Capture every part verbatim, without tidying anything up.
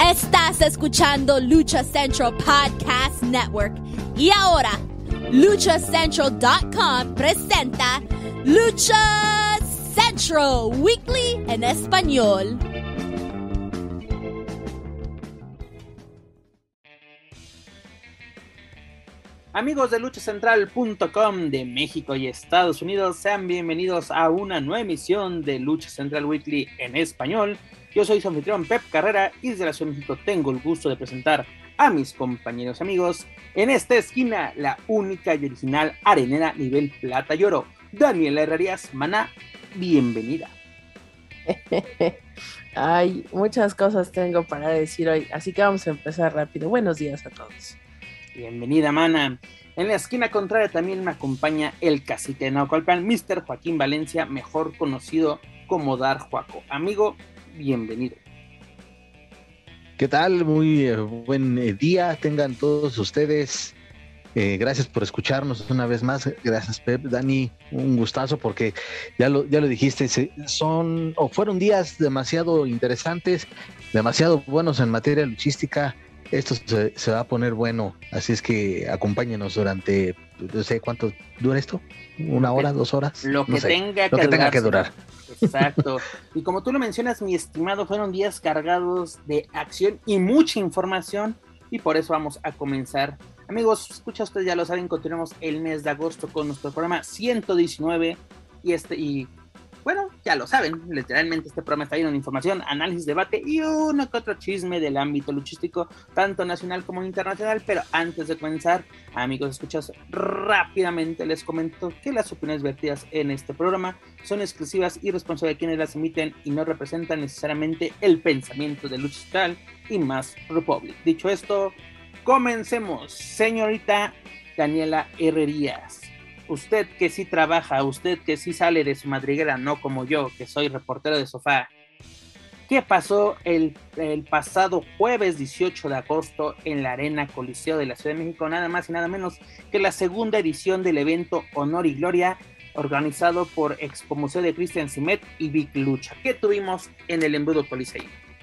Estás escuchando Lucha Central Podcast Network. Y ahora, lucha central punto com presenta Lucha Central Weekly en español. Amigos de lucha central punto com de México y Estados Unidos, sean bienvenidos a una nueva emisión de Lucha Central Weekly en español. Yo soy su anfitrión Pep Carrera y desde la Ciudad de México tengo el gusto de presentar a mis compañeros y amigos. En esta esquina, la única y original arenera nivel plata y oro, Daniela Herrerías. Mana, bienvenida. Ay, muchas cosas tengo para decir hoy, así que vamos a empezar rápido. Buenos días a todos. Bienvenida, mana. En la esquina contraria también me acompaña el cacique de Naucalpan, míster Joaquín Valencia, mejor conocido como Dar Juaco. Amigo, bienvenido. ¿Qué tal? Muy eh, buen eh, día tengan todos ustedes. Eh, gracias por escucharnos una vez más. Gracias, Pep, Dani, un gustazo porque ya lo, ya lo dijiste, se, son o fueron días demasiado interesantes, demasiado buenos en materia luchística. Esto se, se va a poner bueno, así es que acompáñenos durante, no sé cuánto dura esto, una hora, dos horas, lo que, no sé, tenga, lo que que tenga durar, que durar. Exacto. Y como tú lo mencionas, mi estimado, fueron días cargados de acción y mucha información, y por eso vamos a comenzar. Amigos, escucha, ustedes ya lo saben, continuamos el mes de agosto con nuestro programa ciento diecinueve, y este, y bueno, ya lo saben, literalmente este programa está lleno de información, análisis, debate y uno que otro chisme del ámbito luchístico, tanto nacional como internacional. Pero antes de comenzar, amigos, escuchas, rápidamente les comento que las opiniones vertidas en este programa son exclusivas y responsables de quienes las emiten y no representan necesariamente el pensamiento de Lucha Central y Más Republic. Dicho esto, comencemos. Señorita Daniela Herrerías, usted que sí trabaja, usted que sí sale de su madriguera, no como yo, que soy reportero de sofá, ¿qué pasó el, el pasado jueves dieciocho de agosto en la Arena Coliseo de la Ciudad de México? Nada más y nada menos que la segunda edición del evento Honor y Gloria, organizado por Expo Museo de Cristian Simet y Big Lucha. ¿Qué tuvimos en el embudo Coliseo?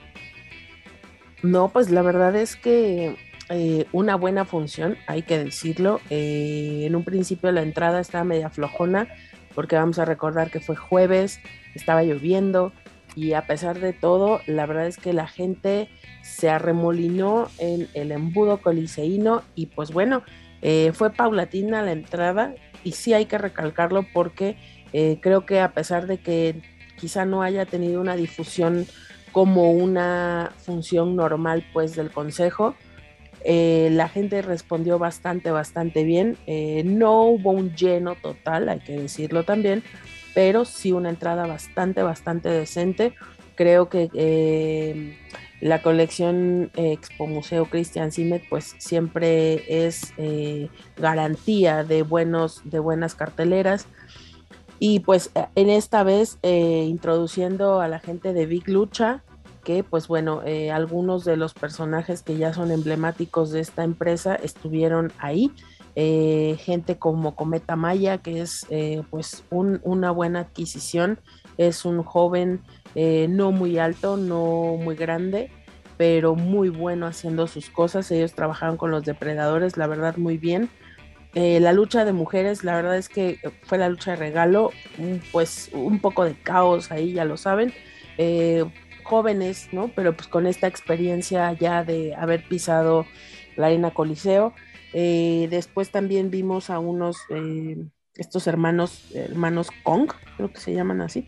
No, pues la verdad es que Eh, una buena función, hay que decirlo. Eh, en un principio la entrada estaba media flojona porque vamos a recordar que fue jueves, estaba lloviendo y a pesar de todo, la verdad es que la gente se arremolinó en el embudo coliseíno y pues bueno, eh, fue paulatina la entrada y sí hay que recalcarlo porque eh, creo que a pesar de que quizá no haya tenido una difusión como una función normal pues del consejo, Eh, la gente respondió bastante, bastante bien. Eh, no hubo un lleno total, hay que decirlo también, pero sí una entrada bastante, bastante decente. Creo que eh, la colección eh, Expo Museo Cristian Simet pues siempre es eh, garantía de, buenos, de buenas carteleras. Y pues en esta vez eh, introduciendo a la gente de Big Lucha, que pues bueno, eh, algunos de los personajes que ya son emblemáticos de esta empresa estuvieron ahí, eh, gente como Cometa Maya, que es eh, pues un, una buena adquisición, es un joven eh, no muy alto, no muy grande, pero muy bueno haciendo sus cosas. Ellos trabajaron con los depredadores, la verdad muy bien. Eh, la lucha de mujeres, la verdad es que fue la lucha de regalo, pues un poco de caos ahí, ya lo saben, eh, jóvenes, ¿no? Pero pues con esta experiencia ya de haber pisado la Arena Coliseo. Eh, después también vimos a unos, eh, estos hermanos, hermanos Kong, creo que se llaman así,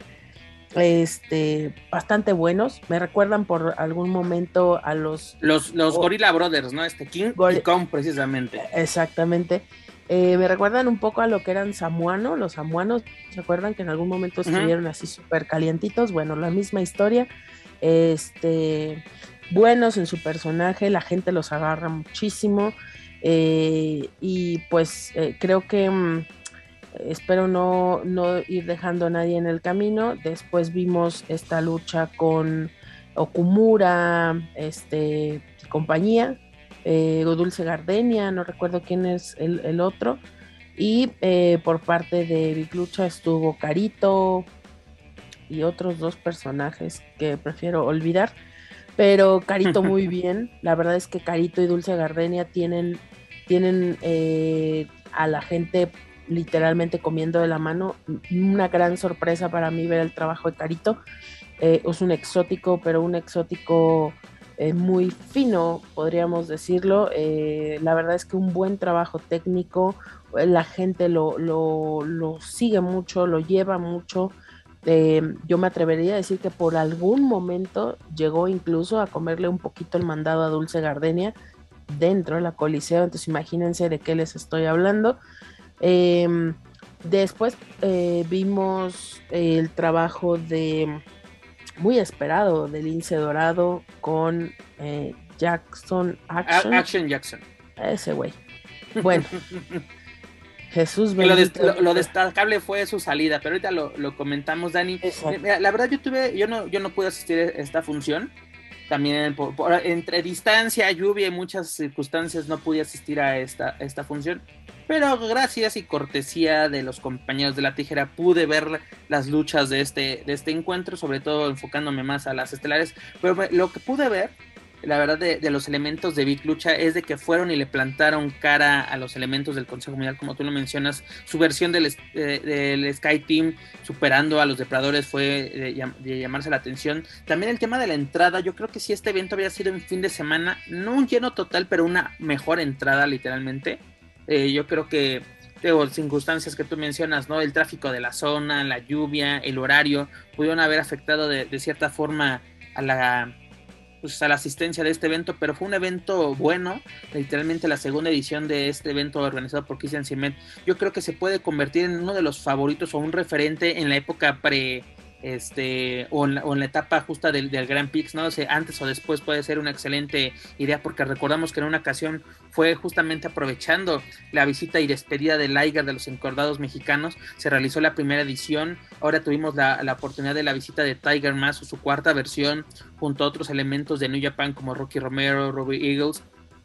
este, bastante buenos. Me recuerdan por algún momento a los... Los, los oh, Gorilla Brothers, ¿no? Este King Gor- y Kong, precisamente. Exactamente. Eh, me recuerdan un poco a lo que eran samuano, los samuanos, ¿se acuerdan que en algún momento estuvieron uh-huh. así súper calientitos? Bueno, la misma historia, este, buenos en su personaje, la gente los agarra muchísimo, eh, y pues eh, creo que mmm, espero no, no ir dejando a nadie en el camino. Después vimos esta lucha con Okumura, este, compañía, Eh, Dulce Gardenia, no recuerdo quién es el, el otro, y eh, por parte de Big Lucha estuvo Carito y otros dos personajes que prefiero olvidar, pero Carito muy bien. La verdad es que Carito y Dulce Gardenia tienen, tienen eh, a la gente literalmente comiendo de la mano. Una gran sorpresa para mí ver el trabajo de Carito. Eh, es un exótico, pero un exótico eh, muy fino, podríamos decirlo. Eh, la verdad es que un buen trabajo técnico, la gente lo, lo, lo sigue mucho, lo lleva mucho. Eh, yo me atrevería a decir que por algún momento llegó incluso a comerle un poquito el mandado a Dulce Gardenia dentro de la Coliseo, entonces imagínense de qué les estoy hablando. Eh, después eh, vimos el trabajo de muy esperado de Lince Dorado con eh, Jackson Action. A- Action Jackson. Ese güey. Bueno. Jesús lo, bendito. Lo, lo destacable fue su salida, pero ahorita lo, lo comentamos, Dani. Mira, la verdad yo tuve, yo no, yo no pude asistir a esta función. También por, por, entre distancia, lluvia y muchas circunstancias no pude asistir a esta, esta función. Pero gracias y cortesía de los compañeros de La Tijera pude ver las luchas de este, de este encuentro, sobre todo enfocándome más a las estelares. Pero lo que pude ver, la verdad, de, de los elementos de Big Lucha es de que fueron y le plantaron cara a los elementos del Consejo Mundial, como tú lo mencionas. Su versión del, eh, del Sky Team superando a los depredadores fue de, de llamarse la atención. También el tema de la entrada, yo creo que si este evento había sido un fin de semana, no un lleno total, pero una mejor entrada literalmente. Eh, yo creo que digo, circunstancias que tú mencionas, ¿no? El tráfico de la zona, la lluvia, el horario, pudieron haber afectado de, de cierta forma a la... Pues a la asistencia de este evento, pero fue un evento bueno, literalmente la segunda edición de este evento organizado por Christian Cement. Yo creo que se puede convertir en uno de los favoritos o un referente en la época pre este o en la, o en la etapa justa del, del Grand Prix, ¿no? O sea, antes o después puede ser una excelente idea, porque recordamos que en una ocasión fue justamente aprovechando la visita y despedida de Liger de los encordados mexicanos, se realizó la primera edición. Ahora tuvimos la, la oportunidad de la visita de Tiger Mask, su cuarta versión, junto a otros elementos de New Japan como Rocky Romero, Robbie Eagles.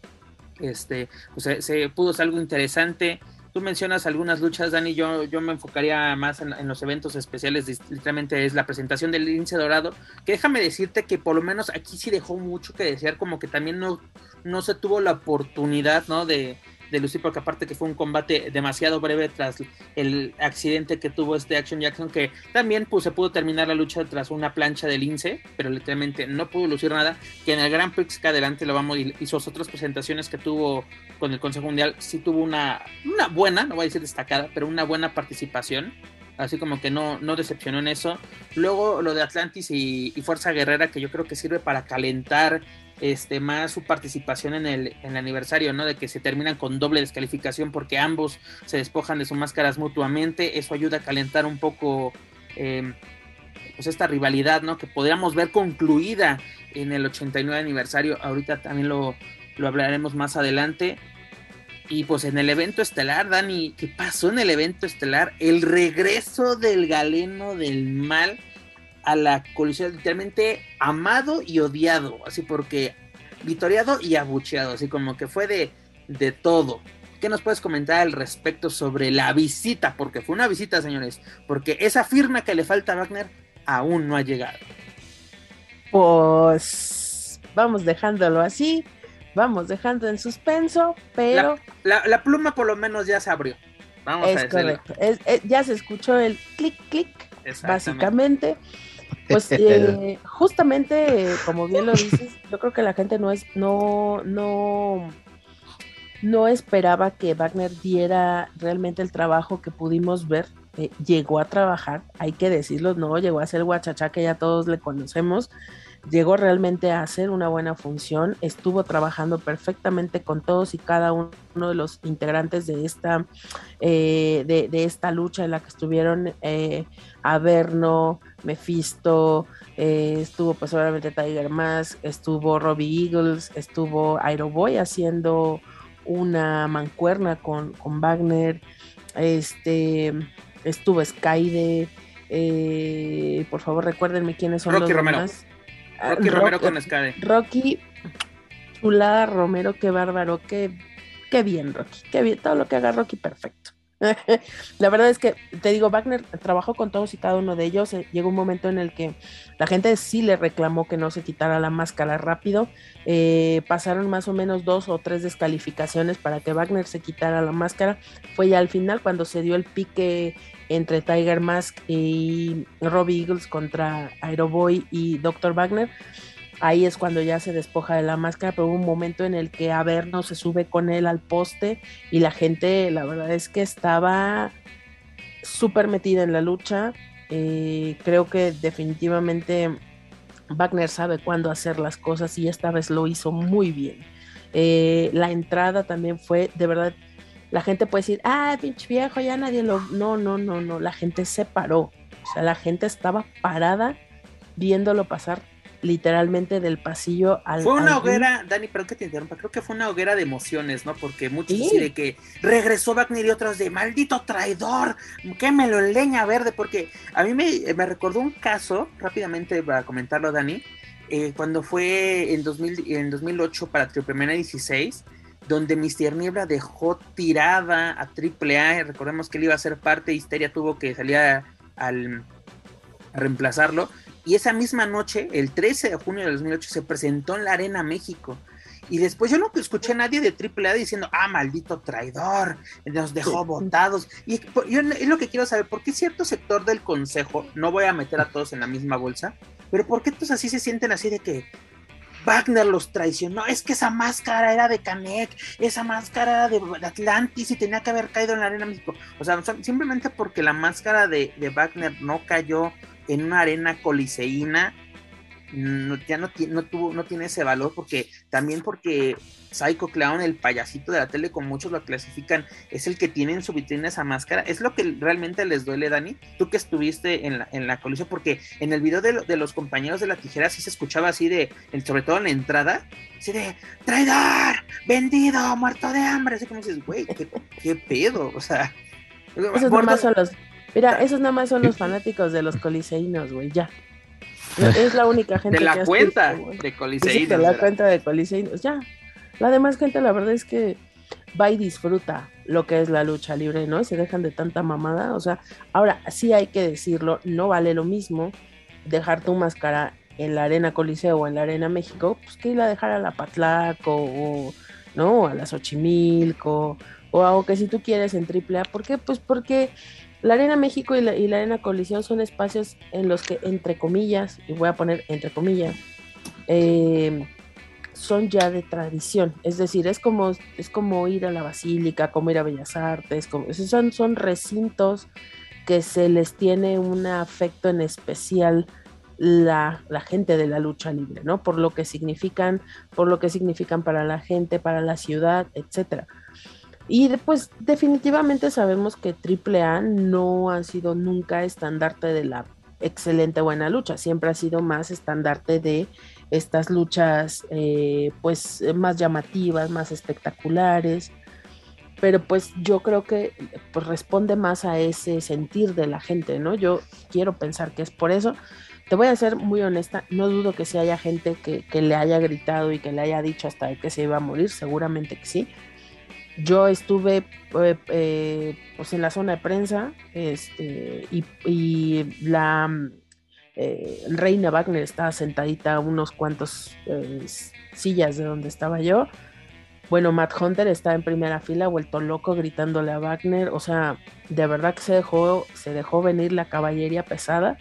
Este, pues se, se pudo hacer algo interesante. Tú mencionas algunas luchas, Dani, yo, yo me enfocaría más en, en los eventos especiales, literalmente es la presentación del Lince Dorado, que déjame decirte que por lo menos aquí sí dejó mucho que desear, como que también no, no se tuvo la oportunidad, ¿no? de, de lucir, porque aparte que fue un combate demasiado breve tras el accidente que tuvo este Action Jackson, que también pues se pudo terminar la lucha tras una plancha de Lince, pero literalmente no pudo lucir nada, que en el Grand Prix que adelante lo vamos, y, y sus otras presentaciones que tuvo con el Consejo Mundial, sí tuvo una, una buena, no voy a decir destacada, pero una buena participación, así como que no, no decepcionó en eso. Luego lo de Atlantis y, y Fuerza Guerrera, que yo creo que sirve para calentar este más su participación en el, en el aniversario, ¿no? De que se terminan con doble descalificación porque ambos se despojan de sus máscaras mutuamente. Eso ayuda a calentar un poco eh, pues esta rivalidad, ¿no? Que podríamos ver concluida en el ochenta y nueve aniversario. Ahorita también lo, lo hablaremos más adelante. Y pues en el evento estelar, Dani, ¿qué pasó en el evento estelar? El regreso del Galeno del Mal a la colisión, literalmente amado y odiado, así porque vitoriado y abucheado, así como que fue de, de todo. ¿Qué nos puedes comentar al respecto sobre la visita? Porque fue una visita, señores, porque esa firma que le falta a Wagner aún no ha llegado. Pues vamos dejándolo así, vamos dejando en suspenso, pero... La, la, la pluma por lo menos ya se abrió. Vamos es a decirlo. Correcto, es, es, ya se escuchó el clic, clic, básicamente. Pues eh, justamente, como bien lo dices, yo creo que la gente no es, no, no, no esperaba que Wagner diera realmente el trabajo que pudimos ver. Eh, llegó a trabajar, hay que decirlo, no llegó a ser guachachá que ya todos le conocemos, llegó realmente a hacer una buena función, estuvo trabajando perfectamente con todos y cada uno de los integrantes de esta, eh, de, de esta lucha en la que estuvieron eh, Averno, Mephisto, eh, estuvo pues obviamente Tiger Mask, estuvo Robbie Eagles, estuvo Aeroboy haciendo una mancuerna con, con Wagner, este, estuvo Skyde, eh, por favor recuérdenme quiénes son Rocky los Romero. demás. Rocky Rock, Romero con Skyde. Rocky, chulada Romero, qué bárbaro, qué, qué bien Rocky, qué bien, todo lo que haga Rocky perfecto. La verdad es que, te digo, Wagner trabajó con todos y cada uno de ellos. Eh, llegó un momento en el que la gente sí le reclamó que no se quitara la máscara rápido. Eh, pasaron más o menos dos o tres descalificaciones para que Wagner se quitara la máscara. Fue ya al final cuando se dio el pique entre Tiger Mask y Robbie Eagles contra Aeroboy y doctor Wagner. Ahí es cuando ya se despoja de la máscara, pero hubo un momento en el que Averno se sube con él al poste y la gente, la verdad es que estaba súper metida en la lucha. Eh, creo que definitivamente Wagner sabe cuándo hacer las cosas y esta vez lo hizo muy bien. Eh, la entrada también fue, de verdad, la gente puede decir, ah, pinche viejo, ya nadie lo... No, no, no, no, la gente se paró. O sea, la gente estaba parada viéndolo pasar literalmente del pasillo al... Fue una al hoguera, ring. Dani, perdón que te interrumpa, creo que fue una hoguera de emociones, ¿no? Porque muchos Sí. así de que regresó Wagner y otros de maldito traidor, quémelo en leña verde, porque a mí me, me recordó un caso, rápidamente para comentarlo, Dani, eh, cuando fue en, dos mil, en dos mil ocho para Triple Manía dieciséis, donde mister Niebla dejó tirada a Triple A, recordemos que él iba a ser parte, Histeria tuvo que salir a, al, a reemplazarlo. Y esa misma noche, el trece de junio de dos mil ocho, se presentó en la Arena México. Y después yo no escuché a nadie de Triple A diciendo, ah, maldito traidor, nos dejó botados. Y yo es lo que quiero saber, ¿por qué cierto sector del consejo, no voy a meter a todos en la misma bolsa, pero por qué todos así se sienten así de que Wagner los traicionó? Es que esa máscara era de Canek, esa máscara era de Atlantis y tenía que haber caído en la Arena México. O sea, simplemente porque la máscara de, de Wagner no cayó en una arena coliseína, no, ya no, no, tuvo, no tiene ese valor, porque también porque Psycho Clown, el payasito de la tele, como muchos lo clasifican, es el que tiene en su vitrina esa máscara. Es lo que realmente les duele, Dani, tú que estuviste en la, en la colisión, porque en el video de, de los compañeros de la tijera sí se escuchaba así de, sobre todo en la entrada, así de traidor, vendido, muerto de hambre, así como dices, güey, ¿qué, qué pedo? O sea, esos nada más son los, mira, esos nada más son los fanáticos de los coliseínos, güey, ya. Es la única gente de la que cuenta escucha, de coliseínos, de la ¿verdad? cuenta de coliseínos, ya. La demás gente, la verdad es que va y disfruta lo que es la lucha libre, ¿no? Se dejan de tanta mamada. O sea, ahora sí hay que decirlo, no vale lo mismo dejar tu máscara en la Arena Coliseo o en la Arena México, pues que ir a dejar a la Patlaco o, ¿no? A la Xochimilco, o algo que si tú quieres en Triple A. ¿Por qué? Pues porque la Arena México y la, y la Arena Coliseo son espacios en los que, entre comillas, y voy a poner entre comillas, eh, son ya de tradición. Es decir, es como, es como ir a la Basílica, como ir a Bellas Artes, como, son, son recintos que se les tiene un afecto en especial la, la gente de la lucha libre, ¿no? Por lo que significan, por lo que significan para la gente, para la ciudad, etcétera. Y pues definitivamente sabemos que Triple A no ha sido nunca estandarte de la excelente buena lucha, siempre ha sido más estandarte de estas luchas eh, pues más llamativas, más espectaculares, pero pues yo creo que pues, responde más a ese sentir de la gente, ¿no? Yo quiero pensar que es por eso. Te voy a ser muy honesta, no dudo que sí haya gente que, que le haya gritado y que le haya dicho hasta que se iba a morir, seguramente que sí. Yo estuve eh, eh, pues en la zona de prensa este, y, y la eh, Reina Wagner estaba sentadita a unos cuantos eh, sillas de donde estaba yo. Bueno, Matt Hunter está en primera fila, vuelto loco, gritándole a Wagner. O sea, de verdad que se dejó, se dejó venir la caballería pesada.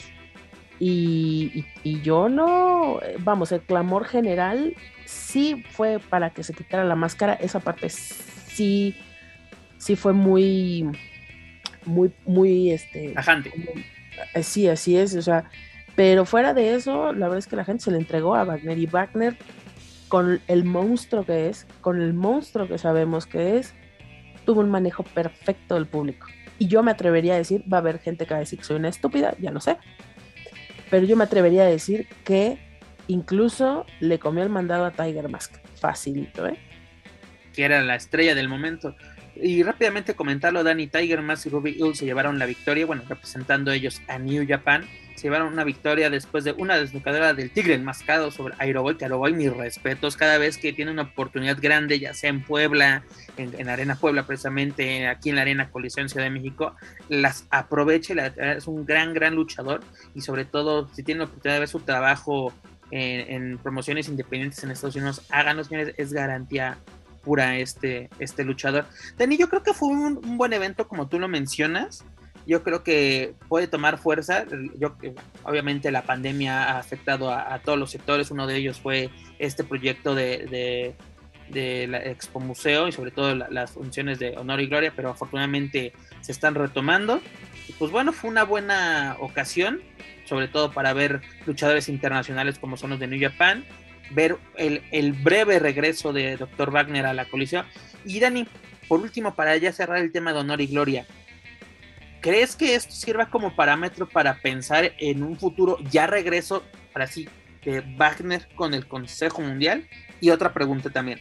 Y, y, y yo no, vamos, el clamor general sí fue para que se quitara la máscara. Esa parte sí, sí fue muy, muy, muy, este... Tajante. Sí, así es, o sea, pero fuera de eso, la verdad es que la gente se le entregó a Wagner, y Wagner, con el monstruo que es, con el monstruo que sabemos que es, tuvo un manejo perfecto del público. Y yo me atrevería a decir, va a haber gente que va a decir que soy una estúpida, ya lo sé, pero yo me atrevería a decir que incluso le comió el mandado a Tiger Mask, facilito, ¿eh? Que era la estrella del momento. Y rápidamente comentarlo, Dani, Tiger Mask y Robbie Eagles se llevaron la victoria, bueno, representando ellos a New Japan. se llevaron una victoria después de una desnucadora del Tigre Enmascarado sobre Aeroboy, que Aeroboy, mis respetos, cada vez que tiene una oportunidad grande, ya sea en Puebla, en, en Arena Puebla precisamente, aquí en la Arena Coliseo en Ciudad de México, las aprovecha, es un gran, gran luchador, y sobre todo, si tiene la oportunidad de ver su trabajo en, en promociones independientes en Estados Unidos, háganlo, señores, es garantía pura este, este luchador. Dani, yo creo que fue un, un buen evento, como tú lo mencionas. Yo creo que puede tomar fuerza. Yo, obviamente la pandemia ha afectado a, a todos los sectores. Uno de ellos fue este proyecto de, de, de la Expo Museo y sobre todo la, las funciones de Honor y Gloria, pero afortunadamente se están retomando. Y pues bueno, fue una buena ocasión, sobre todo para ver luchadores internacionales como son los de New Japan, ver el, el breve regreso de doctor Wagner a la Coliseo. Y Dani, por último, para ya cerrar el tema de Honor y Gloria, ¿crees que esto sirva como parámetro para pensar en un futuro ya regreso, para sí, de Wagner con el Consejo Mundial? Y otra pregunta también,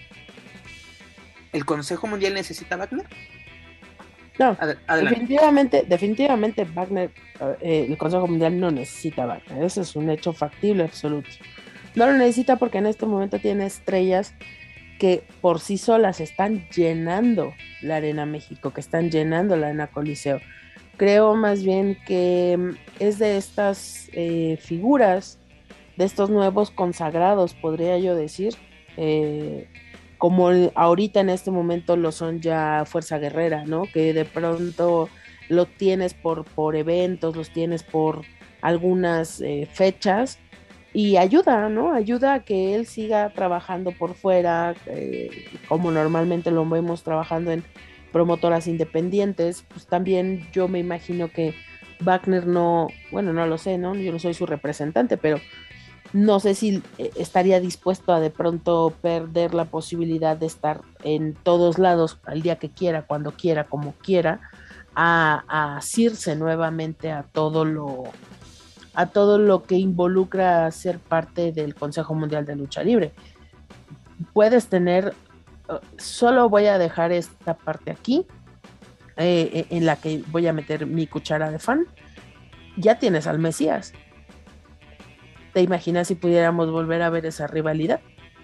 ¿el Consejo Mundial necesita Wagner? No, Ad- definitivamente, definitivamente Wagner, eh, el Consejo Mundial no necesita Wagner, eso es un hecho factible absoluto. No lo necesita porque en este momento tiene estrellas que por sí solas están llenando la Arena México, que están llenando la Arena Coliseo. Creo más bien que es de estas eh, figuras, de estos nuevos consagrados, podría yo decir, eh, como el, ahorita en este momento lo son ya Fuerza Guerrera, ¿no? Que de pronto lo tienes por, por eventos, los tienes por algunas eh, fechas, y ayuda, ¿no? Ayuda a que él siga trabajando por fuera, eh, como normalmente lo vemos trabajando en promotoras independientes. Pues también yo me imagino que Wagner no, bueno, no lo sé, ¿no? Yo no soy su representante, pero no sé si estaría dispuesto a de pronto perder la posibilidad de estar en todos lados al día que quiera, cuando quiera, como quiera, a, a asirse nuevamente a todo lo a todo lo que involucra ser parte del Consejo Mundial de Lucha Libre. Puedes tener, solo voy a dejar esta parte aquí, eh, en la que voy a meter mi cuchara de fan. Ya tienes al Mesías. ¿Te imaginas si pudiéramos volver a ver esa rivalidad?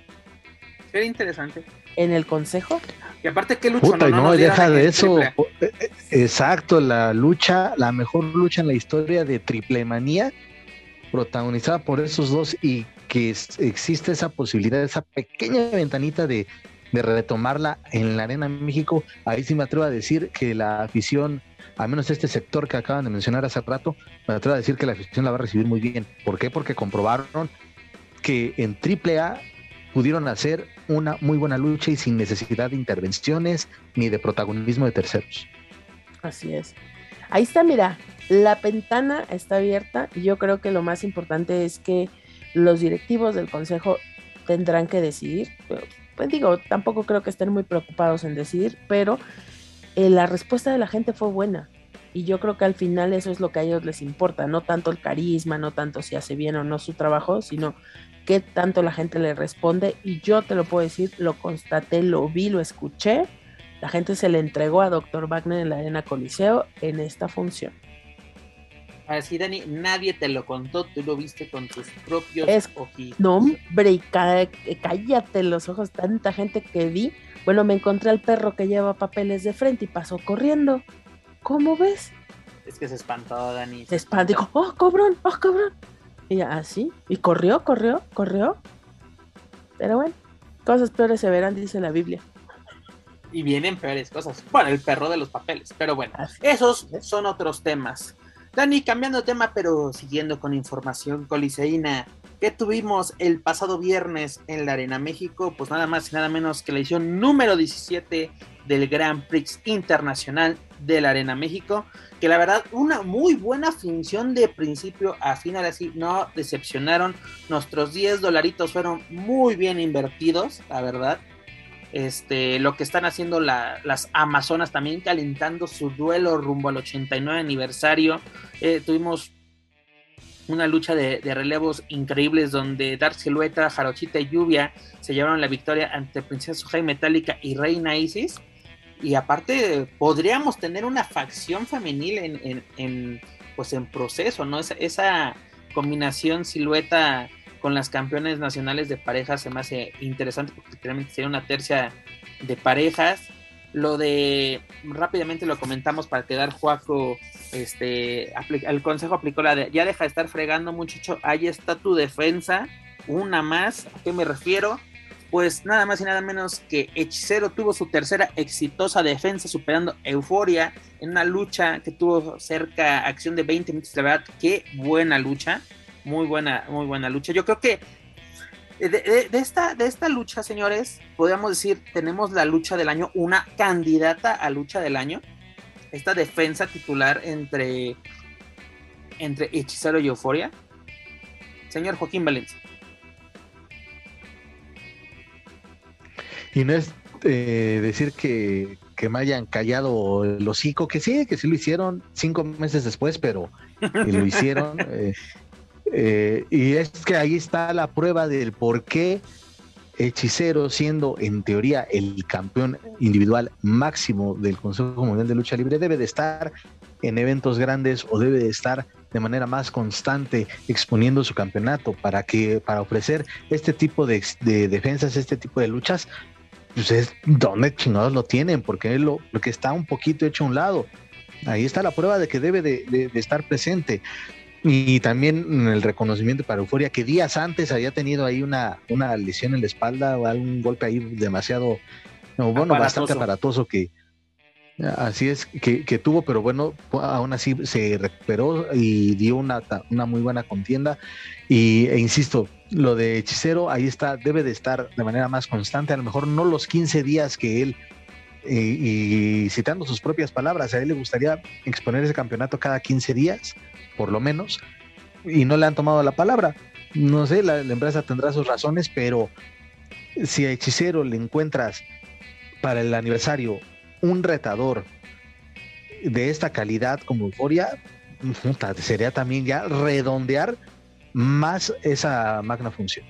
Sería interesante. En el Consejo. Y aparte, ¿qué lucha? Puta, no, no, no, nos deja dieron de en eso. triple. Exacto, la lucha, la mejor lucha en la historia de Triple Manía, protagonizada por esos dos, y que es, existe esa posibilidad, esa pequeña ventanita de, de retomarla en la Arena México. Ahí sí me atrevo a decir que la afición, al menos este sector que acaban de mencionar hace rato, me atrevo a decir que la afición la va a recibir muy bien. ¿Por qué? Porque comprobaron que en Triple A pudieron hacer una muy buena lucha y sin necesidad de intervenciones ni de protagonismo de terceros. Así es. Ahí está, mira, la ventana está abierta, y yo creo que lo más importante es que los directivos del consejo tendrán que decidir. Pues digo, tampoco creo que estén muy preocupados en decidir, pero eh, la respuesta de la gente fue buena, y yo creo que al final eso es lo que a ellos les importa, no tanto el carisma, no tanto si hace bien o no su trabajo, sino qué tanto la gente le responde. Y yo te lo puedo decir, lo constaté, lo vi, lo escuché. La gente se le entregó a doctor Wagner en la Arena Coliseo en esta función. Así, Dani, nadie te lo contó, tú lo viste con tus propios es, ojitos. No, hombre, cá, cállate los ojos, tanta gente que vi. Bueno, me encontré al perro que lleva papeles de frente y pasó corriendo. ¿Cómo ves? Es que se espantó, Dani. Se espantó, dijo, oh, cabrón, oh, cabrón. Y así, y corrió, corrió, corrió. Pero bueno, cosas peores se verán, dice la Biblia. Y vienen peores cosas. Bueno, el perro de los papeles. Pero bueno, así esos es. Son otros temas. Dani, cambiando de tema, pero siguiendo con información coliseína, ¿qué tuvimos el pasado viernes en la Arena México? Pues nada más y nada menos que la edición número diecisiete del Grand Prix Internacional de la Arena México, que la verdad, una muy buena función de principio a final, así no decepcionaron. Nuestros diez dolaritos fueron muy bien invertidos, la verdad. Este, lo que están haciendo la, las Amazonas, también calentando su duelo rumbo al ochenta y nueve aniversario. Eh, tuvimos una lucha de, de relevos increíbles donde Dark Silueta, Jarochita y Lluvia se llevaron la victoria ante Princesa Soja Metálica y Reina Isis. Y aparte podríamos tener una facción femenil en, en, en, pues en proceso, ¿no? Esa, esa combinación silueta con las campeones nacionales de parejas se me hace interesante porque realmente sería una tercia de parejas. Lo de, rápidamente lo comentamos para quedar Juaco, este, el consejo aplicó la de, ya deja de estar fregando muchacho, ahí está tu defensa, una más. ¿A qué me refiero? Pues nada más y nada menos que Hechicero tuvo su tercera exitosa defensa superando Euforia en una lucha que tuvo cerca acción de veinte minutos. La verdad, qué buena lucha, muy buena, muy buena lucha. Yo creo que de, de, de, esta, de esta lucha, señores, podríamos decir, tenemos la lucha del año, una candidata a lucha del año, esta defensa titular entre, entre Hechicero y Euforia. Señor Joaquín Valencia. Y no es eh, decir que, que me hayan callado el hocico, que sí, que sí lo hicieron cinco meses después, pero eh, lo hicieron. Eh, eh, y es que ahí está la prueba del por qué Hechicero, siendo en teoría el campeón individual máximo del Consejo Mundial de Lucha Libre, debe de estar en eventos grandes o debe de estar de manera más constante exponiendo su campeonato para que para ofrecer este tipo de, de defensas, este tipo de luchas. Pues es donde chingados lo tienen, porque lo, lo que está un poquito hecho a un lado. Ahí está la prueba de que debe de, de, de estar presente. Y también el reconocimiento para Euforia, que días antes había tenido ahí una, una lesión en la espalda o algún golpe ahí demasiado, no, bueno, aparatoso. bastante aparatoso que así es que, que tuvo, pero bueno, aún así se recuperó y dio una, una muy buena contienda. Y, e insisto, lo de Hechicero ahí está, debe de estar de manera más constante, a lo mejor no los quince días que él, eh, y citando sus propias palabras, a él le gustaría exponer ese campeonato cada quince días, por lo menos, y no le han tomado la palabra. No sé, la, la empresa tendrá sus razones, pero si a Hechicero le encuentras para el aniversario un retador de esta calidad como Euforia, sería también ya redondear más esa magna función.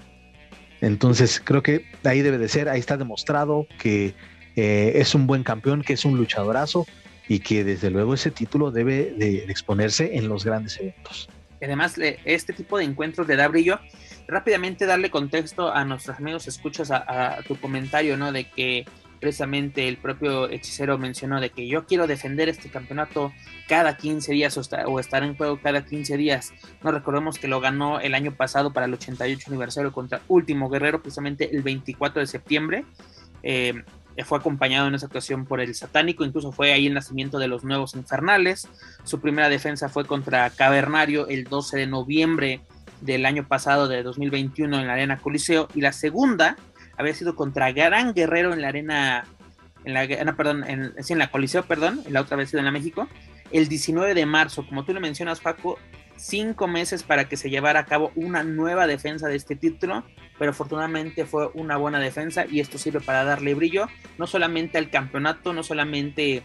Entonces creo que ahí debe de ser, ahí está demostrado que eh, es un buen campeón, que es un luchadorazo y que desde luego ese título debe de exponerse en los grandes eventos. Además, este tipo de encuentros le da brillo. Rápidamente darle contexto a nuestros amigos escuchas a, a tu comentario, ¿no? De que precisamente el propio Hechicero mencionó de que yo quiero defender este campeonato cada quince días o, está, o estar en juego cada quince días. No recordemos que lo ganó el año pasado para el ochenta y ocho aniversario contra Último Guerrero, precisamente el veinticuatro de septiembre. Eh, fue acompañado en esa ocasión por el Satánico, incluso fue ahí el nacimiento de los Nuevos Infernales. Su primera defensa fue contra Cavernario el doce de noviembre del año pasado, de dos mil veintiuno, en la Arena Coliseo, y la segunda había sido contra Gran Guerrero en la Arena, en la, no, perdón, en, sí, en la Coliseo, perdón, la otra vez sido en la México, el diecinueve de marzo. Como tú le mencionas, Paco, cinco meses para que se llevara a cabo una nueva defensa de este título, pero afortunadamente fue una buena defensa y esto sirve para darle brillo, no solamente al campeonato, no solamente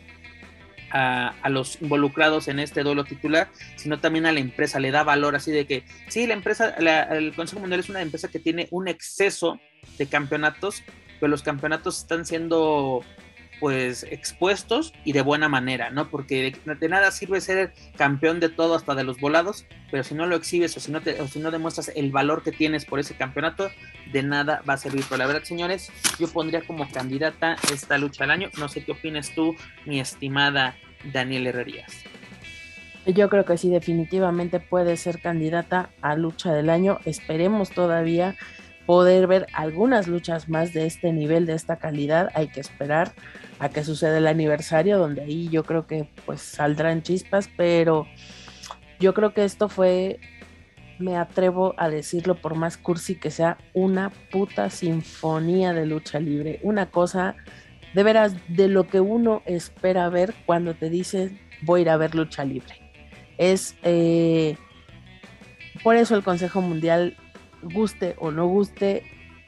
a, a los involucrados en este duelo titular, sino también a la empresa, le da valor, así de que sí, la empresa, la, el Consejo Mundial es una empresa que tiene un exceso de campeonatos, pero los campeonatos están siendo pues expuestos y de buena manera, ¿no? Porque de, de nada sirve ser campeón de todo, hasta de los volados, pero si no lo exhibes o si no, te, o si no demuestras el valor que tienes por ese campeonato, de nada va a servir. Pero la verdad, señores, yo pondría como candidata esta lucha del año. No sé qué opinas tú, mi estimada Daniela Herrerías. Yo creo que sí, definitivamente puede ser candidata a lucha del año. Esperemos todavía poder ver algunas luchas más de este nivel, de esta calidad. Hay que esperar a que suceda el aniversario, donde ahí yo creo que pues saldrán chispas, pero yo creo que esto fue, me atrevo a decirlo por más cursi que sea, una puta sinfonía de lucha libre, una cosa de veras de lo que uno espera ver cuando te dicen voy a ir a ver lucha libre. Es eh, por eso el Consejo Mundial, guste o no guste,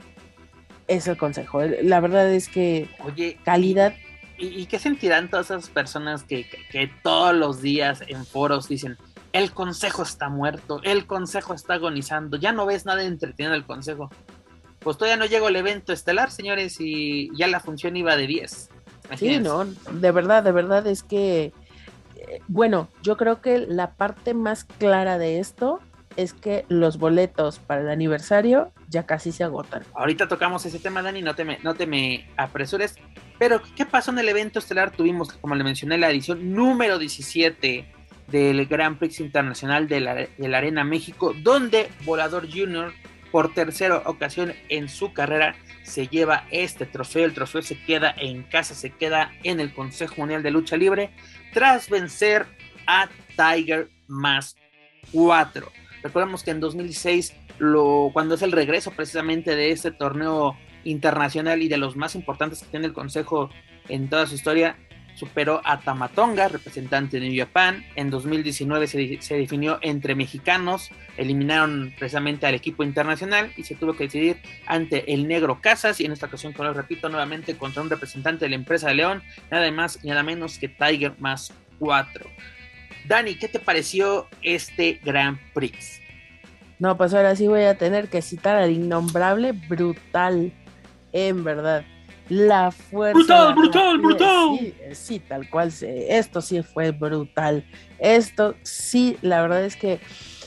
es el consejo. La verdad es que Oye, calidad. ¿Y, y qué sentirán todas esas personas que, que, que todos los días en foros dicen el consejo está muerto, el consejo está agonizando, ya no ves nada entretenido del consejo? Pues todavía no llegó el evento estelar, señores, y ya la función iba de diez. Sí, no, de verdad, de verdad es que, eh, bueno, yo creo que la parte más clara de esto es que los boletos para el aniversario ya casi se agotan. Ahorita tocamos ese tema, Dani, no te me, no te me apresures. Pero, ¿qué pasó en el evento estelar? Tuvimos, como le mencioné, la edición número diecisiete del Grand Prix Internacional de la, de la Arena México, donde Volador Junior, por tercera ocasión en su carrera, se lleva este trofeo. El trofeo se queda en casa, se queda en el Consejo Mundial de Lucha Libre, tras vencer a Tiger Mask cuatro. Recordemos que en dos mil dieciséis, lo, cuando es el regreso precisamente de este torneo internacional y de los más importantes que tiene el Consejo en toda su historia, superó a Tama Tonga, representante de New Japan. En dos mil diecinueve se, se definió entre mexicanos, eliminaron precisamente al equipo internacional y se tuvo que decidir ante el Negro Casas, y en esta ocasión, como lo repito nuevamente, contra un representante de la empresa de León, nada más y nada menos que Tiger Mask cuatro. Dani, ¿qué te pareció este Grand Prix? No, pues ahora sí voy a tener que citar al innombrable. Brutal, en verdad. La fuerza. ¡Brutal, la brutal, brutal! Sí, sí, tal cual. Se, esto sí fue brutal. Esto sí, la verdad es que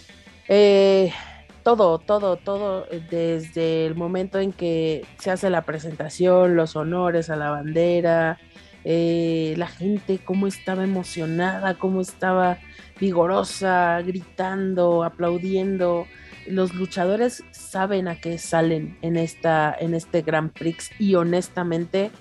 eh, todo, todo, todo, desde el momento en que se hace la presentación, los honores a la bandera, eh, la gente cómo estaba emocionada, cómo estaba vigorosa, gritando, aplaudiendo. Los luchadores saben a qué salen en esta en este Grand Prix, y honestamente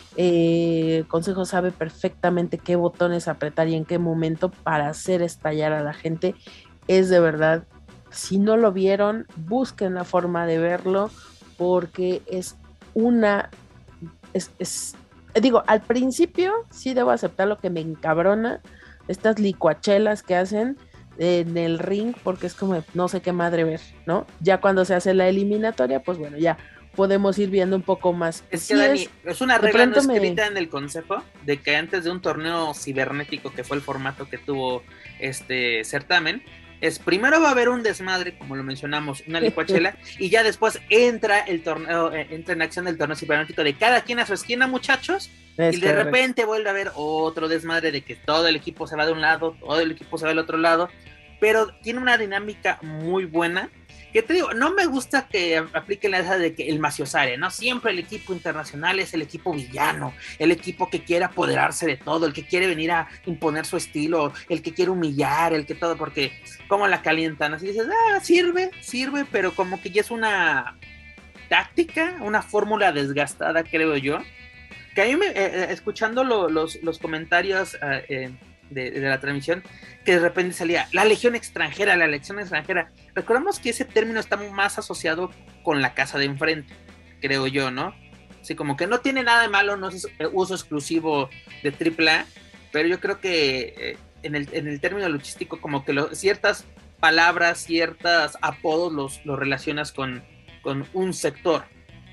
eh, el Consejo sabe perfectamente qué botones apretar y en qué momento para hacer estallar a la gente. Es de verdad, si no lo vieron, busquen la forma de verlo, porque es una es, es digo, al principio sí debo aceptar lo que me encabrona, estas licuachelas que hacen en el ring, porque es como no sé qué madre ver, ¿no? Ya cuando se hace la eliminatoria, pues bueno, ya podemos ir viendo un poco más. Es sí que Dani, es, es una regla no escrita me... en el consejo de que antes de un torneo cibernético, que fue el formato que tuvo este certamen, es primero va a haber un desmadre, como lo mencionamos, una licuachela, y ya después entra el torneo, eh, entra en acción el torneo cibernético de cada quien a su esquina, muchachos, es y de correcto. Repente vuelve a haber otro desmadre de que todo el equipo se va de un lado, todo el equipo se va del otro lado, pero tiene una dinámica muy buena, que te digo, no me gusta que apliquen la esa de que el maciosare, ¿no? Siempre el equipo internacional es el equipo villano, el equipo que quiere apoderarse de todo, el que quiere venir a imponer su estilo, el que quiere humillar, el que todo, porque como la calientan, así dices, ah, sirve, sirve, pero como que ya es una táctica, una fórmula desgastada, creo yo, que a mí me, eh, escuchando lo, los, los comentarios eh, de, de la transmisión, que de repente salía la legión extranjera, la legión extranjera. Recordemos que ese término está más asociado con la casa de enfrente, creo yo, ¿no? Así como que no tiene nada de malo, no es uso exclusivo de triple A, pero yo creo que eh, en, el, en el término luchístico como que lo, ciertas palabras, ciertos apodos los, los relacionas con, con un sector.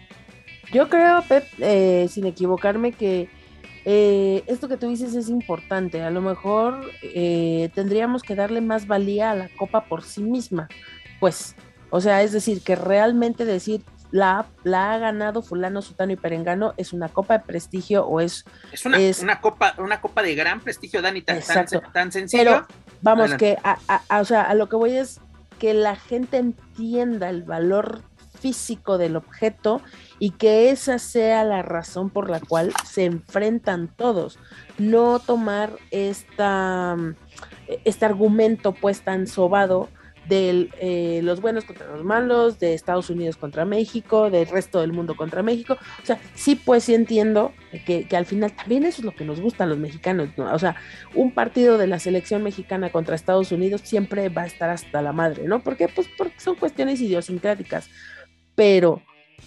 Yo creo, Pep, eh, sin equivocarme, que Eh, esto que tú dices es importante. A lo mejor eh, tendríamos que darle más valía a la copa por sí misma, pues, o sea, es decir, que realmente decir la, la ha ganado fulano, sutano y perengano es una copa de prestigio, o es es una, es, una copa una copa de gran prestigio, Dani, tan, tan, tan sencillo. Pero vamos, Adelante. que a, a, a, o sea, a lo que voy es que la gente entienda el valor físico del objeto y que esa sea la razón por la cual se enfrentan todos, no tomar esta, este argumento pues tan sobado de eh, los buenos contra los malos, de Estados Unidos contra México, del resto del mundo contra México. O sea, sí, pues sí entiendo que, que al final también eso es lo que nos gusta a los mexicanos, ¿no? O sea, un partido de la selección mexicana contra Estados Unidos siempre va a estar hasta la madre, ¿no? ¿Por qué? Pues porque son cuestiones idiosincráticas, pero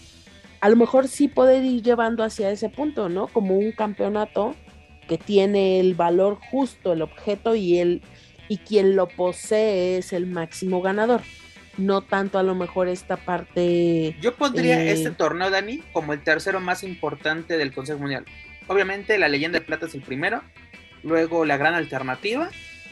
a lo mejor sí poder ir llevando hacia ese punto, ¿no? Como un campeonato que tiene el valor justo, el objeto, y el y quien lo posee es el máximo ganador, no tanto a lo mejor esta parte. Yo pondría eh... este torneo, Dani, como el tercero más importante del Consejo Mundial. Obviamente la Leyenda de Plata es el primero, luego la Gran Alternativa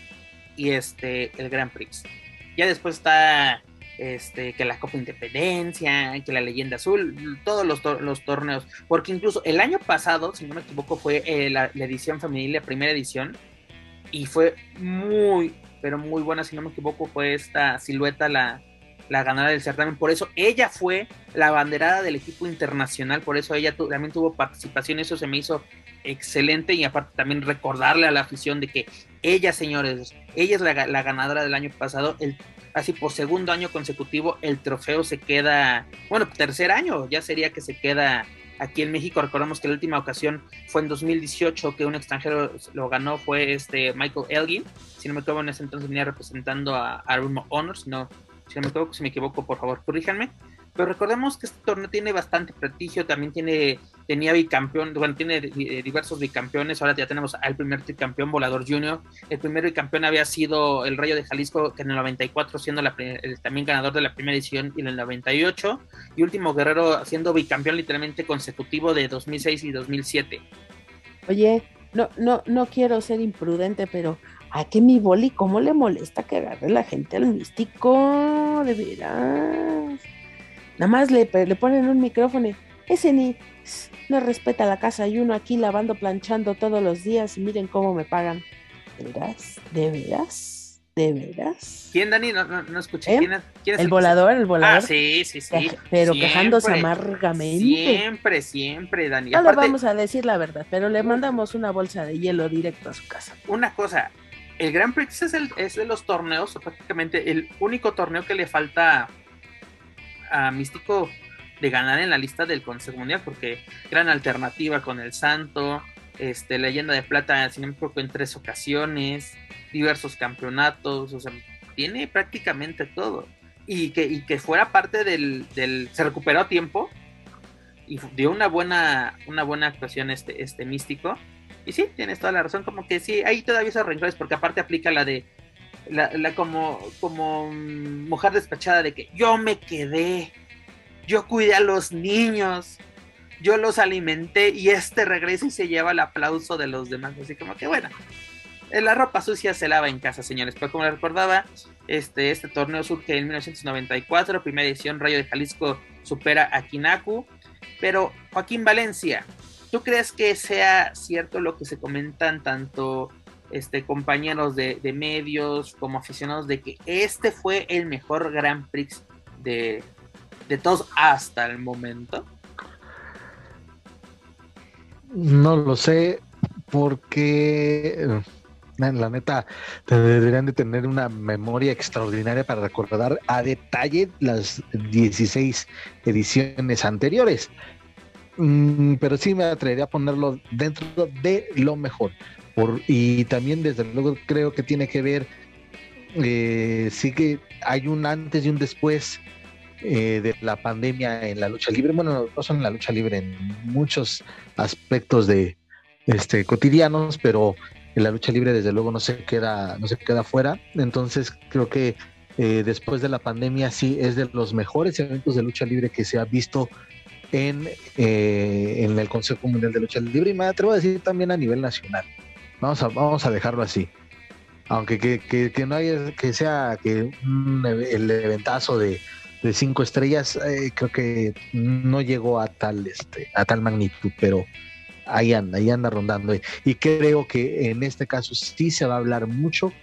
y este el Grand Prix. Ya después está este que la Copa Independencia, que la Leyenda Azul, todos los, tor- los torneos, porque incluso el año pasado, si no me equivoco, fue eh, la, la edición femenil, la primera edición, y fue muy, pero muy buena, si no me equivoco, fue esta Silueta la, la ganadora del certamen. Por eso ella fue la abanderada del equipo internacional, por eso ella tu, también tuvo participación. Eso se me hizo excelente, y aparte también recordarle a la afición de que ella, señores, ella es la, la ganadora del año pasado. El, así por segundo año consecutivo el trofeo se queda, bueno, tercer año ya sería que se queda aquí en México. Recordamos que la última ocasión fue en dos mil dieciocho que un extranjero lo ganó, fue este Michael Elgin, si no me equivoco. En ese entonces venía representando a Ring of Honor, si no, si no me equivoco, si me equivoco, por favor, corríjanme. Pero recordemos que este torneo tiene bastante prestigio, también tiene, tenía bicampeón, bueno, tiene diversos bicampeones. Ahora ya tenemos al primer tricampeón, Volador Junior. El primer bicampeón había sido el Rayo de Jalisco, que en el noventa y cuatro siendo la, el, también ganador de la primera edición, y en el noventa y ocho, y Último Guerrero siendo bicampeón literalmente consecutivo de dos mil seis y dos mil siete. Oye, no, no, no quiero ser imprudente, pero ¿a qué mi boli cómo le molesta que agarre la gente al místico? De veras. Nada más le, le ponen un micrófono y ese ni no respeta la casa, y uno aquí lavando, planchando todos los días, y miren cómo me pagan. ¿De veras? ¿De veras? ¿De veras? ¿Quién, Dani? No, no, no escuché. ¿Eh? ¿Quién es, quién es el, el volador, el volador. Ah, sí, sí, sí. Que, pero siempre, quejándose amargamente. Siempre, siempre, Dani. No Aparte, le vamos a decir la verdad, pero le mandamos una bolsa de hielo directo a su casa. Una cosa, el Grand Prix es, el, es de los torneos, prácticamente el único torneo que le falta a Místico de ganar en la lista del Consejo Mundial, porque gran alternativa con el Santo, este, Leyenda de Plata, sin embargo, en tres ocasiones, diversos campeonatos, o sea, tiene prácticamente todo. Y que, y que fuera parte del, del, se recuperó a tiempo y dio una buena, una buena actuación este, este Místico. Y sí, tienes toda la razón, como que sí, hay todavía esos rencores, porque aparte aplica la de La, la como, como mujer despechada de que yo me quedé, yo cuidé a los niños, yo los alimenté, y este regresa y se lleva el aplauso de los demás. Así como que bueno, la ropa sucia se lava en casa, señores. Pero como les recordaba, este, este torneo surge en mil novecientos noventa y cuatro, primera edición, Rayo de Jalisco supera a Kinaku. Pero Joaquín Valencia, ¿tú crees que sea cierto lo que se comentan tanto Este, compañeros de, de medios como aficionados, de que este fue el mejor Grand Prix de, de todos hasta el momento? No lo sé, porque la neta deberían de tener una memoria extraordinaria para recordar a detalle las dieciséis ediciones anteriores, mm, pero sí me atrevería a ponerlo dentro de lo mejor. Por, y también desde luego creo que tiene que ver, eh, sí que hay un antes y un después eh, de la pandemia en la lucha libre. Bueno, no solo en la lucha libre, en muchos aspectos de este cotidianos, pero en la lucha libre desde luego no se queda, no se queda fuera. Entonces creo que eh, después de la pandemia sí es de los mejores eventos de lucha libre que se ha visto en, eh, en el Consejo Mundial de Lucha Libre, y me atrevo a decir también a nivel nacional. Vamos a, vamos a dejarlo así. Aunque que, que, que no haya, que sea que un, el eventazo de, de cinco estrellas, eh, creo que no llegó a tal, este, a tal magnitud, pero ahí anda, ahí anda rondando. Y, y creo que en este caso sí se va a hablar mucho,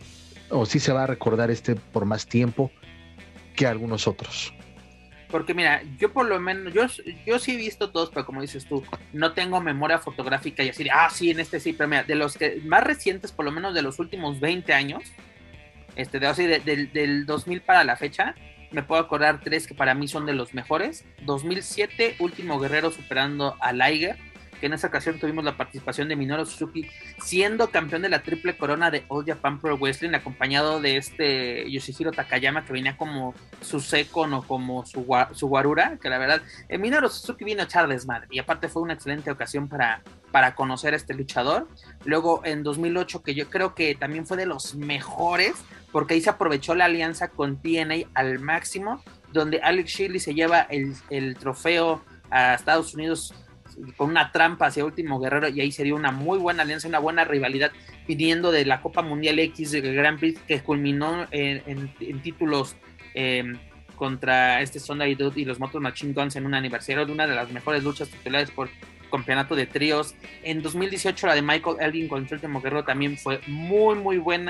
o sí se va a recordar este por más tiempo que algunos otros. Porque mira, yo por lo menos, yo, yo sí he visto todos, pero como dices tú, no tengo memoria fotográfica y así de, ah, sí, en este sí, pero mira, de los que más recientes, por lo menos de los últimos veinte años, este, de, así de, de, del dos mil para la fecha, me puedo acordar tres que para mí son de los mejores. dos mil siete, Último Guerrero superando a Liger, que en esa ocasión tuvimos la participación de Minoru Suzuki siendo campeón de la triple corona de All Japan Pro Wrestling, acompañado de este Yoshihiro Takayama, que venía como su secon o como su, su guarura, que la verdad, eh, Minoru Suzuki vino a echar desmadre, y aparte fue una excelente ocasión para, para conocer a este luchador. Luego en dos mil ocho, que yo creo que también fue de los mejores, porque ahí se aprovechó la alianza con T N A al máximo, donde Alex Shelley se lleva el, el trofeo a Estados Unidos con una trampa hacia Último Guerrero, y ahí sería una muy buena alianza, una buena rivalidad, viniendo de la Copa Mundial X del Grand Prix, que culminó en, en, en títulos eh, contra este Sunday Dude y los Motor Machine Guns en un aniversario de una de las mejores luchas titulares por campeonato de tríos. En dos mil dieciocho la de Michael Elgin contra Último Guerrero también fue muy muy buena,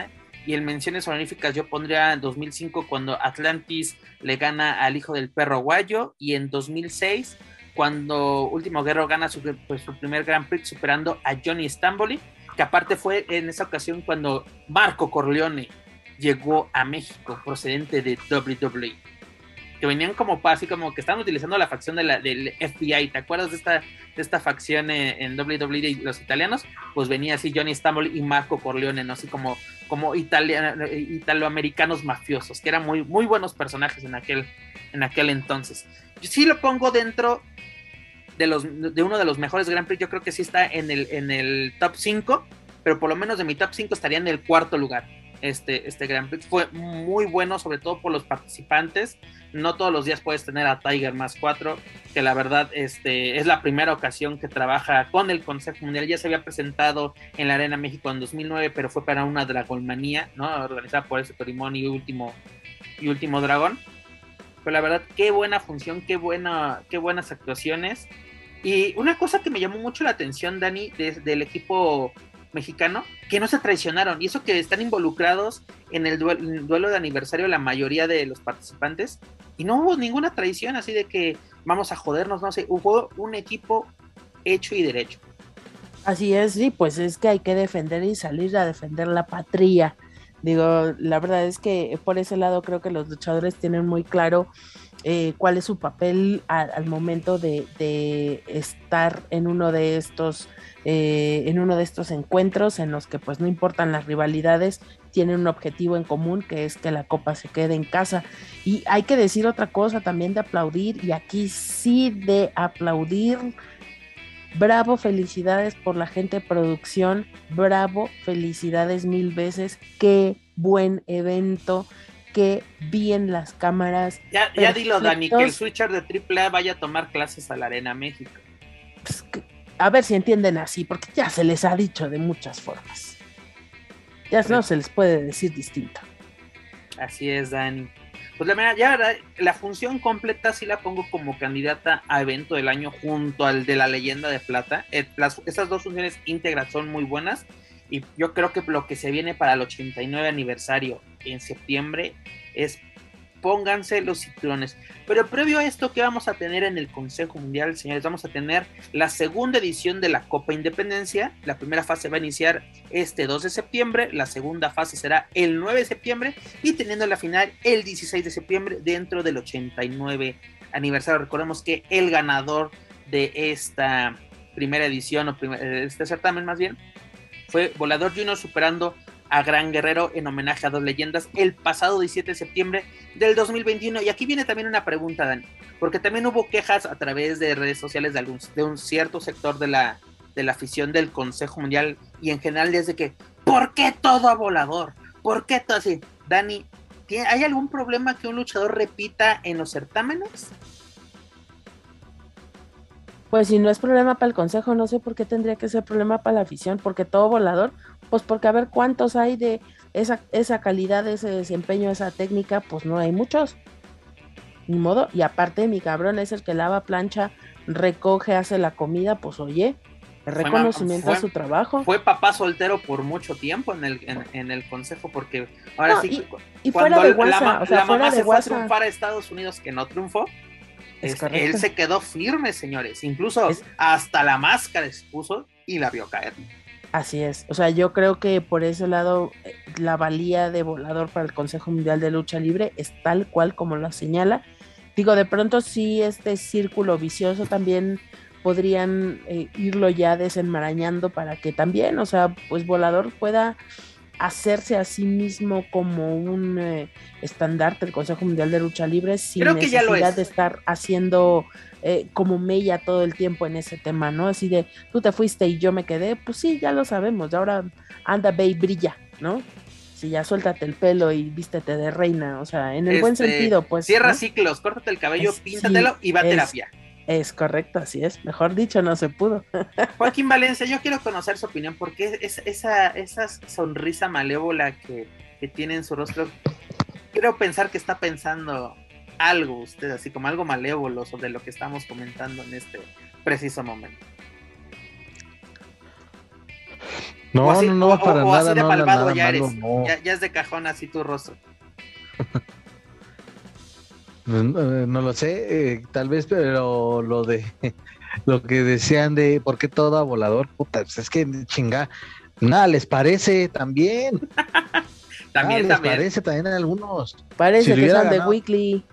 y en menciones honoríficas yo pondría en dos mil cinco cuando Atlantis le gana al hijo del perro Guayo, y en dos mil seis cuando Último Guerrero gana su, pues, su primer Grand Prix superando a Johnny Stamboli, que aparte fue en esa ocasión cuando Marco Corleone llegó a México procedente de doble u doble u E, que venían como así como que estaban utilizando la facción de la, del F B I. ¿Te acuerdas de esta, de esta facción en, en doble u doble u E de los italianos? Pues venía así Johnny Stamboli y Marco Corleone, ¿no? Así como, como italiano, italoamericanos mafiosos, que eran muy, muy buenos personajes en aquel, en aquel entonces. Yo sí lo pongo dentro de los de uno de los mejores Grand Prix. Yo creo que sí está en el, en el top cinco, pero por lo menos de mi top cinco estaría en el cuarto lugar. Este, este Grand Prix fue muy bueno, sobre todo por los participantes. No todos los días puedes tener a Tiger más cuatro, que la verdad este, es la primera ocasión que trabaja con el Consejo Mundial. Ya se había presentado en la Arena México en dos mil nueve, pero fue para una Dragonmanía, ¿no? Organizada por ese Torimón y último, y último Dragón. Pero la verdad, qué buena función, qué, buena, qué buenas actuaciones. Y una cosa que me llamó mucho la atención, Dani, de, del equipo mexicano, que no se traicionaron, y eso que están involucrados en el duelo, en el duelo de aniversario la mayoría de los participantes, y no hubo ninguna traición así de que vamos a jodernos, no sé, hubo un equipo hecho y derecho. Así es, sí, pues es que hay que defender y salir a defender la patria. Digo, la verdad es que por ese lado creo que los luchadores tienen muy claro eh, cuál es su papel a, al momento de, de estar en uno de estos eh, en uno de estos encuentros en los que pues no importan las rivalidades, tienen un objetivo en común, que es que la copa se quede en casa. Y hay que decir otra cosa también de aplaudir, y aquí sí de aplaudir. Bravo, felicidades por la gente de producción, bravo, felicidades mil veces, qué buen evento, qué bien las cámaras. Ya, ya dilo, Dani, que el switcher de triple A vaya a tomar clases a la Arena México. Pues que, a ver si entienden así, porque ya se les ha dicho de muchas formas. Ya no se les puede decir distinto. Así es, Dani. Pues la verdad, ya la función completa sí la pongo como candidata a evento del año junto al de la Leyenda de Plata. Eh, las, esas dos funciones íntegras son muy buenas, y yo creo que lo que se viene para el ochenta y nueve aniversario en septiembre es pónganse los cinturones. Pero previo a esto, ¿qué vamos a tener en el Consejo Mundial, señores? Vamos a tener la segunda edición de la Copa Independencia. La primera fase va a iniciar este dos de septiembre, la segunda fase será el nueve de septiembre, y teniendo la final el dieciséis de septiembre dentro del ochenta y nueve aniversario. Recordemos que el ganador de esta primera edición, o primer, este certamen más bien, fue Volador Junior, superando a Gran Guerrero en homenaje a dos leyendas el pasado diecisiete de septiembre del dos mil veintiuno. Y aquí viene también una pregunta, Dani, porque también hubo quejas a través de redes sociales de, algún, de un cierto sector de la, de la afición del Consejo Mundial y en general desde que, ¿por qué todo a Volador? ¿Por qué todo así? Dani, ¿hay algún problema que un luchador repita en los certámenes? Pues si no es problema para el consejo, no sé por qué tendría que ser problema para la afición, porque todo Volador, pues porque a ver cuántos hay de esa, esa calidad, ese desempeño, esa técnica, pues no hay muchos, ni modo. Y aparte mi cabrón es el que lava, plancha, recoge, hace la comida, pues oye, el reconocimiento fue, a su trabajo. Fue papá soltero por mucho tiempo en el, en, en el consejo, porque ahora no, sí, y, y fuera de la, WhatsApp, la, o sea, la fuera mamá de se fue WhatsApp. a triunfar a Estados Unidos, que no triunfó. Es Es, él se quedó firme, señores. Incluso es, hasta la máscara se puso y la vio caer. Así es. O sea, yo creo que por ese lado la valía de Volador para el Consejo Mundial de Lucha Libre es tal cual como lo señala. Digo, de pronto sí este círculo vicioso también podrían eh, irlo ya desenmarañando para que también, o sea, pues Volador pueda hacerse a sí mismo como un eh, estandarte del Consejo Mundial de Lucha Libre sin Creo que necesidad ya lo es. de estar haciendo eh, como mella todo el tiempo en ese tema, ¿no? Así de, tú te fuiste y yo me quedé, pues sí, ya lo sabemos, ahora anda, ve y brilla, ¿no? Sí, ya suéltate el pelo y vístete de reina, o sea, en el este, buen sentido, pues. Cierra ¿no? ciclos, córtate el cabello, es, píntatelo sí, y va a es, terapia. Es correcto, así es. Mejor dicho, no se pudo. Joaquín Valencia, yo quiero conocer su opinión, porque es esa, esa sonrisa malévola que, que tiene en su rostro, quiero pensar que está pensando algo usted, así como algo malévolo sobre lo que estamos comentando en este preciso momento. No, así, no, no, o, para o, o nada, así de no, palmado nada ya malo, eres, no. ya, ya es de cajón así tu rostro. No, no lo sé, eh, tal vez, pero lo de lo que decían de por qué todo a volador, puta, pues es que chinga, nada les parece también, nada También, les también. parece también a algunos. Parece Si le que hubiera son de ganado- Weekly.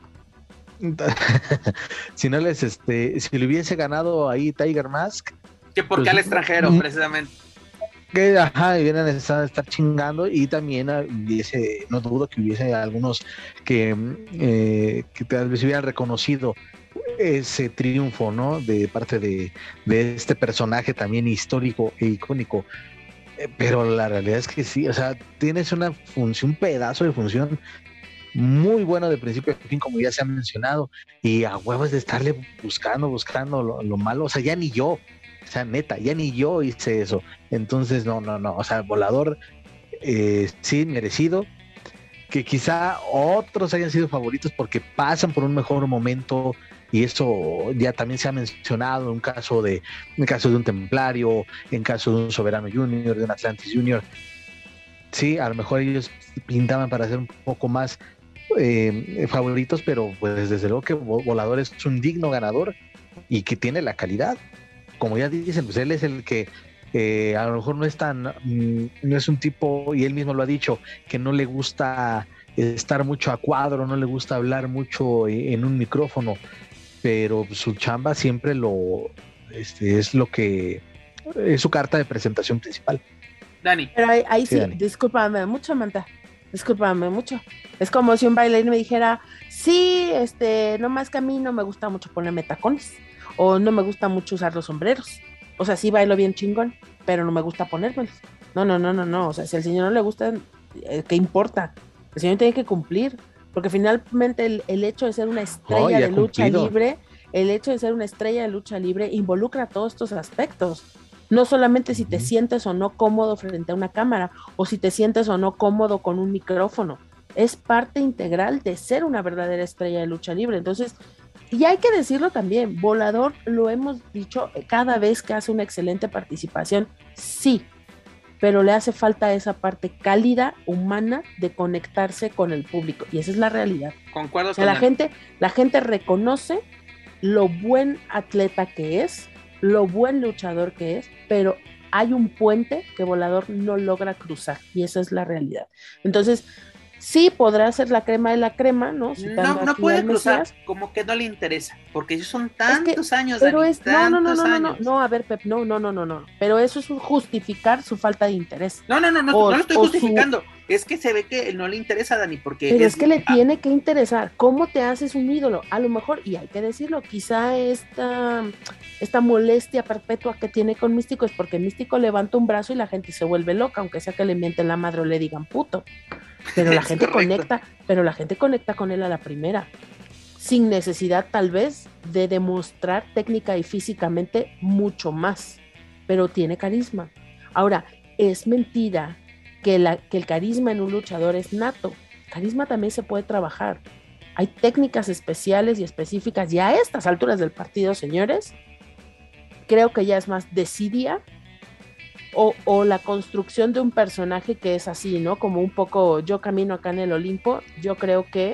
si no les, este, si le hubiese ganado ahí Tiger Mask, Que porque pues, al extranjero, mm, precisamente. que ajá, hubieran estado estar chingando y también ah, hubiese, no dudo que hubiese algunos que, mm, eh, que tal vez hubieran reconocido ese triunfo, ¿no? De parte de, de este personaje también histórico e icónico. Eh, Pero la realidad es que sí, o sea, tienes una función, un pedazo de función muy bueno de principio a fin, como ya se ha mencionado, y a huevos de estarle buscando, buscando lo, lo malo, o sea, ya ni yo, o sea, neta, ya ni yo hice eso. Entonces, no, no, no, o sea, Volador, eh, sí, merecido, que quizá otros hayan sido favoritos porque pasan por un mejor momento y eso ya también se ha mencionado en un caso de en caso de un Templario, en caso de un Soberano Junior, de un Atlantis Junior. Sí, a lo mejor ellos pintaban para ser un poco más eh, favoritos, pero pues desde luego que Volador es un digno ganador y que tiene la calidad. Como ya dicen, pues él es el que eh, a lo mejor no es tan, mm, no es un tipo, y él mismo lo ha dicho, que no le gusta estar mucho a cuadro, no le gusta hablar mucho en un micrófono, pero su chamba siempre lo, este, es lo que, es su carta de presentación principal. Dani. Pero ahí, ahí Sí, sí, Dani. discúlpame mucho, Manta. Discúlpame mucho. Es como si un bailarín me dijera, sí, este, no más que a mí no me gusta mucho ponerme tacones, o no me gusta mucho usar los sombreros. O sea, sí bailo bien chingón, pero no me gusta ponérmelos. No, no, no, no, no. O sea, si al señor no le gusta, eh, ¿qué importa? El señor tiene que cumplir, porque finalmente el, el hecho de ser una estrella No, y ha de lucha cumplido. libre, el hecho de ser una estrella de lucha libre involucra todos estos aspectos. No solamente si te Ujú. sientes o no cómodo frente a una cámara, o si te sientes o no cómodo con un micrófono. Es parte integral de ser una verdadera estrella de lucha libre. Entonces, y hay que decirlo también, Volador, lo hemos dicho cada vez que hace una excelente participación, sí, pero le hace falta esa parte cálida, humana, de conectarse con el público, y esa es la realidad. Concuerdo O sea, con la Dani. gente, la gente reconoce lo buen atleta que es, lo buen luchador que es, pero hay un puente que Volador no logra cruzar, y esa es la realidad. Entonces, sí podrá ser la crema de la crema, ¿no? Citando No, no aquí puede al cruzar, Mesías. como que no le interesa, porque ellos son Es que, tantos años, pero Dani, es, no, no, no, tantos no, no, no, años. no, a ver, Pep, no, no, no, no, no, pero eso es un justificar su falta de interés. No, no, no, no, O- no lo estoy o su- justificando. Es que se ve que no le interesa, Dani, porque Pero es, es, que le ah, tiene que interesar cómo te haces un ídolo. A lo mejor, y hay que decirlo, quizá esta, esta molestia perpetua que tiene con Místico es porque Místico levanta un brazo y la gente se vuelve loca, aunque sea que le mienten la madre o le digan puto. Pero la Es gente correcto. conecta, pero la gente conecta con él a la primera, sin necesidad tal vez de demostrar técnica y físicamente mucho más, pero tiene carisma. Ahora, es mentira que, la, que el carisma en un luchador es nato. Carisma también se puede trabajar. Hay técnicas especiales y específicas, y a estas alturas del partido, señores, creo que ya es más desidia o, o la construcción de un personaje que es así, ¿no? Como un poco yo camino acá en el Olimpo. Yo creo que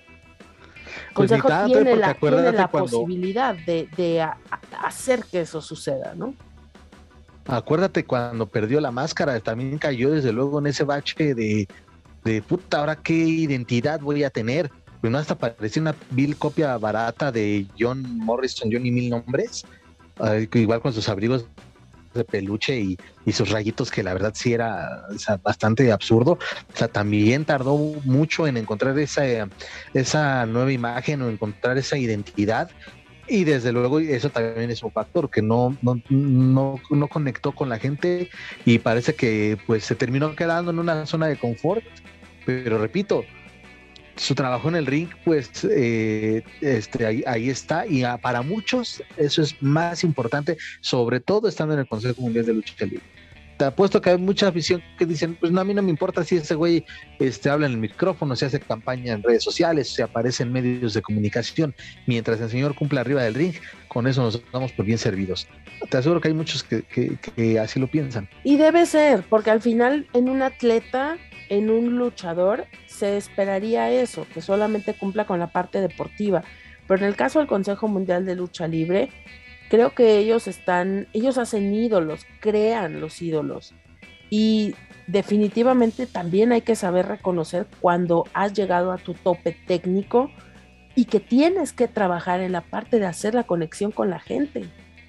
Pues ni Consejo tanto, tiene porque la, tiene acuérdate la cuando- posibilidad de, de a- a hacer que eso suceda, ¿no? Acuérdate cuando perdió la máscara, también cayó desde luego en ese bache de, de puta, ahora qué identidad voy a tener. Pues no, hasta parecía una vil copia barata de John Morrison, Johnny Mil Nombres, eh, igual con sus abrigos de peluche y, y sus rayitos, que la verdad sí era, o sea, bastante absurdo. O sea, también tardó mucho en encontrar esa, esa nueva imagen o encontrar esa identidad. Y desde luego eso también es un factor que no, no, no, no conectó con la gente y parece que pues se terminó quedando en una zona de confort. Pero repito, su trabajo en el ring, pues eh, este, ahí, ahí está, y a, para muchos eso es más importante, sobre todo estando en el Consejo Mundial de Lucha Libre. te apuesto que hay mucha afición que dicen, pues no, a mí no me importa si ese güey este, habla en el micrófono, se hace campaña en redes sociales, se aparece en medios de comunicación, mientras el señor cumple arriba del ring, con eso nos damos por bien servidos. Te aseguro que hay muchos que, que, que así lo piensan. Y debe ser, porque al final en un atleta, en un luchador, se esperaría eso, que solamente cumpla con la parte deportiva. Pero en el caso del Consejo Mundial de Lucha Libre, creo que ellos están, ellos hacen ídolos, crean los ídolos. Y definitivamente también hay que saber reconocer cuando has llegado a tu tope técnico y que tienes que trabajar en la parte de hacer la conexión con la gente.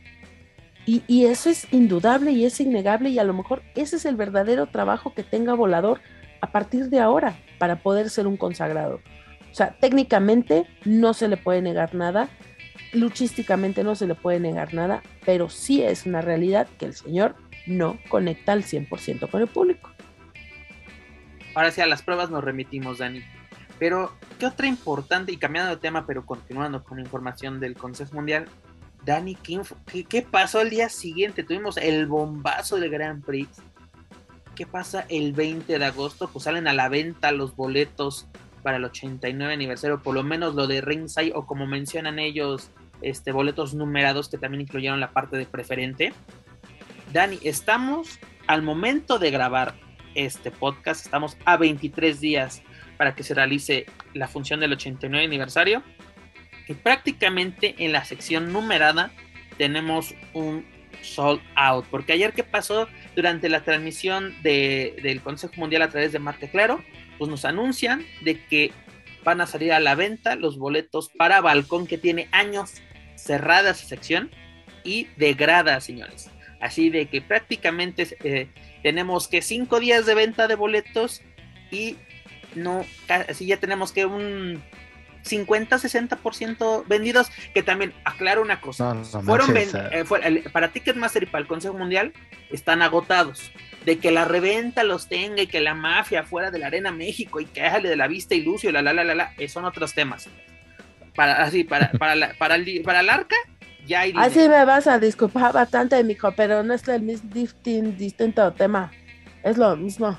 Y, y eso es indudable y es innegable, y a lo mejor ese es el verdadero trabajo que tenga Volador a partir de ahora para poder ser un consagrado. O sea, técnicamente no se le puede negar nada, luchísticamente no se le puede negar nada, pero sí es una realidad que el señor no conecta al cien por ciento con el público. Ahora sí, a las pruebas nos remitimos, Dani. Pero, ¿qué otra importante, y cambiando de tema, pero continuando con información del Consejo Mundial, Dani, ¿qué, qué, qué pasó el día siguiente? Tuvimos el bombazo del Grand Prix. ¿Qué pasa el veinte de agosto? Pues salen a la venta los boletos para el ochenta y nueve aniversario, por lo menos lo de Ringside, o como mencionan ellos, este, boletos numerados que también incluyeron la parte de preferente. Dani, estamos al momento de grabar este podcast, estamos a veintitrés días para que se realice la función del ochenta y nueve aniversario, y prácticamente en la sección numerada tenemos un sold out, porque ayer que pasó durante la transmisión de, del Consejo Mundial a través de Marca Claro, pues nos anuncian de que van a salir a la venta los boletos para balcón, que tiene años cerrada esa sección, y de grada, señores. Así de que prácticamente eh, tenemos que cinco días de venta de boletos, y no, así ya tenemos que un cincuenta a sesenta por ciento vendidos, que también aclaro una cosa, no, no, fueron ven, eh, fue, el, para Ticketmaster y para el Consejo Mundial están agotados. De que la reventa los tenga y que la mafia fuera de la Arena México y que déjale de la Vista y Lucio, la la la la la, eh, son otros temas. Para así para para la, para el para el Arca ya hay dinero. Así me vas a disculpar bastante, mijo, pero no es el mismo distinto tema. Es lo mismo.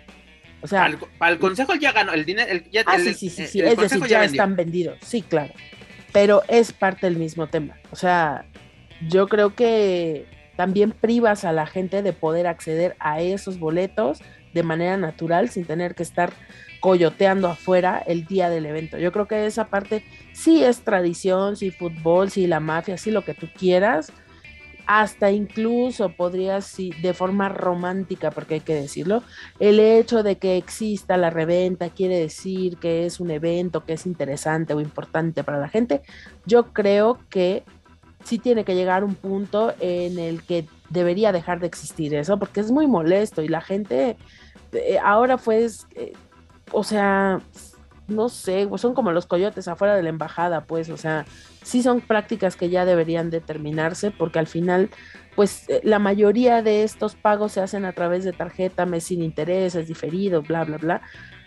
O sea, para el, para el Consejo ya ganó el dinero, el, ya, ah, el, sí, sí, sí, el, sí. el es decir, ya, ya están vendidos. Sí, claro. Pero es parte del mismo tema. O sea, yo creo que también privas a la gente de poder acceder a esos boletos de manera natural, sin tener que estar coyoteando afuera el día del evento. Yo creo que esa parte sí es tradición, sí fútbol, sí la mafia, sí lo que tú quieras. Hasta incluso podrías, sí, de forma romántica, porque hay que decirlo, el hecho de que exista la reventa quiere decir que es un evento que es interesante o importante para la gente. Yo creo que sí tiene que llegar un punto en el que debería dejar de existir eso, porque es muy molesto y la gente eh, ahora pues, eh, o sea, no sé, son como los coyotes afuera de la embajada, pues, o sea, sí son prácticas que ya deberían determinarse, porque al final, pues, eh, la mayoría de estos pagos se hacen a través de tarjeta, mes sin intereses, diferido, bla, bla, bla.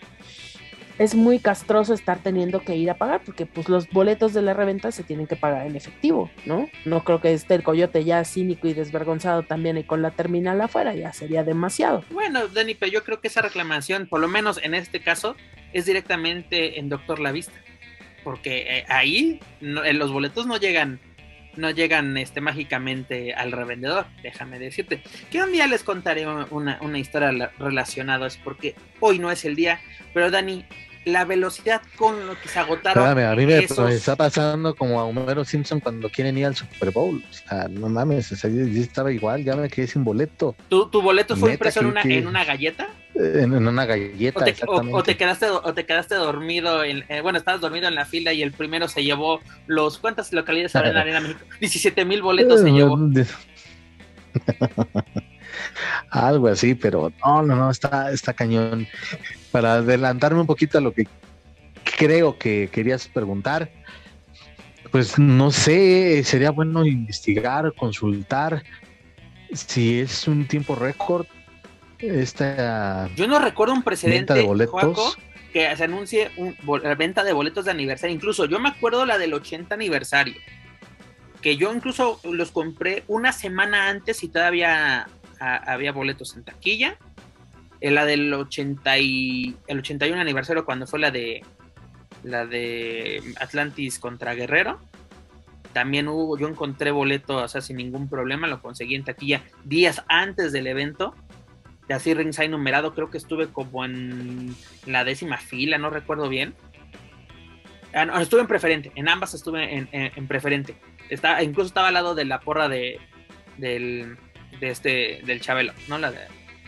Es muy castroso estar teniendo que ir a pagar, porque pues los boletos de la reventa se tienen que pagar en efectivo, ¿no? No creo que esté el coyote ya cínico y desvergonzado también y con la terminal afuera, ya sería demasiado. Bueno, Dani, pero yo creo que esa reclamación, por lo menos en este caso, es directamente en Doctor La Vista, porque eh, ahí no, eh, los boletos no llegan, no llegan este, mágicamente al revendedor, déjame decirte. Que un día les contaré una, una historia relacionada a eso, porque hoy no es el día, pero Dani, la velocidad con lo que se agotaron. Espérame, a mí me, esos... me está pasando como a Homero Simpson cuando quieren ir al Super Bowl. O sea, no mames, o sea, yo, yo estaba igual, ya me quedé sin boleto. ¿Tu, tu boleto fue Neta, impreso en una, que... en una galleta? En, en una galleta, o te, exactamente. O, o, te quedaste, o te quedaste dormido, en, eh, bueno, estabas dormido en la fila y el primero se llevó los, ¿cuántas localidades habrá en la Arena México? diecisiete mil boletos se llevó. Algo así, pero no, no, no, está, está cañón. Para adelantarme un poquito a lo que creo que querías preguntar, pues no sé, sería bueno investigar, consultar si es un tiempo récord esta. Yo no recuerdo un precedente de boletos, Joaco, que se anuncie un, la venta de boletos de aniversario. Incluso yo me acuerdo la del ochenta aniversario, que yo incluso los compré una semana antes y todavía a, había boletos en taquilla. En la del ochenta y, el ochenta y uno aniversario, cuando fue la de la de Atlantis contra Guerrero, también hubo, yo encontré boleto, o sea, sin ningún problema, lo conseguí en taquilla días antes del evento, y así ringside numerado, creo que estuve como en la décima fila, no recuerdo bien. Ah, no, estuve en preferente, en ambas estuve en, en, en preferente. Está, incluso estaba al lado de la porra de del, de este, del Chabelo, ¿no? La de,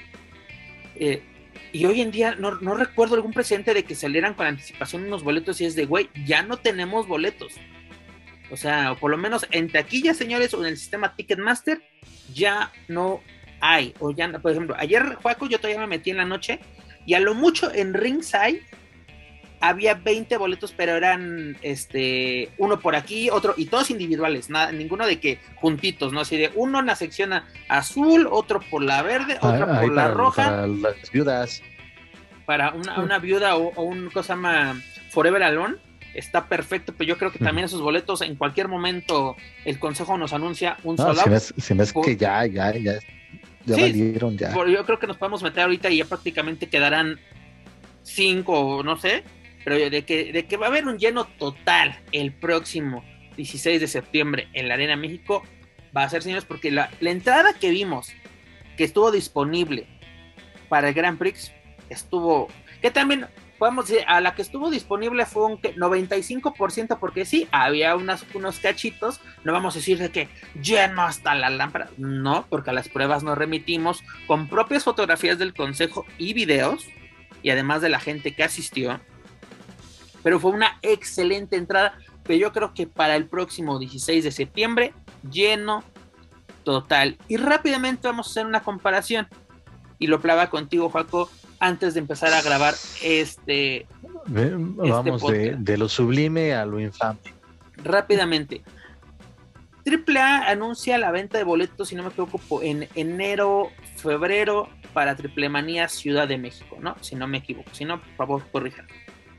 eh, y hoy en día no, no recuerdo algún precedente de que salieran con anticipación unos boletos y es de, güey, ya no tenemos boletos. O sea, o por lo menos en taquilla, señores, o en el sistema Ticketmaster, ya no hay. O ya, por ejemplo, ayer, Juaco, yo todavía me metí en la noche y a lo mucho en ringside había veinte boletos, pero eran este uno por aquí, otro, y todos individuales, nada, ninguno de que juntitos, ¿no? Así de uno en la sección azul, otro por la verde, otro ah, por la para, roja. Para las viudas. Para una, una viuda o, o un cosa llama Forever Alone, está perfecto, pero yo creo que también esos boletos en cualquier momento el consejo nos anuncia un no, solo. Se me, se me es por... que ya, ya, ya, ya sí, valieron ya. Por, yo creo que nos podemos meter ahorita y ya prácticamente quedarán cinco, no sé. Pero de que, de que va a haber un lleno total el próximo dieciséis de septiembre en la Arena México, va a ser, señores, porque la, la entrada que vimos, que estuvo disponible para el Grand Prix, estuvo, que también podemos decir, a la que estuvo disponible fue un noventa y cinco por ciento, porque sí, había unas, unos cachitos, no vamos a decir de que lleno hasta la lámpara, no, porque a las pruebas nos remitimos con propias fotografías del consejo y videos, y además de la gente que asistió. Pero fue una excelente entrada, pero yo creo que para el próximo dieciséis de septiembre, lleno total. Y rápidamente vamos a hacer una comparación. Y lo hablaba contigo, Joaco, antes de empezar a grabar este, Ve, vamos este de, de lo sublime a lo infame. Rápidamente. Triple A anuncia la venta de boletos, si no me equivoco, en enero, febrero, para Triple Manía Ciudad de México, ¿no? Si no me equivoco. Si no, por favor, corríjanme.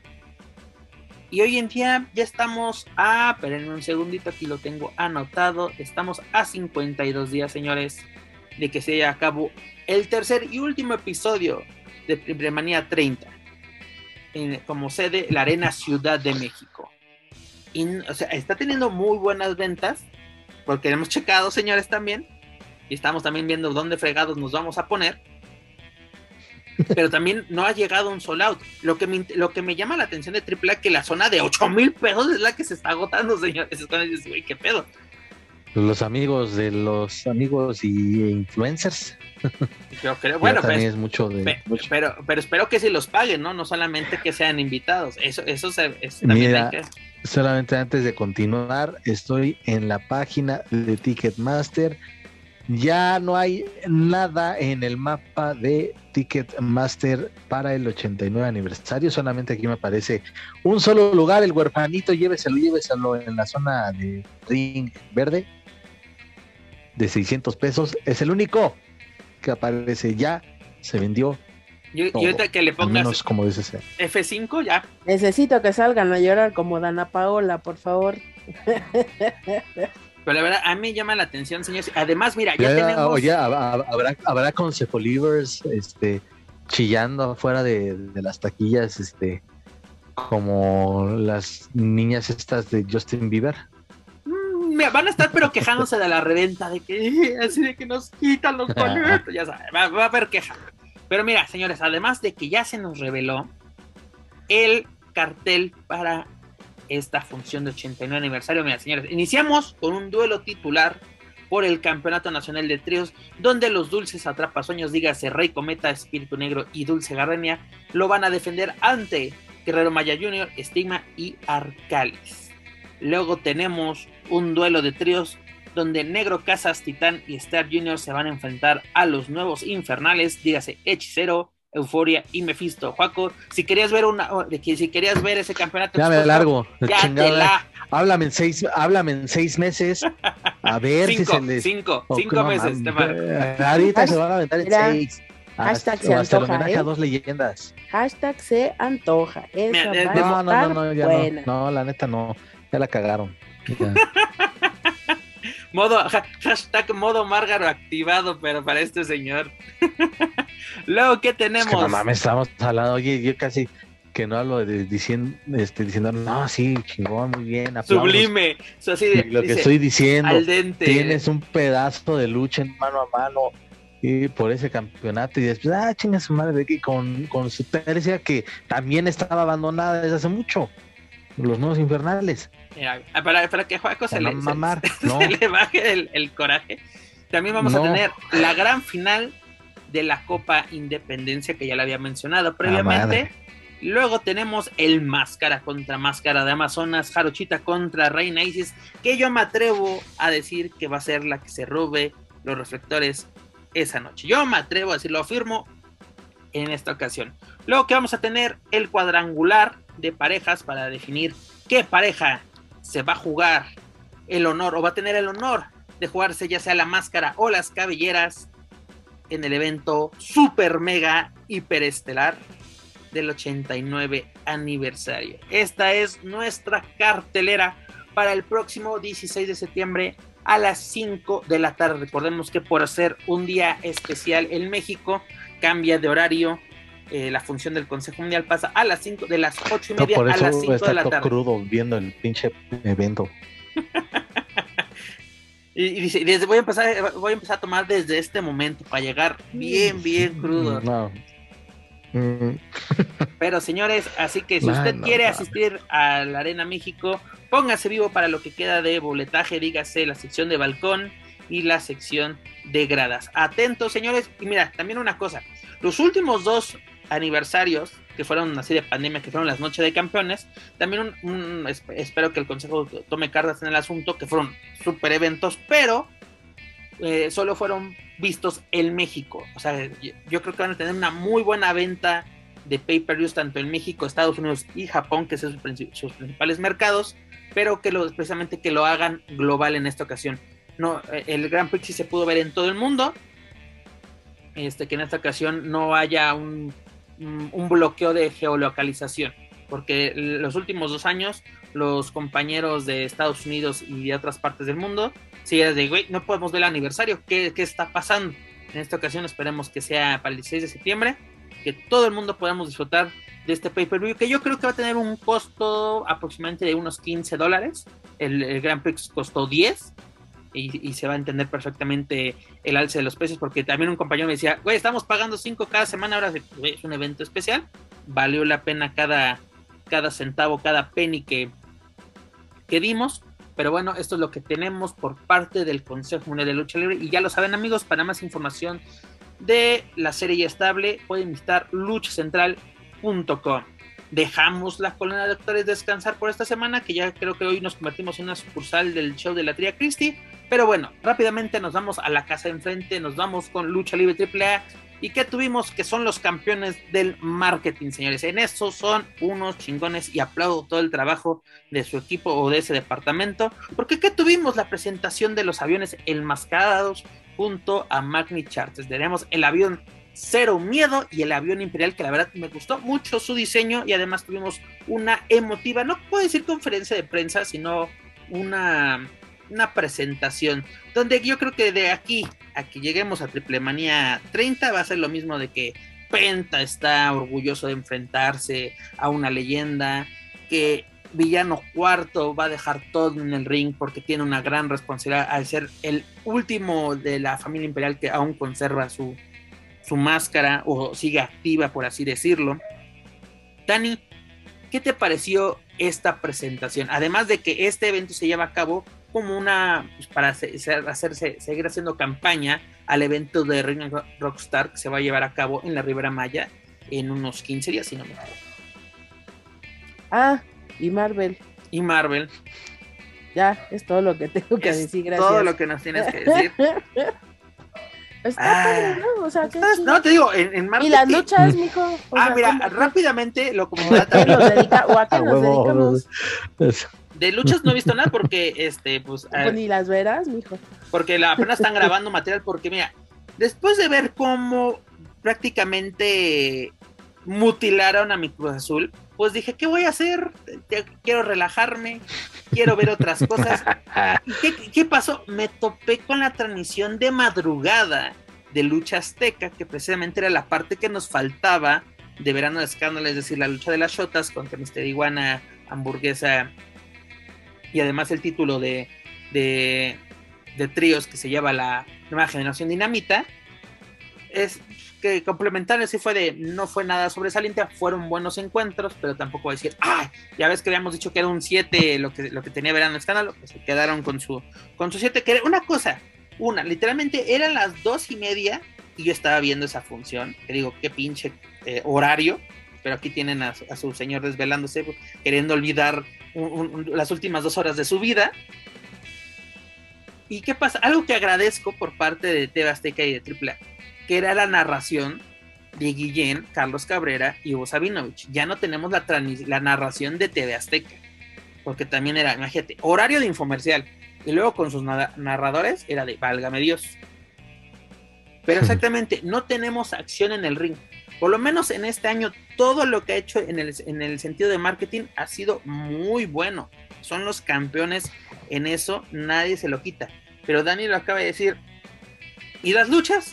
Y hoy en día ya estamos a, esperen un segundito, aquí lo tengo anotado, estamos a cincuenta y dos días, señores, de que se lleve a cabo el tercer y último episodio de Triple Manía treinta, en, como sede la Arena Ciudad de México. Y, o sea, está teniendo muy buenas ventas, porque hemos checado, señores, también, y estamos también viendo dónde fregados nos vamos a poner. Pero también no ha llegado un sold out. Lo que me, lo que me llama la atención de Triple A que la zona de ocho mil pesos es la que se está agotando, señores. Es cuando dices, güey, qué pedo. Los amigos de los amigos y influencers. Yo creo, bueno, también pues, es mucho de. Pe, mucho. Pero, pero espero que sí los paguen, ¿no? No solamente que sean invitados. Eso, eso se, es, también Mira, hay que... solamente antes de continuar, estoy en la página de Ticketmaster. Ya no hay nada en el mapa de Ticketmaster para el ochenta y nueve aniversario, solamente aquí me aparece un solo lugar, el huerfanito, lléveselo, lléveselo en la zona de ring verde de seiscientos pesos, es el único que aparece, ya se vendió. Y, y ahorita que le pongas menos, como dices, F cinco ya. Necesito que salgan a llorar como Dana Paola, por favor. Pero la verdad, a mí me llama la atención, señores. Además, mira, ya, ya tenemos... Oye, habrá, habrá Concefolivers este, chillando afuera de, de las taquillas, este, como las niñas estas de Justin Bieber. Mm, mira, van a estar pero quejándose de la reventa, de que así de que nos quitan los boletos, ya sabes, va, va a haber queja. Pero mira, señores, además de que ya se nos reveló el cartel para esta función de ochenta y nueve aniversario. Mira, señores, iniciamos con un duelo titular por el Campeonato Nacional de Tríos, donde los dulces atrapasueños, dígase Rey Cometa, Espíritu Negro y Dulce Gardenia, lo van a defender ante Guerrero Maya junior, Estigma y Arcalis. Luego tenemos un duelo de tríos donde Negro Casas, Titán y Star junior se van a enfrentar a los nuevos infernales, dígase Hechicero, Euforia y Mephisto. Juaco, si querías ver una, de que si querías ver ese campeonato, ya me largo, ya te la... háblame en seis, háblame en seis meses, a ver cinco, si se les... cinco, oh, cinco no, meses, te ahorita se van a aventar en Mira, seis. Hashtag hasta, se hasta antoja, homenaje ¿eh? a dos leyendas. Hashtag se antoja. Esa Mira, de, va de, a no, no, no, no, ya buena. no, no, la neta no, ya la cagaron. Ya. Modo, hashtag modo Márgaro activado, pero para este señor. Luego, ¿qué tenemos? Es que no mames, estamos hablando, oye, yo casi que no hablo de diciendo, este, diciendo, no, sí, chingón, muy bien, aplausos. Sublime. So, así de, lo que dice, estoy diciendo, al dente. Tienes un pedazo de lucha en mano a mano y por ese campeonato y después, ah, chinga su madre, que con, con su tercia que también estaba abandonada desde hace mucho. Los nuevos infernales. Mira, para, para que Juaco se, le, mamar, se, no. se le baje el, el coraje. También vamos no. a tener la gran final de la Copa Independencia, que ya la había mencionado previamente. Luego tenemos el Máscara contra Máscara de Amazonas, Jarochita contra Reina Isis, que yo me atrevo a decir que va a ser la que se robe los reflectores esa noche. Yo me atrevo a decirlo, afirmo en esta ocasión. Luego que vamos a tener el cuadrangular de parejas para definir qué pareja se va a jugar el honor o va a tener el honor de jugarse ya sea la máscara o las cabelleras en el evento super mega hiperestelar del ochenta y nueve aniversario. Esta es nuestra cartelera para el próximo dieciséis de septiembre a las cinco de la tarde. Recordemos que por ser un día especial en México cambia de horario. Eh, la función del Consejo Mundial pasa a las cinco, de las ocho y media no, a las cinco de la tarde. Crudo viendo el pinche evento. y, y dice, desde, voy a empezar, voy a empezar a tomar desde este momento para llegar bien, bien crudo. No. Pero señores, así que si no, usted no, quiere no. asistir a la Arena México, póngase vivo para lo que queda de boletaje, dígase la sección de balcón y la sección de gradas. Atentos, señores. Y mira, también una cosa, los últimos dos aniversarios que fueron así de pandemia, que fueron las noches de campeones, también un, un, espero que el consejo tome cartas en el asunto, que fueron super eventos, pero eh, solo fueron vistos en México. O sea, yo, yo creo que van a tener una muy buena venta de pay-per-views tanto en México, Estados Unidos y Japón, que son sus, sus principales mercados, pero que lo, precisamente que lo hagan global en esta ocasión. No, el Grand Prix sí se pudo ver en todo el mundo, este, que en esta ocasión no haya un, un bloqueo de geolocalización, porque los últimos dos años los compañeros de Estados Unidos y de otras partes del mundo sí era de, güey, no podemos ver el aniversario, ¿qué, qué está pasando? En esta ocasión esperemos que sea para el dieciséis de septiembre, que todo el mundo podamos disfrutar de este pay-per-view, que yo creo que va a tener un costo aproximadamente de unos quince dólares, el, el Grand Prix costó diez, Y, y se va a entender perfectamente el alce de los precios, porque también un compañero me decía, güey, estamos pagando cinco cada semana, ahora es un evento especial, valió la pena cada, cada centavo, cada penny que, que dimos, pero bueno, esto es lo que tenemos por parte del Consejo Mundial de Lucha Libre, y ya lo saben, amigos, para más información de la serie estable, pueden visitar lucha central punto com. Dejamos la columna de doctores descansar por esta semana, que ya creo que hoy nos convertimos en una sucursal del show de la tía Christie, pero bueno, rápidamente nos vamos a la casa de enfrente, nos vamos con Lucha Libre triple A, y que tuvimos que son los campeones del marketing, señores. En eso son unos chingones y aplaudo todo el trabajo de su equipo o de ese departamento, porque ¿qué tuvimos? La presentación de los aviones enmascarados junto a Magni Charters. Tenemos el avión Cero Miedo y el avión Imperial, que la verdad me gustó mucho su diseño, y además tuvimos una emotiva, no puedo decir conferencia de prensa, sino una, una presentación, donde yo creo que de aquí a que lleguemos a Triple Manía treinta va a ser lo mismo, de que Penta está orgulloso de enfrentarse a una leyenda, que Villano Cuarto va a dejar todo en el ring porque tiene una gran responsabilidad al ser el último de la familia imperial que aún conserva su su máscara o sigue activa, por así decirlo. Dani, ¿qué te pareció esta presentación? Además de que este evento se lleva a cabo como una, pues, para hacerse, seguir haciendo campaña al evento de Ring Rockstar que se va a llevar a cabo en la Ribera Maya en unos quince días, si no me equivoco. Ah, y Marvel. Y Marvel. Ya, es todo lo que tengo que es decir, gracias. Todo lo que nos tienes que decir. Está ah, padre, ¿no? O sea, qué estás, no, te digo, en, en Marvel. ¿Y las luchas, mijo? O ah, sea, mira, ¿cómo? rápidamente lo como ¿A qué nos dedica, o a qué A nos huevo. dedicamos? de luchas no he visto nada porque este pues, Pues eh, ni las verás, mijo. porque la, apenas están grabando material, porque mira, después de ver cómo prácticamente mutilaron a mi Cruz Azul, pues dije, ¿qué voy a hacer? Quiero relajarme, quiero ver otras cosas. ¿Y qué, qué pasó? Me topé con la transmisión de madrugada de Lucha Azteca, que precisamente era la parte que nos faltaba de Verano de Escándalo, es decir, la lucha de las Shotas contra mister Iguana, Hamburguesa, y además el título de, de, de tríos que se lleva la Nueva Generación Dinamita. Es que complementario, sí fue de, no fue nada sobresaliente, fueron buenos encuentros, pero tampoco voy a decir, ¡ay! Ya ves que habíamos dicho que era un siete lo que, lo que tenía Verano de Escándalo, pues se quedaron con su con su siete, que era una cosa, una, literalmente eran las dos y media y yo estaba viendo esa función, que digo, qué pinche eh, horario, pero aquí tienen a, a su señor desvelándose, pues, queriendo olvidar un, un, las últimas dos horas de su vida. ¿Y qué pasa? Algo que agradezco por parte de T V Azteca y de Triple A, que era la narración de Guillén, Carlos Cabrera y Hugo Sabinovich. Ya no tenemos la, trans- la narración de T V Azteca, porque también era, imagínate, horario de infomercial, y luego con sus na- narradores era de válgame Dios. Pero exactamente, no tenemos acción en el ring. Por lo menos en este año, todo lo que ha hecho en el, en el sentido de marketing ha sido muy bueno. Son los campeones en eso, nadie se lo quita. Pero Dani lo acaba de decir. ¿Y las luchas?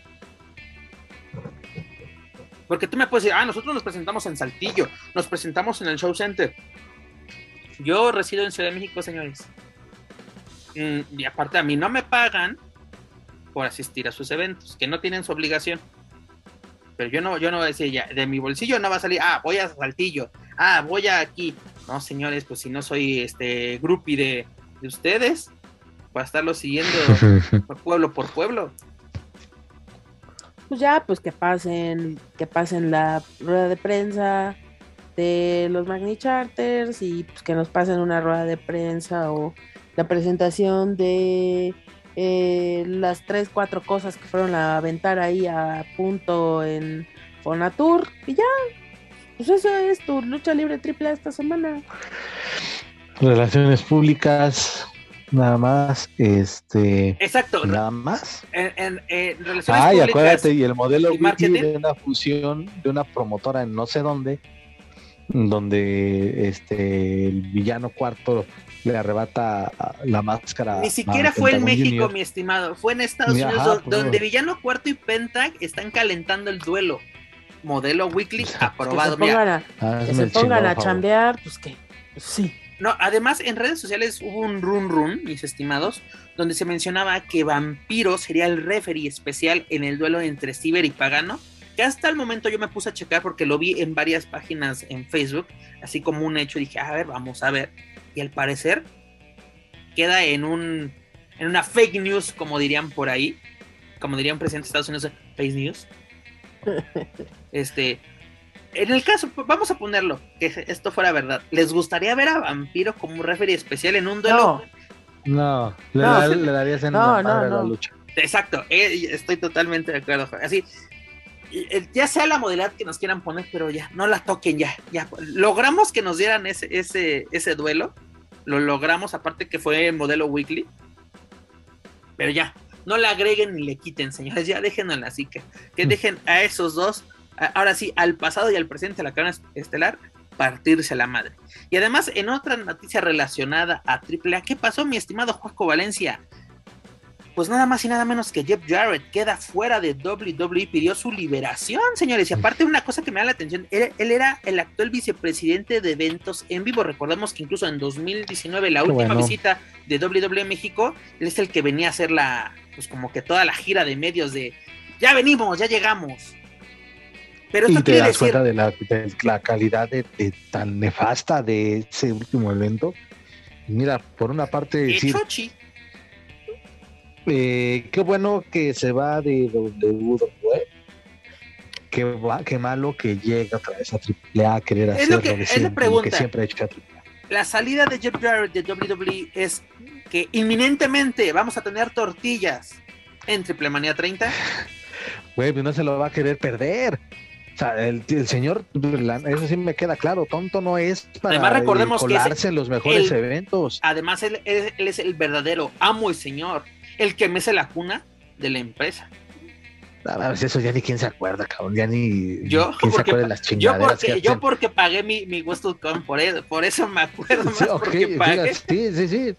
Porque tú me puedes decir, ah, nosotros nos presentamos en Saltillo, nos presentamos en el Show Center. Yo resido en Ciudad de México, señores. Mm, y aparte a mí no me pagan por asistir a sus eventos, que no tienen su obligación. Pero yo no, yo no voy a decir ya, de mi bolsillo no va a salir, ah, voy a Saltillo, ah, voy a aquí. No, señores, pues si no soy este groupie de, de ustedes, para estarlo siguiendo por pueblo por pueblo. Pues ya, pues que pasen, que pasen la rueda de prensa de los Magni Charters y pues que nos pasen una rueda de prensa o la presentación de eh, las tres, cuatro cosas que fueron a aventar ahí a punto en Fonatur y ya, pues eso es tu lucha libre triple A esta semana. Relaciones públicas, nada más, este... Exacto. Nada más. En, en, en relaciones Ay, públicas, acuérdate, y el modelo y marketing de una fusión de una promotora en no sé dónde, donde este el villano cuarto le arrebata la máscara. Ni siquiera fue en México, Junior. Mi estimado, fue en Estados Ajá, Unidos, pues, donde Villano Cuarto y Pentag están calentando el duelo. Modelo Weekly aprobado. Que se pongan a, ah, que se pongan a chambear, pues que, pues sí. No, además en redes sociales hubo un run run, mis estimados, donde se mencionaba que Vampiro sería el referee especial en el duelo entre Ciber y Pagano, que hasta el momento yo me puse a checar porque lo vi en varias páginas en Facebook, así como un hecho, dije, a ver, vamos a ver, y al parecer queda en un en una fake news, como dirían por ahí, como diría un presidente de Estados Unidos, fake news. Este, en el caso, vamos a ponerlo, que esto fuera verdad, ¿les gustaría ver a Vampiro como un referee especial en un duelo? No, no, le, no, da, le darías en no, la madre no, a la no. lucha. Exacto, eh, estoy totalmente de acuerdo. Así, ya sea la modalidad que nos quieran poner, pero ya, no la toquen ya, ya. Logramos que nos dieran ese, ese, ese duelo, lo logramos, aparte que fue el modelo Weekly, pero ya, no le agreguen ni le quiten, señores, ya déjenlo en la psique, que dejen a esos dos, a, ahora sí, al pasado y al presente de la cadena estelar, partirse la madre. Y además, en otra noticia relacionada a triple A, ¿qué pasó, mi estimado Juaco Valencia? Pues nada más y nada menos que Jeff Jarrett queda fuera de doble u doble u E, pidió su liberación, señores, y aparte una cosa que me da la atención, él, él era el actual vicepresidente de eventos en vivo, recordemos que incluso en dos mil diecinueve, la Qué última bueno. visita de doble u doble u E México, él es el que venía a hacer la, pues como que toda la gira de medios de, ya venimos, ya llegamos. Pero esto Y te quiere das decir, cuenta de la, de la calidad de, de tan nefasta de ese último evento. Mira, por una parte de decir, Chochi, eh, qué bueno que se va de doble u doble u E, qué, va, qué malo que llega otra vez a triple A a querer Es lo hacer que- lo que, es la siempre, pregunta. lo que siempre ha hecho a triple A. la salida de Jeff Jarrett de doble u doble u E es que inminentemente vamos a tener tortillas en Triple Manía treinta. Güey, pues no se lo va a querer perder. O sea, el, el señor, la- eso sí me queda claro, tonto no es para Además, recordemos eh, que es colarse en los mejores el- eventos. Además, él, él- él es el verdadero amo y señor, el que mece la cuna de la empresa. A ver, eso ya ni quién se acuerda, cabrón, ya ni yo quién se porque, acuerda de las yo chingaderas porque, que yo hacen. porque pagué mi, mi WrestleCon, por eso, por eso me acuerdo más, Sí, ok, porque pagué. fíjate, sí, sí, sí.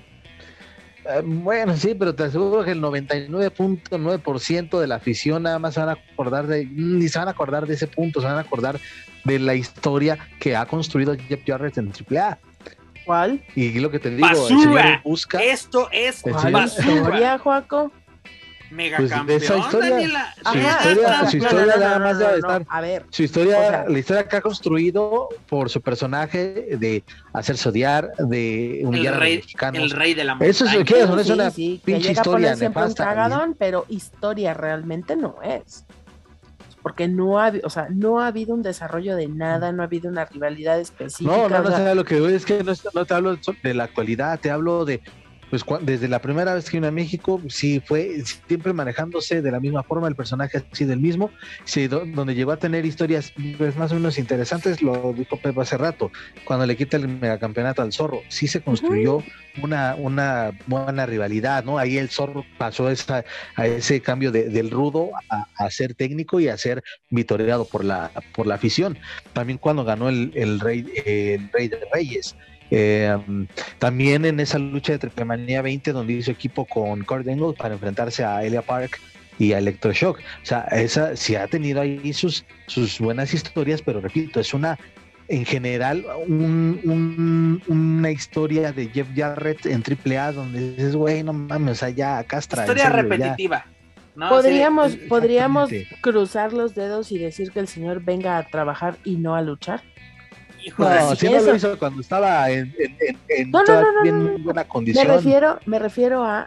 Eh, bueno, sí, pero te aseguro que el noventa y nueve punto nueve por ciento de la afición nada más se van a acordar de, ni se van a acordar de ese punto, se van a acordar de la historia que ha construido Jeff Jarrett en triple A. ¿Cuál? Y lo que te digo, Basura. el señor busca. Esto es El ¿Cuál señor- historia, Joaco? megacampeón, Pues de esa historia, Daniela. su Mega historia- campeón. su historia no, no, nada no, más no, debe no, estar- A ver, Su historia, O sea- la historia que ha construido por su personaje de hacerse odiar, de el humillar a rey, los mexicanos. el rey de la montaña. Eso es, ¿qué es? sí, Es una sí, que pinche llega a historia poner siempre un nefasta. cagadón, pero historia realmente no es. Porque no ha, o sea, no ha habido un desarrollo de nada, no ha habido una rivalidad específica. No, no, no o sea, sé lo que voy, es que no, no te hablo de la actualidad, te hablo de, pues cua- desde la primera vez que vine a México, sí fue siempre manejándose de la misma forma, el personaje ha sido el mismo, sí, do- donde llegó a tener historias pues, más o menos interesantes, lo dijo Pepe hace rato, cuando le quita el megacampeonato al Zorro, sí se construyó una, una buena rivalidad, ¿no? Ahí el Zorro pasó esa, a ese cambio de, del rudo a, a ser técnico y a ser vitoreado por la, por la afición. También cuando ganó el, el, rey, el Rey de Reyes. Eh, también en esa lucha de Triplemanía veinte donde hizo equipo con Kurt Angle para enfrentarse a Elia Park y a Electroshock. O sea, esa sí ha tenido ahí sus, sus buenas historias, pero repito, es una, en general, un, un, una historia de Jeff Jarrett en triple A donde dices, güey, no mames, o sea, ya castra. Historia en serio, ya. repetitiva. ¿no? podríamos, Sí, podríamos exactamente. cruzar los dedos y decir que el señor venga a trabajar y no a luchar. hijo, No, Sí, si no eso. lo hizo cuando estaba en, en, en, en No, no, toda no, no, bien no, no. buena Me condición. refiero, me refiero a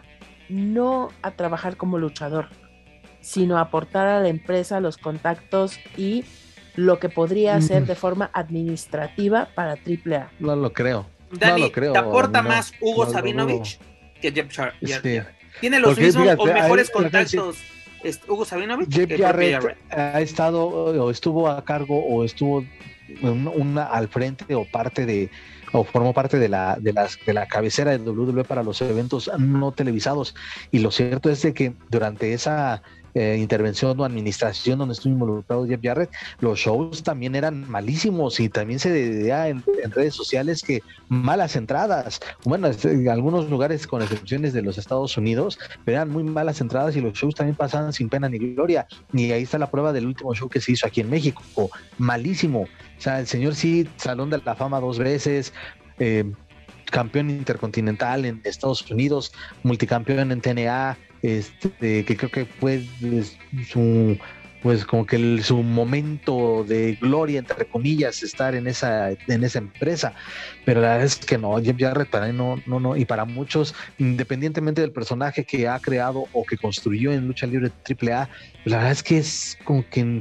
no a trabajar como luchador, sino a aportar a la empresa los contactos y lo que podría hacer Mm. de forma administrativa para triple A. No lo creo. Dani, no lo creo, ¿te aporta no, más Hugo no lo Sabinovich que Jeff Jarrett? Sí. ¿Tiene los Porque, mismos fíjate, o mejores ahí- contactos este, Hugo Sabinovich Jeff que el propio Jarrett Jarrett? ha estado o estuvo a cargo o estuvo una, una al frente o parte de o formó parte de la de las de la cabecera de doble u doble u E para los eventos no televisados, y lo cierto es de que durante esa eh, intervención o administración donde estuvo involucrado Jeff Jarrett, los shows también eran malísimos y también se veía en, en redes sociales que malas entradas, bueno, en algunos lugares con excepciones de los Estados Unidos, pero eran muy malas entradas y los shows también pasaban sin pena ni gloria, y ahí está la prueba del último show que se hizo aquí en México, malísimo. O sea, el señor sí, Salón de la Fama dos veces, eh, campeón intercontinental en Estados Unidos, multicampeón en T N A, este, que creo que fue pues, su, pues como que el, su momento de gloria, entre comillas, estar en esa, en esa empresa. Pero la verdad es que no, Jeff Jarrett para mí no, no, no, y para muchos, independientemente del personaje que ha creado o que construyó en lucha libre triple A, la verdad es que es como que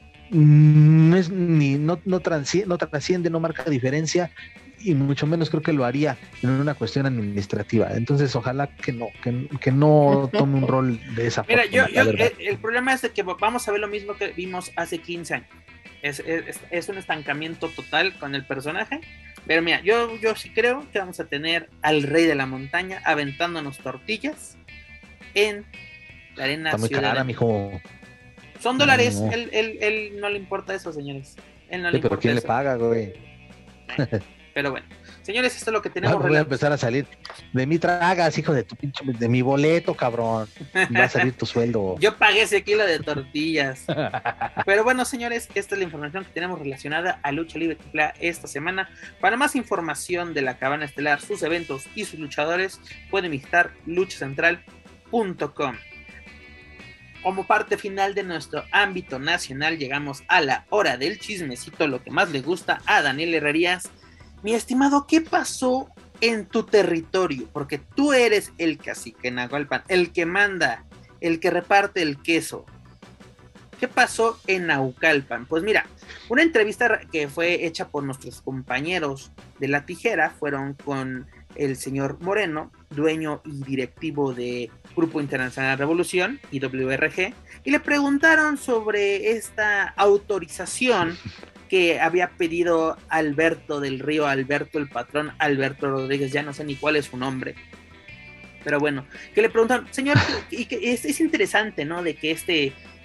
no es ni no, no, transciende, no trasciende, no marca diferencia, y mucho menos creo que lo haría en una cuestión administrativa. Entonces ojalá que no, que, que no tome un rol de esa Mira, forma. yo, la yo, verdad. el, el problema es de que vamos a ver lo mismo que vimos hace quince años. Es, es, es un estancamiento total con el personaje. Pero mira, yo, yo sí creo que vamos a tener al rey de la montaña aventándonos tortillas en la arena Está muy Ciudad cara, de- mijo. Son dólares, No. él, él, él no le importa eso, señores. Él no Sí, le pero importa ¿quién le eso. paga, güey? Pero bueno, señores, esto es lo que Ah, tenemos. voy a rela- empezar a salir. De mi tragas, hijo de tu pinche, de mi boleto, cabrón. Va a salir tu sueldo. Yo pagué ese kilo de tortillas. Pero bueno, señores, esta es la información que tenemos relacionada a Lucha Libre Triple A esta semana. Para más información de la Cabana Estelar, sus eventos y sus luchadores, pueden visitar lucha central punto com. Como parte final de nuestro ámbito nacional, llegamos a la hora del chismecito, lo que más le gusta a Daniel Herrerías. Mi estimado, ¿qué pasó en tu territorio? Porque tú eres el cacique en Nahualpan, el que manda, el que reparte el queso. ¿Qué pasó en Naucalpan? Pues mira, una entrevista que fue hecha por nuestros compañeros de La Tijera fueron con el señor Moreno, dueño y directivo de Grupo Internacional Revolución y W R G, y le preguntaron sobre esta autorización que había pedido Alberto del Río, Alberto el patrón, Alberto Rodríguez, ya no sé ni cuál es su nombre. Pero bueno, que le preguntaron, señor, y que es, es interesante, ¿no? De que este,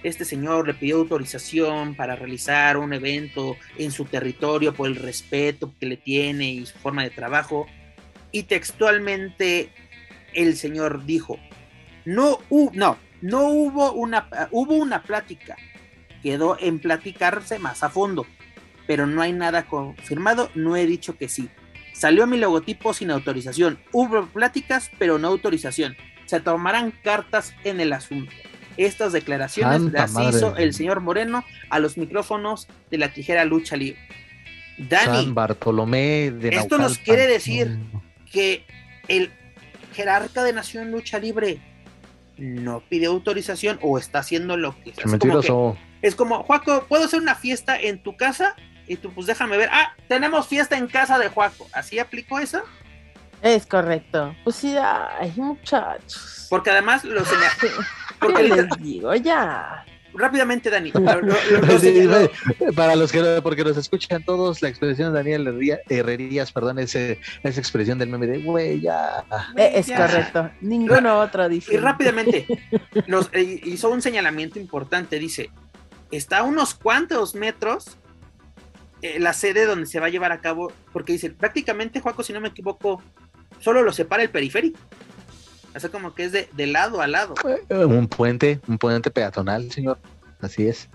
este señor le pidió autorización para realizar un evento en su territorio por el respeto que le tiene y su forma de trabajo, y textualmente el señor dijo, no, uh, no, no hubo una, uh, hubo una plática, quedó en platicarse más a fondo, pero no hay nada confirmado, no he dicho que sí. Salió mi logotipo sin autorización, hubo pláticas, pero no autorización. Se tomarán cartas en el asunto. Estas declaraciones Santa las madre. hizo el señor Moreno a los micrófonos de la Tijera Lucha Libre. Dani, San Bartolomé de esto Naucalpan. Nos quiere decir que el jerarca de Nación Lucha Libre no pidió autorización o está haciendo lo que es. Mentiroso. Como que, es como, Juaco, ¿puedo hacer una fiesta en tu casa? Y tú, pues déjame ver. Ah, tenemos fiesta en casa de Juaco. ¿Así aplicó eso? Es correcto. Pues sí, ay, muchachos. Porque además los porque les digo ya. Rápidamente, Dani. Lo, lo, lo, lo señaló. Para los que porque nos escuchan todos, la expresión de Daniel Herrerías, Herrerías perdón, ese, esa expresión del meme de güey, ya. Eh, es ya. Correcto. Ninguno otro dice. Y rápidamente, nos eh, hizo un señalamiento importante. Dice: está a unos cuantos metros eh, la sede donde se va a llevar a cabo. Porque dice, prácticamente, Juaco, si no me equivoco, solo lo separa el periférico. O sea, como que es de, de lado a lado. Un puente, un puente peatonal, señor. Así es.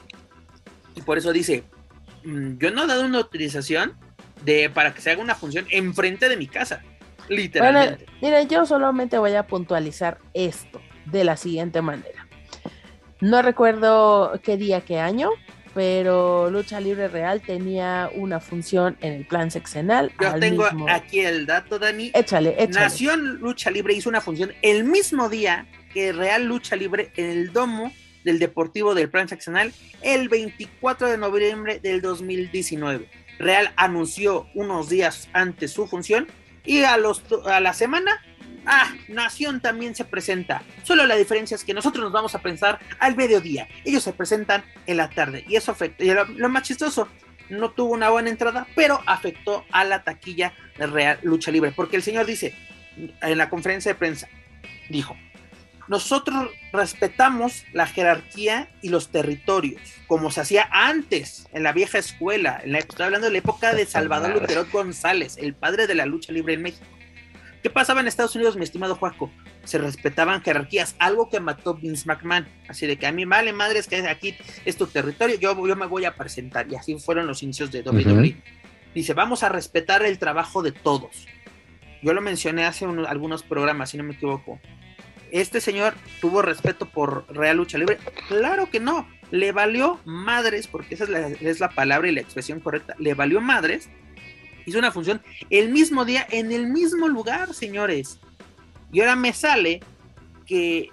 Y por eso dice, mmm, yo no he dado una autorización de para que se haga una función enfrente de mi casa. Literalmente. Bueno, mira, yo solamente voy a puntualizar esto de la siguiente manera. No recuerdo qué día, qué año, pero Lucha Libre Real tenía una función en el plan sexenal. Yo tengo mismo... aquí el dato, Dani. Échale, échale. Nación Lucha Libre hizo una función el mismo día que Real Lucha Libre en el domo del Deportivo del plan seccional el veinticuatro de noviembre del dos mil diecinueve. Real anunció unos días antes su función y a, los, a la semana, ah, Nación también se presenta. Solo la diferencia es que nosotros nos vamos a pensar al mediodía. Ellos se presentan en la tarde y eso afecta. Y lo, lo más chistoso, no tuvo una buena entrada, pero afectó a la taquilla de Real Lucha Libre. Porque el señor dice, en la conferencia de prensa, dijo, nosotros respetamos la jerarquía y los territorios, como se hacía antes, en la vieja escuela. En la, estoy hablando de la época de Salvador Luterot González, el padre de la lucha libre en México. ¿Qué pasaba en Estados Unidos, mi estimado Juaco? Se respetaban jerarquías, algo que mató Vince McMahon. Así de que a mí vale madre, es que aquí es tu territorio, yo, yo me voy a presentar. Y así fueron los inicios de doble u doble u E. Uh-huh. Dice, vamos a respetar el trabajo de todos. Yo lo mencioné hace unos, algunos programas, si no me equivoco. ¿Este señor tuvo respeto por Real Lucha Libre? Claro que no, le valió madres, porque esa es la, es la palabra y la expresión correcta, le valió madres, hizo una función el mismo día, en el mismo lugar, señores, y ahora me sale que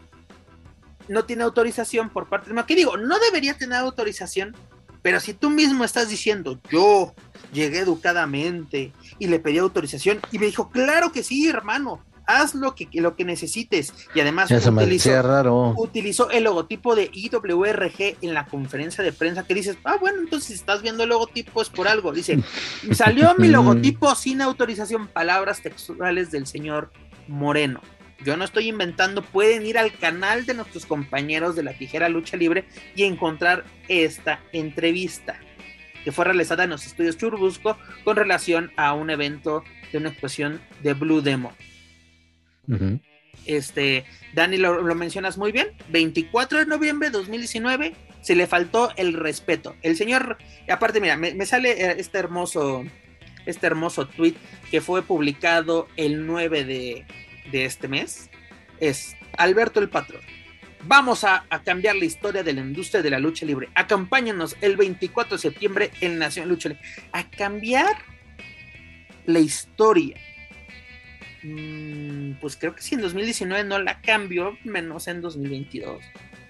no tiene autorización por parte de... ¿Qué digo? No debería tener autorización, pero si tú mismo estás diciendo, yo llegué educadamente y le pedí autorización, y me dijo, claro que sí, hermano, haz lo que, lo que necesites. Y además utilizó, raro. utilizó el logotipo de I W R G en la conferencia de prensa, que dices, ah, bueno, entonces si estás viendo el logotipo es por algo. Dice, salió mi logotipo sin autorización, palabras textuales del señor Moreno. Yo no estoy inventando, pueden ir al canal de nuestros compañeros de la Tijera Lucha Libre y encontrar esta entrevista que fue realizada en los estudios Churubusco con relación a un evento de una expresión de Blue Demon. Uh-huh. Este, Dani, lo, lo mencionas muy bien, veinticuatro de noviembre de dos mil diecinueve, se le faltó el respeto. El señor, aparte, mira, me, me sale este hermoso, este hermoso tweet que fue publicado el nueve de, de este mes. Es Alberto el Patrón. Vamos a, a cambiar la historia de la industria de la lucha libre. Acompáñanos el veinticuatro de septiembre en Nación Lucha Libre. A cambiar la historia. Pues creo que si en dos mil diecinueve no la cambió, menos en dos mil veintidós.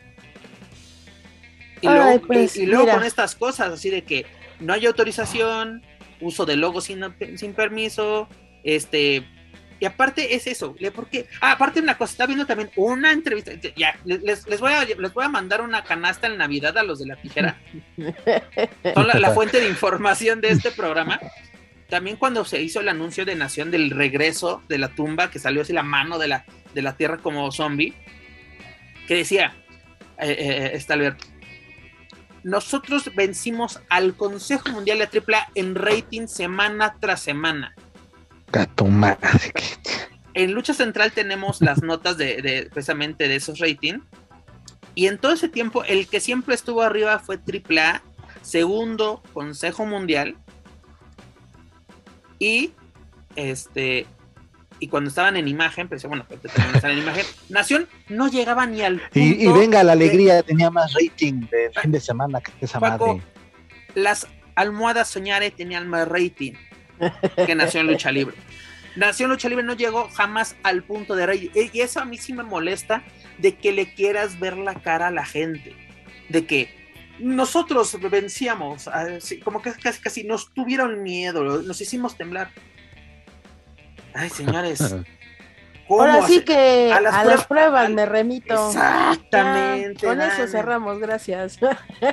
Y Ay, luego, pues, y, y luego con estas cosas, así de que no hay autorización, uso de logo sin, sin permiso, este, y aparte es eso, porque, ah, aparte una cosa, está viendo también una entrevista, ya, les, les, voy a, les voy a mandar una canasta en Navidad a los de la Tijera, son la, la fuente de información de este programa. También cuando se hizo el anuncio de Nación del regreso de la tumba, que salió así la mano de la, de la tierra como zombie, que decía, eh, eh, está Alberto. Nosotros vencimos al Consejo Mundial de Triple A en rating semana tras semana. Gato madre. En Lucha Central tenemos las notas de, de precisamente de esos ratings. Y en todo ese tiempo, el que siempre estuvo arriba fue Triple A, segundo Consejo Mundial. Y este y cuando estaban en imagen, pues bueno, pues, también están en imagen, Nación no llegaba ni al punto. Y, y venga, la alegría de, tenía más rating de fin de semana que esa Paco, madre. Las almohadas Soñare tenían más rating que Nación Lucha Libre. Nación Lucha Libre no llegó jamás al punto de rating. Y eso a mí sí me molesta, de que le quieras ver la cara a la gente. De que nosotros vencíamos, así, como que casi casi nos tuvieron miedo, nos hicimos temblar. Ay, señores. Ahora sí que a las, a pruebas, las pruebas al... me remito. Exactamente. Ya, con Dani. Eso cerramos, gracias.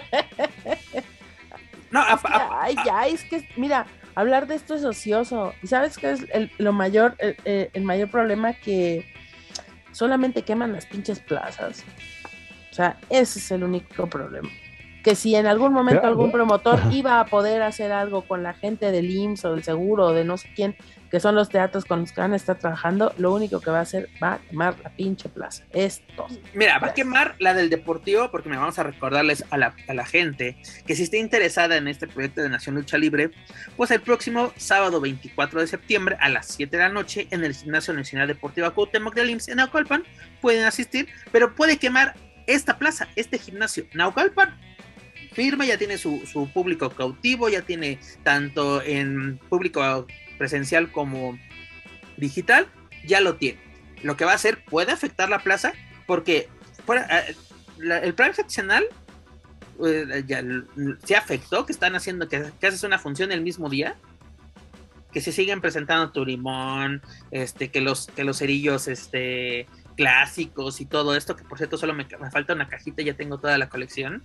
No, a, es a, ay, ya, es que, mira, hablar de esto es ocioso. ¿Y sabes qué es el, lo mayor, el, el mayor problema? Que solamente queman las pinches plazas. O sea, ese es el único problema. Que si en algún momento Pero, algún promotor iba a poder hacer algo con la gente del I M S S o del seguro o de no sé quién, que son los teatros con los que van a estar trabajando, lo único que va a hacer va a quemar la pinche plaza. Esto. Mira, va a quemar la del Deportivo, porque me vamos a recordarles a la, a la gente que si está interesada en este proyecto de Nación Lucha Libre, pues el próximo sábado veinticuatro de septiembre a las siete de la noche en el Gimnasio Nacional Deportiva Cuauhtémoc del I M S S en Naucalpan pueden asistir, pero puede quemar esta plaza, este gimnasio. Naucalpan firma, ya tiene su, su público cautivo, ya tiene tanto en público presencial como digital, ya lo tiene. Lo que va a hacer puede afectar la plaza, porque fuera, la, el plan seccional eh, ya se afectó, que están haciendo que, que haces una función el mismo día, que se siguen presentando Turimón, este, que los, que los cerillos este, clásicos y todo esto, que por cierto solo me, me falta una cajita, ya tengo toda la colección.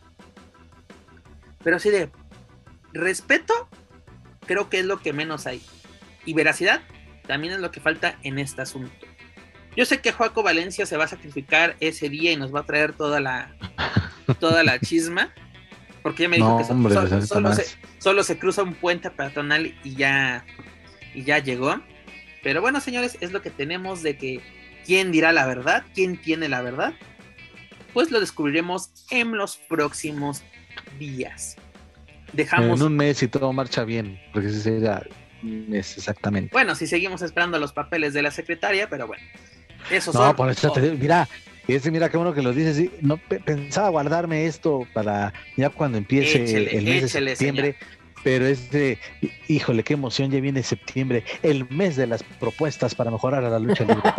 Pero así de respeto, creo que es lo que menos hay. Y veracidad también es lo que falta en este asunto. Yo sé que Joaco Valencia se va a sacrificar ese día y nos va a traer toda la toda la chisma, porque ya me dijo no, que so, hombre, so, solo, se, solo se cruza un puente peatonal y ya, y ya llegó. Pero bueno, señores, es lo que tenemos de que quién dirá la verdad, quién tiene la verdad, pues lo descubriremos en los próximos días. Dejamos en un mes y todo marcha bien, porque ese sería un mes exactamente. Bueno, si seguimos esperando los papeles de la secretaria, pero bueno, eso no, son... por eso te digo, mira, ese mira qué bueno que lo dices, sí, no pe- pensaba guardarme esto para ya cuando empiece échele, el mes échele, de septiembre, señor. Pero este, híjole, qué emoción, ya viene septiembre, el mes de las propuestas para mejorar a la lucha libre.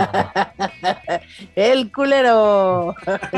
El culero.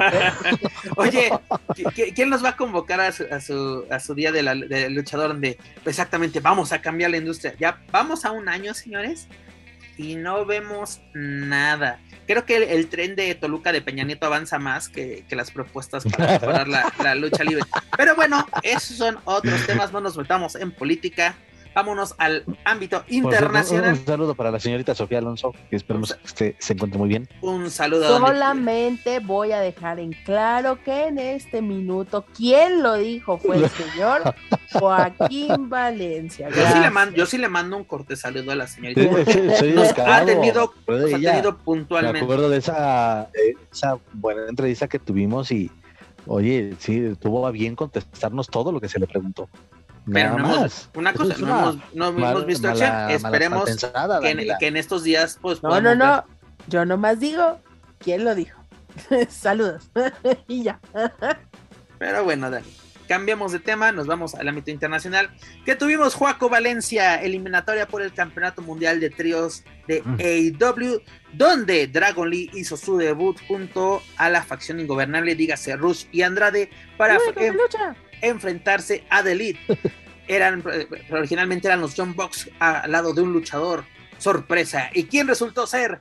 Oye, ¿quién nos va a convocar a su, a su, a su día de la, del luchador donde exactamente vamos a cambiar la industria? Ya vamos a un año, señores, y no vemos nada. Creo que el, el tren de Toluca de Peña Nieto avanza más que, que las propuestas para mejorar la, la lucha libre. Pero bueno, esos son otros temas, no nos metamos en política. Vámonos al ámbito internacional. Un, un saludo para la señorita Sofía Alonso, que esperemos que esté, se encuentre muy bien. Un saludo. Solamente voy a dejar en claro que en este minuto, quien lo dijo fue el señor Joaquín Valencia. Yo sí, le mando, yo sí le mando un corte saludo a la señorita. Soy nos ha atendido, nos ha atendido puntualmente. Me acuerdo de esa, esa buena entrevista que tuvimos y, oye, sí, tuvo a bien contestarnos todo lo que se le preguntó. Pero no hemos, una cosa, no, una hemos, no mal, hemos visto mala, acción. Esperemos pensada, que, en, que en estos días, pues. No, no, no. Ver. Yo nomás digo, ¿quién lo dijo? Saludos. Y ya. Pero bueno, Dani. Cambiamos de tema, nos vamos al ámbito internacional. Que tuvimos Joaco Valencia, eliminatoria por el Campeonato Mundial de Tríos de mm. A E W, donde Dragon Lee hizo su debut junto a la facción ingobernable, dígase Rush y Andrade, para Uy, en, enfrentarse a The Elite. Eran, originalmente eran los John Box al lado de un luchador sorpresa. ¿Y quién resultó ser?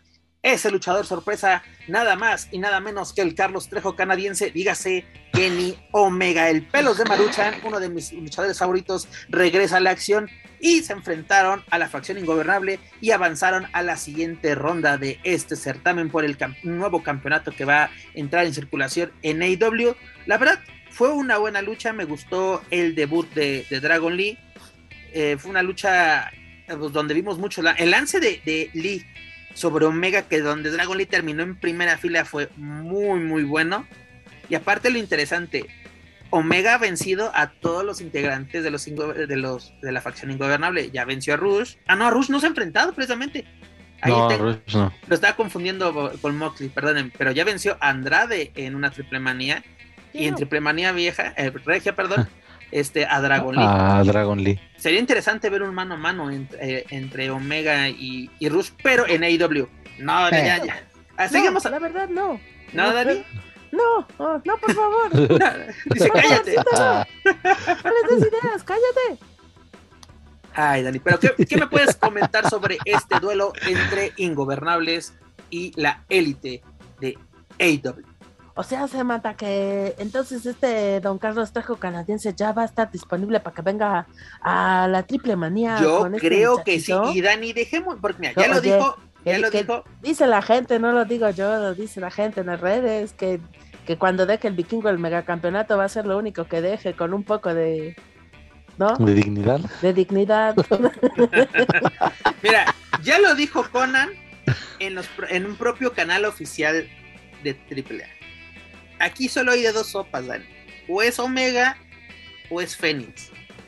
ese luchador sorpresa, nada más y nada menos que el Carlos Trejo canadiense, dígase Kenny Omega, el pelos de Maruchan, uno de mis luchadores favoritos, regresa a la acción y se enfrentaron a la facción ingobernable y avanzaron a la siguiente ronda de este certamen por el camp- nuevo campeonato que va a entrar en circulación en A E W. La verdad, fue una buena lucha, me gustó el debut de, de Dragon Lee, eh, fue una lucha pues, donde vimos mucho, la, el lance de, de Lee sobre Omega, que donde Dragon Lee terminó en primera fila, fue muy muy bueno, y aparte lo interesante, Omega ha vencido a todos los integrantes de los, de los de la facción ingobernable. Ya venció a Rush. Ah, no, a Rush no se ha enfrentado precisamente. Ahí no, te, Rush no. Lo estaba confundiendo con Moxley, perdonen. Pero ya venció a Andrade en una triple manía. Sí, y en no. triple manía vieja, eh, regia, perdón, este, a Dragon Lee. A Dragon Lee. Sería interesante ver un mano a mano entre, eh, entre Omega y, y Rush, pero en A E W. No, eh. ya, ya. Ah, seguimos. No, la verdad, no. ¿No, Dani? No, oh, no, por favor. Dice, cállate. No les des ideas, cállate. Ay, Dani, pero ¿qué, ¿qué me puedes comentar sobre este duelo entre Ingobernables y la élite de A E W? O sea, se mata que entonces este don Carlos Trejo canadiense ya va a estar disponible para que venga a, a la triple manía. Yo con creo este que sí, y Dani, dejemos, porque mira, ya no, lo oye, dijo, ya que, lo que dijo. Dice la gente, no lo digo yo, lo dice la gente en las redes, que, que cuando deje el vikingo el megacampeonato va a ser lo único que deje, con un poco de... ¿no? ¿De dignidad? De dignidad. Mira, ya lo dijo Conan en, los, en un propio canal oficial de triple A. Aquí solo hay de dos sopas, Dani. O es Omega o es Fénix.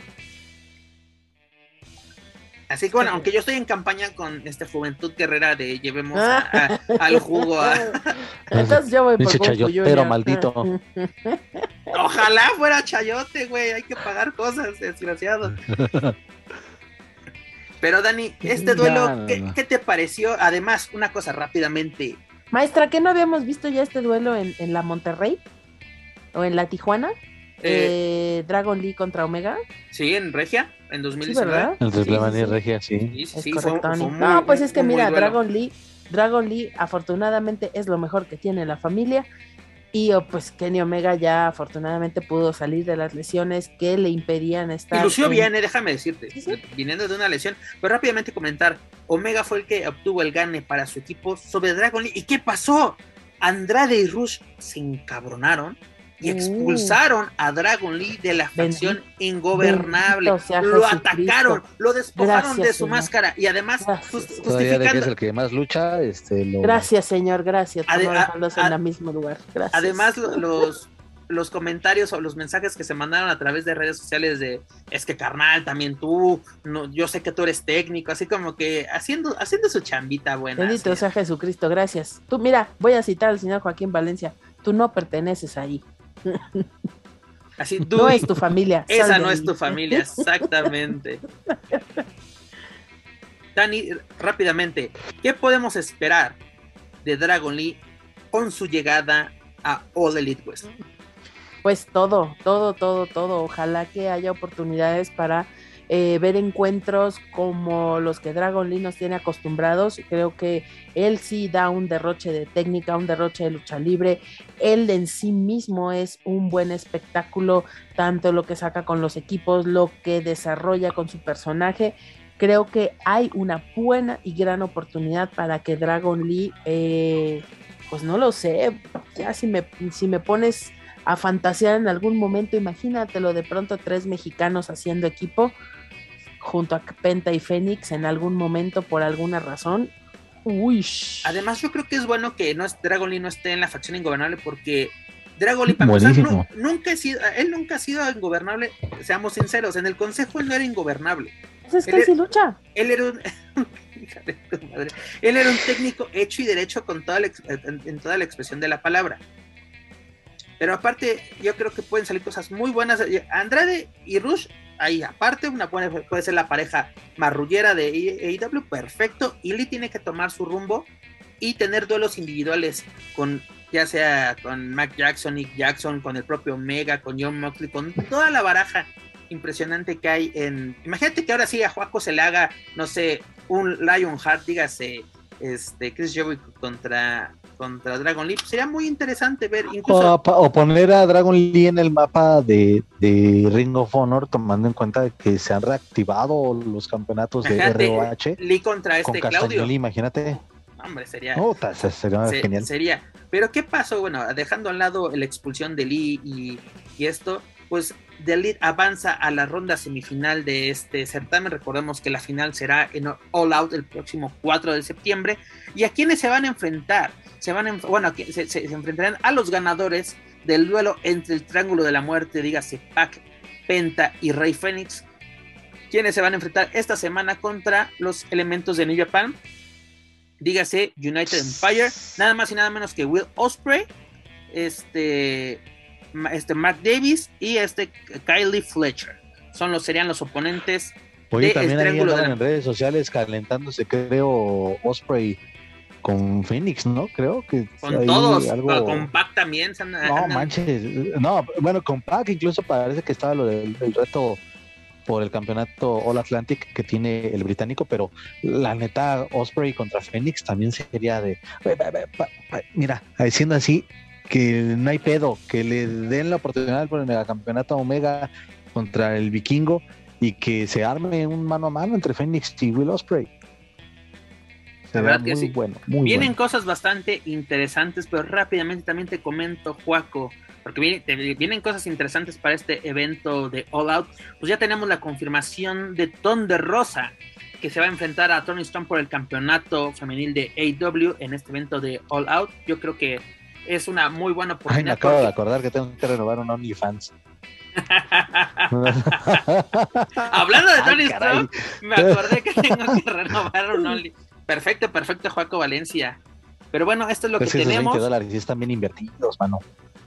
Así que bueno, aunque yo estoy en campaña con esta Juventud Guerrera de llevemos a, a, al jugo a... Entonces yo voy por Pinche chayotero maldito. Ojalá fuera chayote, güey. Hay que pagar cosas, desgraciado. Pero Dani, este duelo, no, no, ¿qué, no. ¿qué te pareció? Además, una cosa rápidamente. Maestra, ¿qué no habíamos visto ya este duelo en, en la Monterrey? ¿O en la Tijuana? Eh, eh, Dragon Lee contra Omega. Sí, en Regia, en dos mil diecinueve. Sí, en Triple Manía sí, Regia, sí. Sí, sí, es sí fue, fue muy, no, pues es que muy, mira, muy Dragon Lee, Dragon Lee afortunadamente es lo mejor que tiene la familia. Y oh, pues Kenny Omega ya afortunadamente pudo salir de las lesiones que le impedían estar. Y lució en... bien, eh, déjame decirte, ¿Sí, sí? viniendo de una lesión, pero rápidamente comentar, Omega fue el que obtuvo el gane para su equipo sobre Dragon Lee. ¿Y qué pasó? Andrade y Rush se encabronaron y expulsaron uh, a Dragon Lee de la facción bendito, ingobernable. Bendito lo atacaron, lo despojaron Gracias, de su señor. máscara y además just, justificando. De que es el que más lucha, este, lo... Gracias, señor, gracias por Ade- no dejarlos en el mismo lugar. Gracias. Además, los, los comentarios o los mensajes que se mandaron a través de redes sociales de es que carnal, también tú, no, yo sé que tú eres técnico, así como que haciendo, haciendo su chambita buena. Bendito así. sea Jesucristo, gracias. Tú, mira, voy a citar al señor Joaquín Valencia, tú no perteneces ahí. Así tú, no es tu familia. Esa no es tu familia, exactamente. Dani, rápidamente, ¿qué podemos esperar de Dragon Lee con su llegada a All Elite West? Pues todo, todo, todo, todo. Ojalá que haya oportunidades para eh, ver encuentros como los que Dragon Lee nos tiene acostumbrados. Creo que él sí da un derroche de técnica, un derroche de lucha libre. Él en sí mismo es un buen espectáculo, tanto lo que saca con los equipos, lo que desarrolla con su personaje. Creo que hay una buena y gran oportunidad para que Dragon Lee, eh, pues no lo sé, ya si me, si me pones a fantasear en algún momento, imagínatelo de pronto tres mexicanos haciendo equipo junto a Penta y Fénix en algún momento por alguna razón. Uy. Además yo creo que es bueno que no es, Dragon Lee no esté en la facción ingobernable porque Dragon Lee para empezar, no, nunca ha sido, él nunca ha sido ingobernable, seamos sinceros, en el consejo él no era ingobernable. Pues es que él sí lucha. Él era un madre, él era un técnico hecho y derecho con toda la, en, en toda la expresión de la palabra. Pero aparte, yo creo que pueden salir cosas muy buenas. Andrade y Rush, ahí aparte, una buena, puede ser la pareja marrullera de A E W, perfecto. Y Lee tiene que tomar su rumbo y tener duelos individuales con, ya sea con Mac Jackson, Nick Jackson, con el propio Omega, con John Moxley, con toda la baraja impresionante que hay en... Imagínate que ahora sí a Juaco se le haga, no sé, un Lionheart, dígase, este Chris Jericho contra, contra Dragon Lee. Sería muy interesante ver incluso... O, o poner a Dragon Lee en el mapa de, de Ring of Honor, tomando en cuenta que se han reactivado los campeonatos de Ajá, R O H. Lee contra este con Claudio. Imagínate. Hombre, sería, oh, sería se, genial. Sería. Pero ¿qué pasó? Bueno, dejando a un lado la expulsión de Lee y, y esto, pues The Elite avanza a la ronda semifinal de este certamen. Recordemos que la final será en All Out el próximo cuatro de septiembre. ¿Y a quiénes se van a enfrentar? Se van a, bueno, se, se, se enfrentarán a los ganadores del duelo entre el Triángulo de la Muerte, dígase Pac, Penta y Rey Fénix. ¿Quiénes se van a enfrentar esta semana contra los elementos de New Japan? Dígase United Empire, nada más y nada menos que Will Ospreay, este, este Mark Davis y este Kyle Fletcher. Son los, serían los oponentes. Oye, de también ahí andaban de la... en redes sociales calentándose, creo, Ospreay con Phoenix, ¿no? Creo que con todos, algo... con Pac también. Se andan, no, andan... manches, no, bueno, con Pac incluso parece que estaba lo del el reto por el campeonato All Atlantic que tiene el británico, pero la neta Ospreay contra Phoenix también sería de, mira, diciendo así que no hay pedo, que le den la oportunidad por el megacampeonato Omega contra el Vikingo y que se arme un mano a mano entre Phoenix y Will Ospreay. La verdad que muy sí. bueno, muy Vienen bueno. Cosas bastante interesantes, pero rápidamente también te comento, Juaco, porque viene, te, vienen cosas interesantes para este evento de All Out. Pues ya tenemos la confirmación de Thunder Rosa, que se va a enfrentar a Toni Storm por el campeonato femenil de A E W en este evento de All Out. Yo creo que es una muy buena oportunidad. Ay, me acabo porque... de acordar que tengo que renovar un OnlyFans. Hablando de Toni Storm, me acordé que tengo que renovar un OnlyFans. Perfecto, perfecto, Joaco Valencia. Pero bueno, esto es lo pues que tenemos. veinte dólares y están bien invertidos, mano.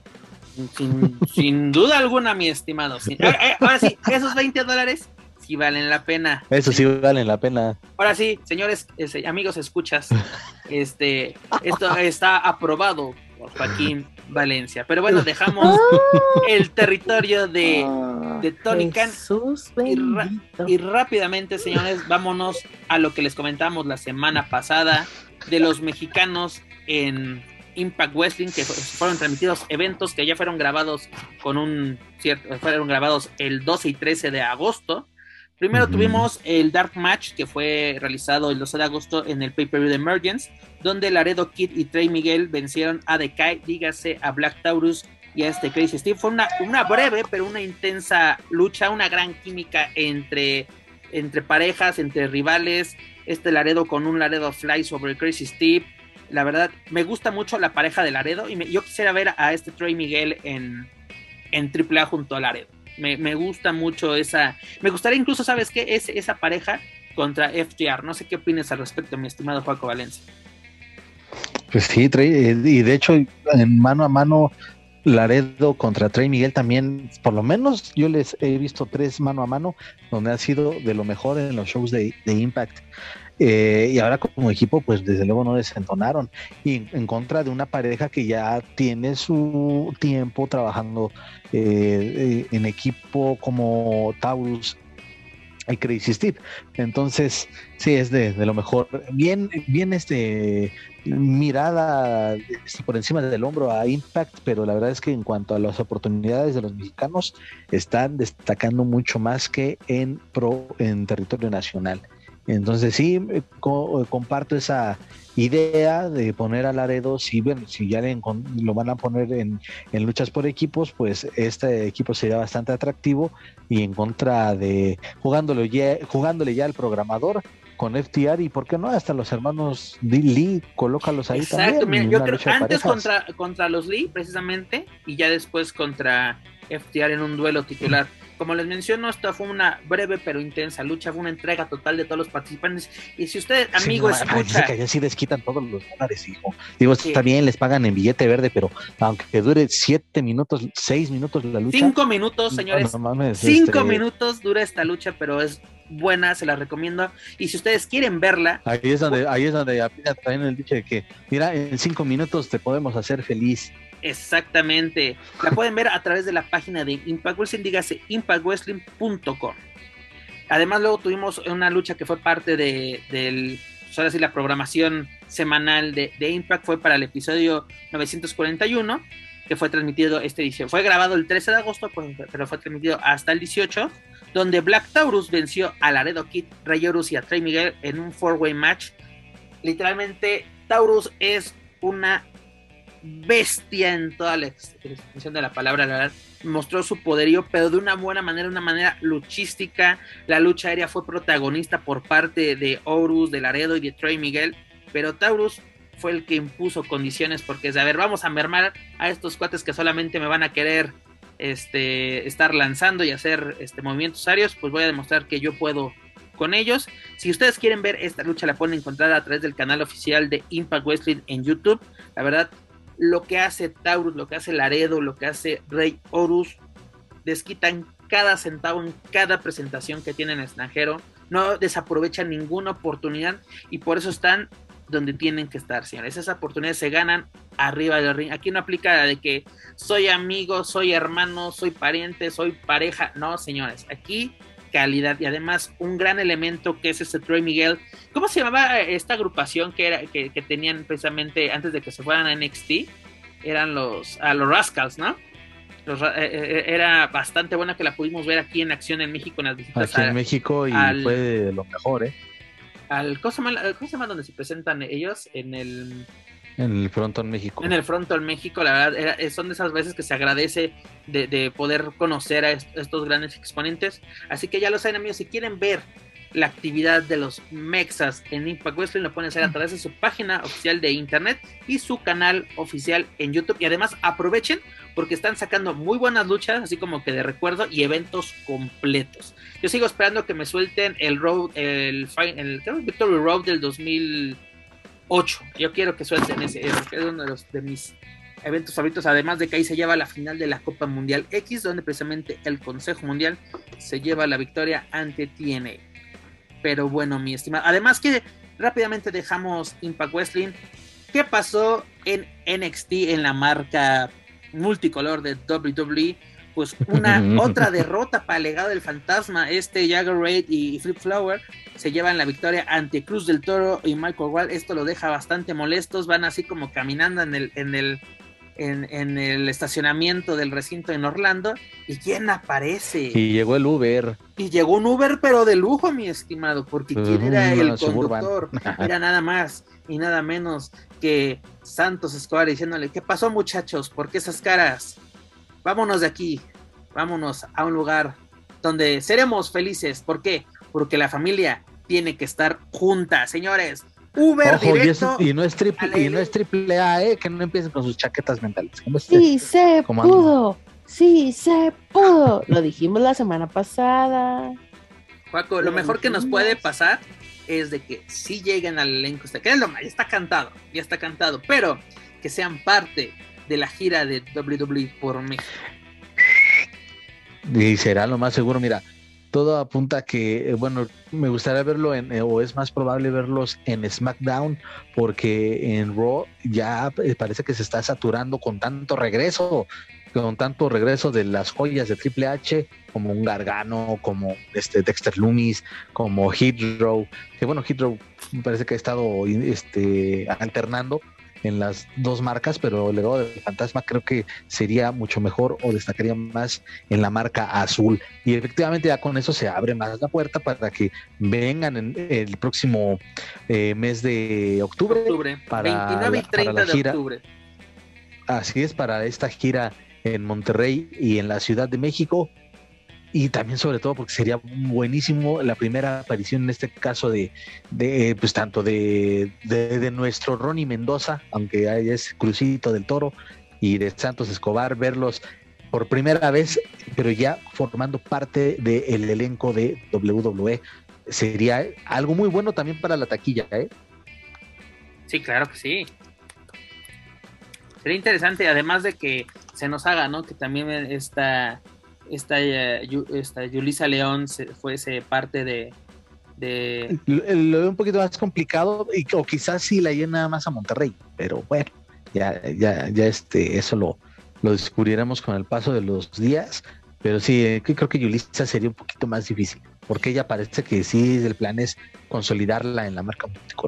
Sin, sin duda alguna, mi estimado. Sin, ahora, ahora sí, esos veinte dólares sí valen la pena. Eso sí valen la pena. Ahora sí, señores, eh, amigos, escuchas, este, esto está aprobado por Joaquín Valencia. Pero bueno, dejamos el territorio de, de Tony Khan y, ra- y rápidamente, señores, vámonos a lo que les comentamos la semana pasada de los mexicanos en Impact Wrestling, que fueron transmitidos eventos que ya fueron grabados con un cierto, fueron grabados el doce y trece de agosto. Primero uh-huh. tuvimos el Dark Match, que fue realizado el doce de agosto en el pay-per-view de Emergence, donde Laredo Kid y Trey Miguel vencieron a The Kai, dígase a Black Taurus y a este Crazy Steve. Fue una, una breve pero una intensa lucha, una gran química entre, entre parejas, entre rivales. Este Laredo con un Laredo Fly sobre Crazy Steve. La verdad, me gusta mucho la pareja de Laredo y me, yo quisiera ver a este Trey Miguel en, en triple A junto a Laredo. Me, me gusta mucho esa... Me gustaría incluso, ¿sabes qué? Es, esa pareja contra F T R. No sé qué opinas al respecto, mi estimado Joaco Valencia. Pues sí, Trey, y de hecho, en mano a mano, Laredo contra Trey Miguel también, por lo menos yo les he visto tres mano a mano, donde ha sido de lo mejor en los shows de, de Impact. Eh, y ahora como equipo pues desde luego no desentonaron y en, en contra de una pareja que ya tiene su tiempo trabajando eh, eh, en equipo como Taurus y Crazy Steve. Entonces sí, es de, de lo mejor, bien, bien este mirada por encima del hombro a Impact, pero la verdad es que en cuanto a las oportunidades de los mexicanos están destacando mucho más que en pro en territorio nacional. Entonces sí, co- comparto esa idea de poner a Laredo, si, bueno, si ya le, lo van a poner en, en luchas por equipos, pues este equipo sería bastante atractivo y en contra de jugándole ya, jugándole ya al programador con F T R y por qué no, hasta los hermanos Lee, colócalos ahí. Exacto, también. Mira, yo creo que antes contra, contra los Lee precisamente y ya después contra F T R en un duelo titular. Como les menciono, esta fue una breve pero intensa lucha, fue una entrega total de todos los participantes. Y si usted, amigo, sí, no, escucha... que ya sí les quitan todos los dólares, hijo. Digo, sí. Está bien, les pagan en billete verde, pero aunque dure siete minutos, seis minutos la lucha... Cinco minutos, señores. No, no mames, cinco este... minutos dura esta lucha, pero es buena, se la recomiendo. Y si ustedes quieren verla... Ahí es donde, ahí es donde aplica también el dicho de que, mira, en cinco minutos te podemos hacer feliz. Exactamente, la pueden ver a través de la página de Impact Wrestling, dígase impact wrestling punto com. Además luego tuvimos una lucha que fue parte de, del, pues ahora sí, la programación semanal de, de Impact fue para el episodio novecientos cuarenta y uno, que fue transmitido este edición. Fue grabado el trece de agosto, pues, pero fue transmitido hasta el dieciocho, donde Black Taurus venció a Laredo Kid, Rey Horus y a Trey Miguel en un four-way match. Literalmente, Taurus es una bestia en toda la extensión de la palabra, la verdad. Mostró su poderío, pero de una buena manera, una manera luchística. La lucha aérea fue protagonista por parte de Horus, de Laredo y de Trey Miguel, pero Taurus fue el que impuso condiciones, porque es de, a ver, vamos a mermar a estos cuates que solamente me van a querer este, estar lanzando y hacer este, movimientos aéreos, pues voy a demostrar que yo puedo con ellos. Si ustedes quieren ver esta lucha, la pueden encontrar a través del canal oficial de Impact Wrestling en YouTube. La verdad, lo que hace Taurus, lo que hace Laredo, lo que hace Rey Horus, desquitan cada centavo en cada presentación que tienen en extranjero, no desaprovechan ninguna oportunidad y por eso están donde tienen que estar, señores. Esas oportunidades se ganan arriba del ring. Aquí no aplica la de que soy amigo, soy hermano, soy pariente, soy pareja. No, señores, aquí calidad y además un gran elemento que es este Trey Miguel. ¿Cómo se llamaba esta agrupación que era que, que tenían precisamente antes de que se fueran a N X T? Eran los, a los Rascals, ¿no? Los, eh, era bastante buena, que la pudimos ver aquí en acción en México en las visitas aquí a, en México y al, fue de lo mejor, ¿eh? Al, ¿cómo se llama, ¿Cómo se llama donde se presentan ellos? En el... En el Frontón México. En el Frontón México, la verdad, era, son de esas veces que se agradece de, de poder conocer a est- estos grandes exponentes. Así que ya lo saben, amigos, si quieren ver la actividad de los Mexas en Impact Wrestling, lo pueden hacer a través de su página oficial de internet y su canal oficial en YouTube. Y además aprovechen porque están sacando muy buenas luchas, así como que de recuerdo, y eventos completos. Yo sigo esperando que me suelten el Road, el, el, el Victory Road del dos mil ocho. Yo quiero que suelten ese, es uno de, los, de mis eventos favoritos, además de que ahí se lleva la final de la Copa Mundial X, donde precisamente el Consejo Mundial se lleva la victoria ante T N A. Pero bueno, mi estimado, además que rápidamente dejamos Impact Wrestling. ¿Qué pasó en N X T, en la marca multicolor de W W E? Pues una otra derrota para el legado del fantasma. Este Jagger Raid y Flip Flower se llevan la victoria ante Cruz del Toro y Michael Wall. Esto lo deja bastante molestos, van así como caminando en el, en el En, en el estacionamiento del recinto en Orlando. ¿Y quién aparece? Y llegó el Uber. Y llegó un Uber, pero de lujo, mi estimado, porque uh, quién era el conductor. Era nada más y nada menos que Santos Escobar diciéndole: ¿qué pasó, muchachos? ¿Por qué esas caras? Vámonos de aquí, vámonos a un lugar donde seremos felices. ¿Por qué? Porque la familia tiene que estar junta, señores. Uber Ojo, directo y, es, y no es triple y no es triple A, eh, que no empiecen con sus chaquetas mentales. Sí se pudo, sí se pudo. Lo dijimos la semana pasada. Juaco, lo mejor que nos puede pasar es de que sí lleguen al elenco, que es lo más, ya está cantado, ya está cantado, pero que sean parte de la gira de W W E por México. Y será lo más seguro, mira. Todo apunta a que, bueno, me gustaría verlo en, o es más probable verlos en SmackDown, porque en Raw ya parece que se está saturando con tanto regreso, con tanto regreso de las joyas de Triple H, como un Gargano, como este Dexter Lumis, como Hit Row, que bueno, Hit Row parece que ha estado este, alternando en las dos marcas, pero el legado del fantasma creo que sería mucho mejor o destacaría más en la marca azul, y efectivamente ya con eso se abre más la puerta para que vengan en el próximo eh, mes de octubre, octubre para veintinueve y treinta para la gira, de octubre. Así es, para esta gira en Monterrey y en la Ciudad de México. Y también sobre todo porque sería buenísimo la primera aparición en este caso de, de pues tanto de, de, de nuestro Ronnie Mendoza, aunque es Crucito del Toro, y de Santos Escobar, verlos por primera vez, pero ya formando parte del elenco de W W E. Sería algo muy bueno también para la taquilla, ¿eh? Sí, claro que sí. Sería interesante, además de que se nos haga, ¿no? Que también esta... Esta, esta Yulisa León se, fuese parte de, de... Lo, lo veo un poquito más complicado, y, o quizás sí la llena más a Monterrey, pero bueno, ya, ya, ya este, eso lo, lo descubriremos con el paso de los días, pero sí, creo que Yulisa sería un poquito más difícil, porque ella parece que sí, el plan es consolidarla en la marca multicolor.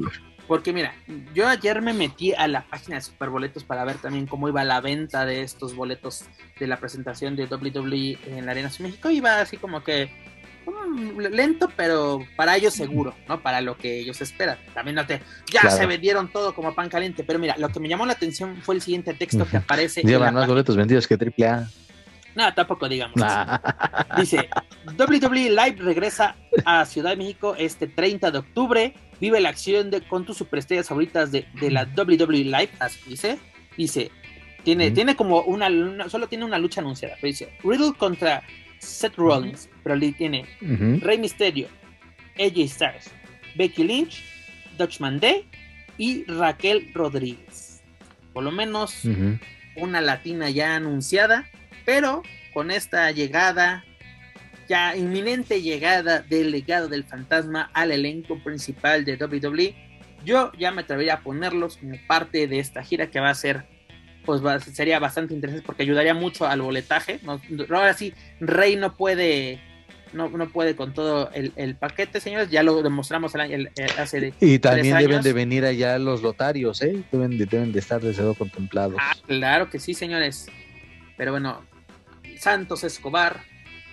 Porque mira, yo ayer me metí a la página de Superboletos para ver también cómo iba la venta de estos boletos de la presentación de doble u doble u E en la Arena Ciudad de México. Iba así como que um, lento, pero para ellos seguro, ¿no? Para lo que ellos esperan. También no te, ya claro. Se vendieron todo como pan caliente, pero mira, lo que me llamó la atención fue el siguiente texto que aparece. Llevan más boletos vendidos que triple A. No, tampoco digamos nah. Dice, doble u doble u E Live regresa a Ciudad de México este treinta de octubre. Vive la acción de, con tus superestrellas favoritas de, de la doble u doble u E Live, así dice. Dice, tiene, mm. tiene como una, una, solo tiene una lucha anunciada, pero dice, Riddle contra Seth Rollins, mm. pero le tiene uh-huh. Rey Mysterio, A J Styles, Becky Lynch, Dutchman Day y Raquel Rodríguez. Por lo menos uh-huh. una latina ya anunciada, pero con esta llegada, ya inminente llegada del legado del fantasma al elenco principal de doble u doble u E, yo ya me atrevería a ponerlos como parte de esta gira que va a ser, pues va, sería bastante interesante porque ayudaría mucho al boletaje. No, ahora sí, Rey no puede, no, no puede con todo el, el paquete, señores, ya lo demostramos el, el, el, hace de y también deben años. De venir allá los lotarios, ¿eh? Deben de, deben de estar desde luego contemplados. Ah, claro que sí, señores. Pero bueno, Santos Escobar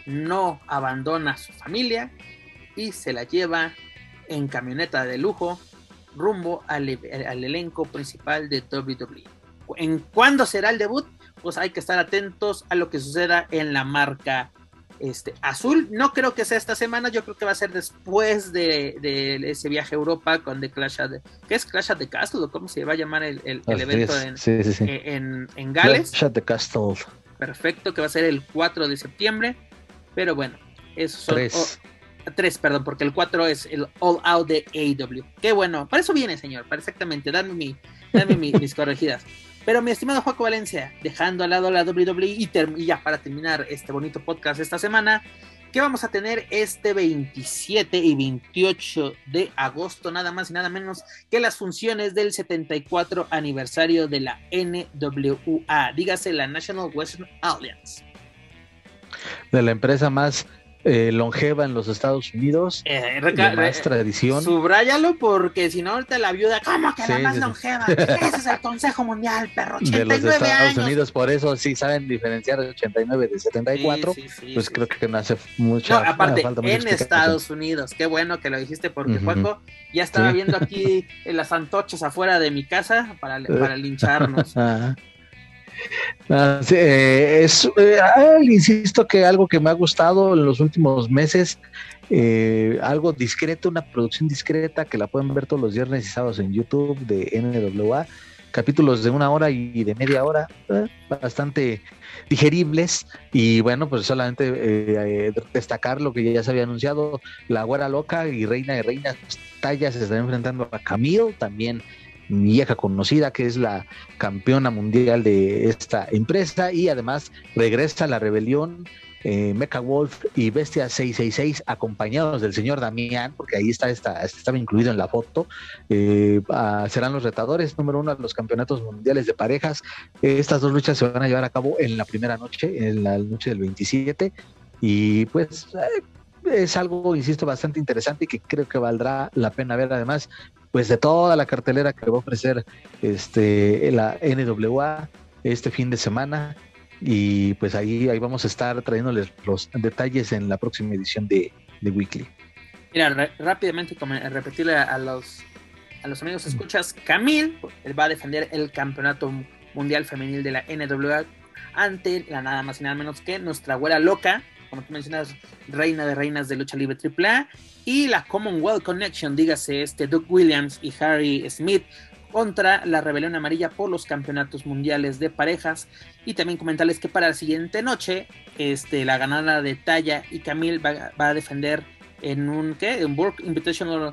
no abandona a su familia y se la lleva en camioneta de lujo rumbo al, al elenco principal de doble u doble u E. ¿En cuándo será el debut? Pues hay que estar atentos a lo que suceda en la marca este, azul. No creo que sea esta semana, yo creo que va a ser después de, de ese viaje a Europa con The Clash of the, ¿qué es Clash of the Castle? ¿O cómo se va a llamar el, el, el evento en, sí, sí, sí. en, en Gales? Clash of the Castle. Perfecto, que va a ser el cuatro de septiembre. Pero bueno, esos son tres. Oh, tres, perdón, porque el cuatro es el All Out de A E W. Qué bueno, para eso viene, señor, para exactamente, dame, mi, dame mi, mis corregidas. Pero mi estimado Joaco Valencia, dejando al lado la doble u doble u E y, ter- y ya para terminar este bonito podcast esta semana, que vamos a tener este veintisiete y veintiocho de agosto, nada más y nada menos que las funciones del setenta y cuatro aniversario de la N W A, dígase la National Wrestling Alliance. De la empresa más eh, longeva en los Estados Unidos, eh, reca- de más tradición. Subráyalo porque si no ahorita la viuda, ¿cómo que sí, la más sí, longeva? Sí. Ese es el Consejo Mundial, perro, ochenta y nueve de los Estados años. Unidos, por eso sí saben diferenciar el ochenta y nueve de setenta y cuatro, sí, sí, sí, pues sí, creo sí. que no hace mucha no, aparte, falta en Estados Unidos, qué bueno que lo dijiste porque uh-huh. Juaco ya estaba sí. viendo aquí en las antochas afuera de mi casa para, para lincharnos. Ah, sí, eh, es, eh, insisto que algo que me ha gustado en los últimos meses, eh, algo discreto, una producción discreta que la pueden ver todos los viernes y sábados en YouTube de N W A, capítulos de una hora y de media hora, eh, bastante digeribles. Y bueno, pues solamente eh, destacar lo que ya se había anunciado, la Güera Loca y Reina de Reinas Talla se están enfrentando a Camille, también vieja conocida, que es la campeona mundial de esta empresa, y además regresa la Rebelión, eh, Mecha Wolf y Bestia seiscientos sesenta y seis, acompañados del señor Damián, porque ahí está, está estaba incluido en la foto. Eh, uh, serán los retadores número uno a los campeonatos mundiales de parejas. Eh, estas dos luchas se van a llevar a cabo en la primera noche, en la noche del veintisiete, y pues eh, es algo, insisto, bastante interesante y que creo que valdrá la pena ver. Además, pues de toda la cartelera que va a ofrecer este la N W A este fin de semana, y pues ahí, ahí vamos a estar trayéndoles los detalles en la próxima edición de, de Weekly. Mira, r- rápidamente como repetirle a los a los amigos escuchas, Camille él va a defender el campeonato mundial femenil de la N W A ante la nada más y nada menos que nuestra Güera Loca, como tú mencionas, reina de reinas de lucha libre triple A, y la Commonwealth Connection, dígase este Doug Williams y Harry Smith, contra la Rebelión Amarilla por los campeonatos mundiales de parejas. Y también comentarles que para la siguiente noche, este, la ganadora de Talla y Camille va, va a defender en un, ¿qué? Un World Invitational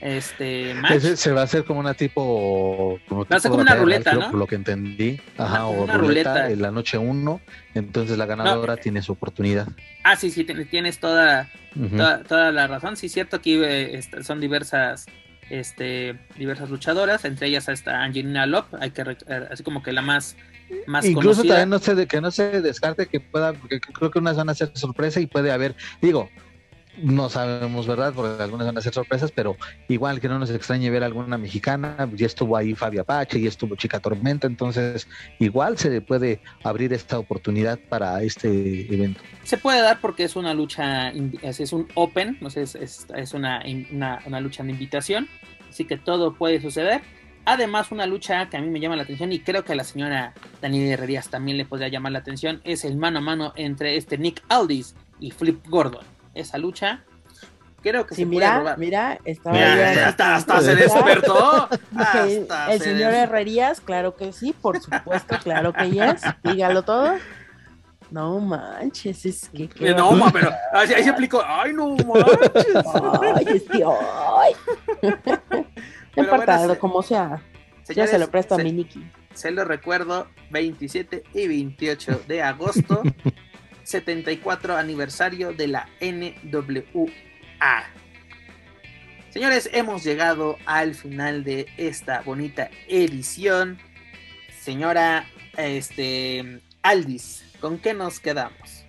este match. Ese se va a hacer como una tipo, como va a ser como una ruleta, ¿no? Por lo que entendí. Ajá, una, o una ruleta, ruleta en la noche uno, entonces la ganadora no, tiene su oportunidad. Ah, sí, sí, tienes toda, uh-huh. toda, toda la razón. Sí, es cierto que eh, son diversas este diversas luchadoras, entre ellas está Angelina Love, hay que así como que la más más incluso conocida. También no sé de que no se descarte que pueda, porque creo que unas van a ser sorpresa y puede haber, digo, no sabemos, ¿verdad? Porque algunas van a ser sorpresas, pero igual que no nos extrañe ver alguna mexicana, ya estuvo ahí Fabi Apache, ya estuvo Chica Tormenta, entonces igual se puede abrir esta oportunidad para este evento. Se puede dar porque es una lucha, es un open, no sé, es, es, es una, una, una lucha de invitación, así que todo puede suceder. Además, una lucha que a mí me llama la atención y creo que a la señora Daniela Herrerías también le podría llamar la atención, es el mano a mano entre este Nick Aldis y Flip Gordon. Esa lucha creo que sí, se mira, puede robar. Mira, estaba mira, ya, hasta, hasta se despertó. el, Hasta el se señor des... Herrerías, claro que sí, por supuesto, claro que yes. Dígalo todo. No manches, es que... que no, ma, pero ahí, ahí se aplicó. Ay, no manches. Ay, es que... Ay. No importa, bueno, se, como sea. Señores, ya se lo presto se, a mi Nikki. Se lo recuerdo, veintisiete y veintiocho de agosto, setenta y cuatro aniversario de la N W A. Señores, hemos llegado al final de esta bonita edición. Señora este, Aldis, ¿con qué nos quedamos?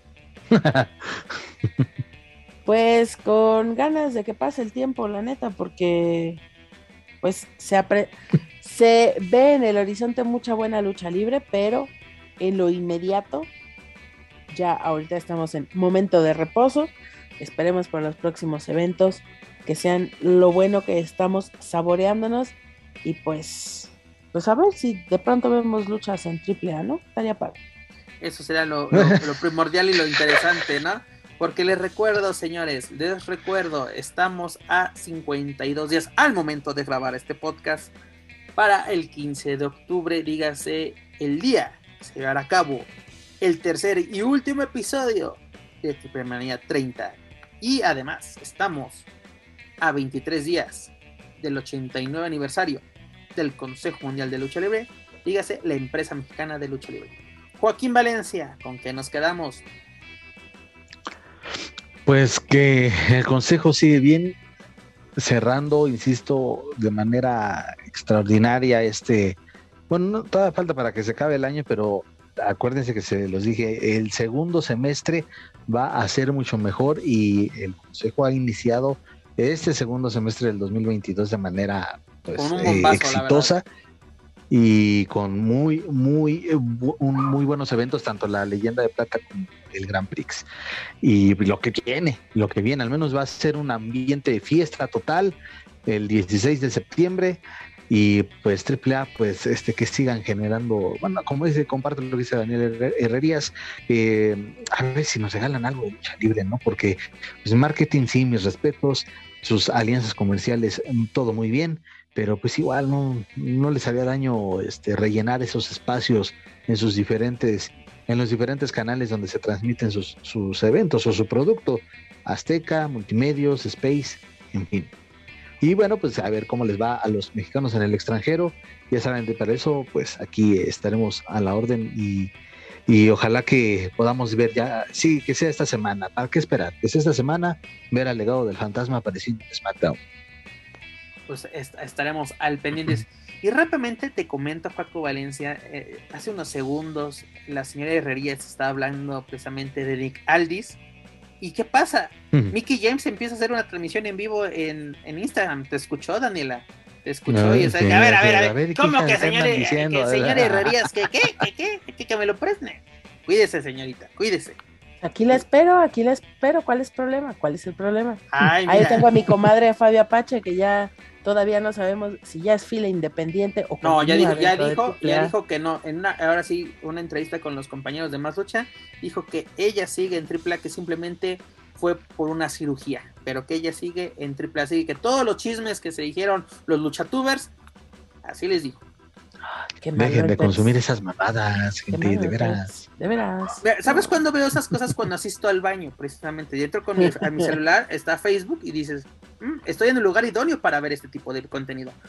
Pues con ganas de que pase el tiempo, la neta, porque pues se, apre- se ve en el horizonte mucha buena lucha libre, pero en lo inmediato, ya ahorita estamos en momento de reposo. Esperemos por los próximos eventos que sean lo bueno que estamos saboreándonos y pues, pues a ver si de pronto vemos luchas en triple A, ¿no? Estaría padre. Eso será lo, lo, lo primordial y lo interesante, ¿no? Porque les recuerdo, señores, les recuerdo, estamos a cincuenta y dos días al momento de grabar este podcast para el quince de octubre, dígase el día que se llevará a cabo el tercer y último episodio de Triple Manía treinta. Y además estamos a veintitrés días del ochenta y nueve aniversario del Consejo Mundial de Lucha Libre, dígase la empresa mexicana de lucha libre. Joaquín Valencia, ¿con qué nos quedamos? Pues que el consejo sigue bien, cerrando, insisto, de manera extraordinaria este, bueno, no, todavía falta para que se acabe el año, pero acuérdense que se los dije, el segundo semestre va a ser mucho mejor y el consejo ha iniciado este segundo semestre del dos mil veintidós de manera pues, bombazo, eh, exitosa. Y con muy, muy, un, muy buenos eventos, tanto la Leyenda de Plata como el Grand Prix. Y lo que viene, lo que viene, al menos va a ser un ambiente de fiesta total el dieciséis de septiembre. Y pues triple A, pues este que sigan generando, bueno, como dice, comparto lo que dice Daniel Herrerías, eh, a ver si nos regalan algo de lucha libre, ¿no? Porque pues marketing, sí, mis respetos, sus alianzas comerciales, todo muy bien, pero pues igual no, no les haría daño este, rellenar esos espacios en sus diferentes, en los diferentes canales donde se transmiten sus, sus eventos o su producto, Azteca, Multimedios, Space, en fin. Y bueno, pues a ver cómo les va a los mexicanos en el extranjero. Ya saben, de para eso, pues aquí estaremos a la orden y, y ojalá que podamos ver ya, sí, que sea esta semana. ¿Para qué esperar? Que sea esta semana, ver al legado del fantasma apareciendo en SmackDown. Pues est- estaremos al pendientes. Y rápidamente te comento, Paco Valencia, eh, hace unos segundos la señora Herrerías estaba hablando precisamente de Nick Aldis. ¿Y qué pasa? Uh-huh. Mickey James empieza a hacer una transmisión en vivo en, en Instagram. ¿Te escuchó, Daniela? Te escuchó no, y o sea, sí, a ver, a ver, a ver, a ver ¿cómo que señor, diciendo, que señor Herrerías? ¿Qué, qué, qué, qué, qué, que me lo preste? Cuídese, señorita, cuídese. Aquí la espero, aquí la espero. ¿Cuál es el problema? ¿Cuál es el problema? Ay, Ahí tengo a mi comadre Fabia Apache, que ya todavía no sabemos si ya es fila independiente o no, ya dijo, ya dijo, ya dijo que no. En una, ahora sí, una entrevista con los compañeros de Más Lucha, dijo que ella sigue en triple A, que simplemente fue por una cirugía, pero que ella sigue en triple A, así que todos los chismes que se dijeron los luchatubers, así les dijo. Qué Dejen de consumir esas mamadas, gente, de veras. De veras. ¿Sabes cuándo veo esas cosas? Cuando asisto al baño, precisamente. Y entro con mi, a mi celular, está Facebook y dices, mmm, estoy en el lugar idóneo para ver este tipo de contenido.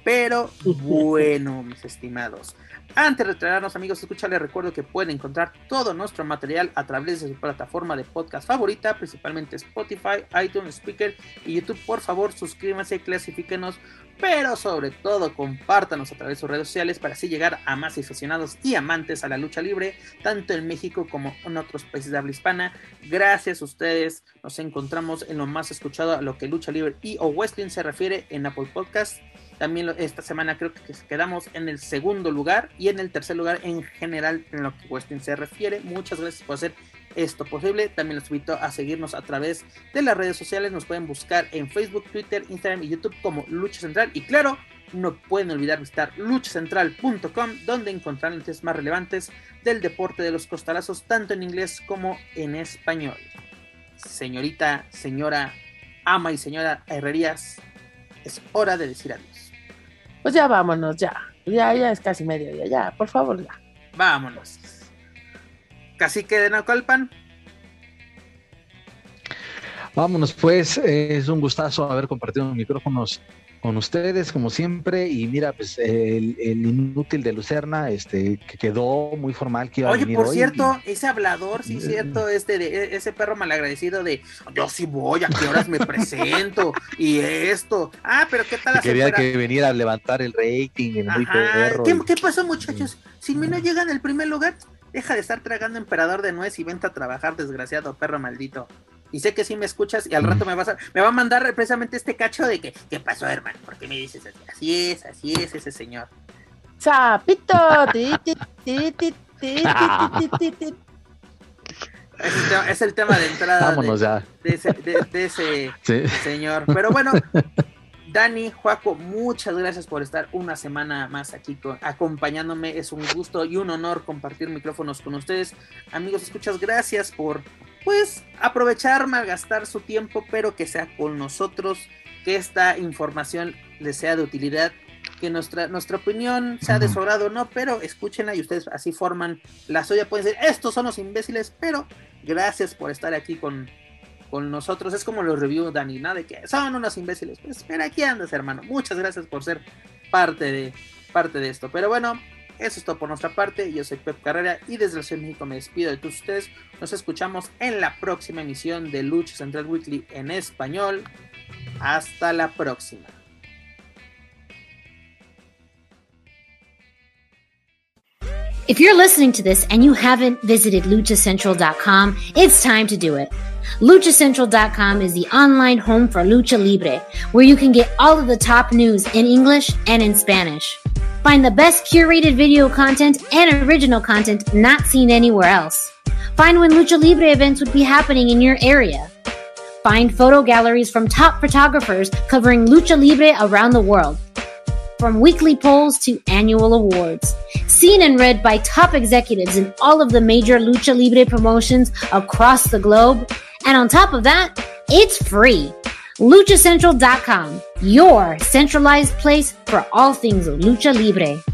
pero bueno, mis estimados. Antes de retirarnos, amigos, escucha, les recuerdo que pueden encontrar todo nuestro material a través de su plataforma de podcast favorita, principalmente Spotify, iTunes, Speaker y YouTube. Por favor, suscríbanse, clasifíquenos, pero sobre todo compártanos a través de sus redes sociales para así llegar a más aficionados y amantes a la lucha libre, tanto en México como en otros países de habla hispana. Gracias a ustedes nos encontramos en lo más escuchado a lo que lucha libre y o wrestling se refiere en Apple Podcast. También esta semana creo que quedamos en el segundo lugar y en el tercer lugar en general en lo que wrestling se refiere. Muchas gracias por hacer esto posible. También los invito a seguirnos a través de las redes sociales. Nos pueden buscar en Facebook, Twitter, Instagram y YouTube como Lucha Central. Y claro, no pueden olvidar visitar lucha central punto com, donde encontrarán noticias más relevantes del deporte de los costalazos, tanto en inglés como en español. Señorita, señora, ama y señora Herrerías, es hora de decir adiós. Pues ya vámonos, ya. Ya, ya es casi mediodía, ya, por favor, ya. Vámonos. Cacique de Naucalpan. Vámonos, pues, eh, es un gustazo haber compartido micrófonos con ustedes, como siempre, y mira, pues, el, el inútil de Lucerna, este, que quedó muy formal, que iba Oye, a venir por hoy, cierto, y... ese hablador, sí, cierto, este, de, ese perro malagradecido de, yo sí voy, a qué horas me presento, y esto, ah, pero qué tal... Quería fuera... que veniera a levantar el rating, el muy perro. ¿Qué, y... ¿Qué pasó, muchachos? Si me no llegan al primer lugar, deja de estar tragando emperador de nuez y vente a trabajar, desgraciado perro maldito. Y sé que sí me escuchas y al rato me vas a, me va a mandar precisamente este cacho de que, ¿qué pasó, hermano? ¿Por qué me dices así? Así es, así es ese señor. Sapito. Ti, ti, ti, ti, ti, ti, ti, ti. Es el tema, es el tema de entrada. Vámonos de, ya. de ese, de, de ese sí. señor. Pero bueno, Dani, Joaco, muchas gracias por estar una semana más aquí con, acompañándome. Es un gusto y un honor compartir micrófonos con ustedes. Amigos, escuchas, gracias por, pues, aprovechar, malgastar su tiempo, pero que sea con nosotros, que esta información les sea de utilidad, que nuestra, nuestra opinión sea de su agrado o no, pero escúchenla y ustedes así forman la suya. Pueden decir, estos son los imbéciles, pero gracias por estar aquí con, con nosotros. Es como los reviews, Dani, ¿no? De que son unos imbéciles. Pues, pero aquí andas, hermano. Muchas gracias por ser parte de, parte de esto. Pero bueno, eso es todo por nuestra parte. Yo soy Pep Carrera y desde la Ciudad de México me despido de todos ustedes. Nos escuchamos en la próxima emisión de Lucha Central Weekly en español. Hasta la próxima. If you're listening to this and you haven't visited lucha central dot com, it's time to do it. lucha central dot com is the online home for Lucha Libre, where you can get all of the top news in English and in Spanish. Find the best curated video content and original content not seen anywhere else. Find when Lucha Libre events would be happening in your area. Find photo galleries from top photographers covering Lucha Libre around the world. From weekly polls to annual awards. Seen and read by top executives in all of the major Lucha Libre promotions across the globe. And on top of that, it's free. lucha central dot com, your centralized place for all things Lucha Libre.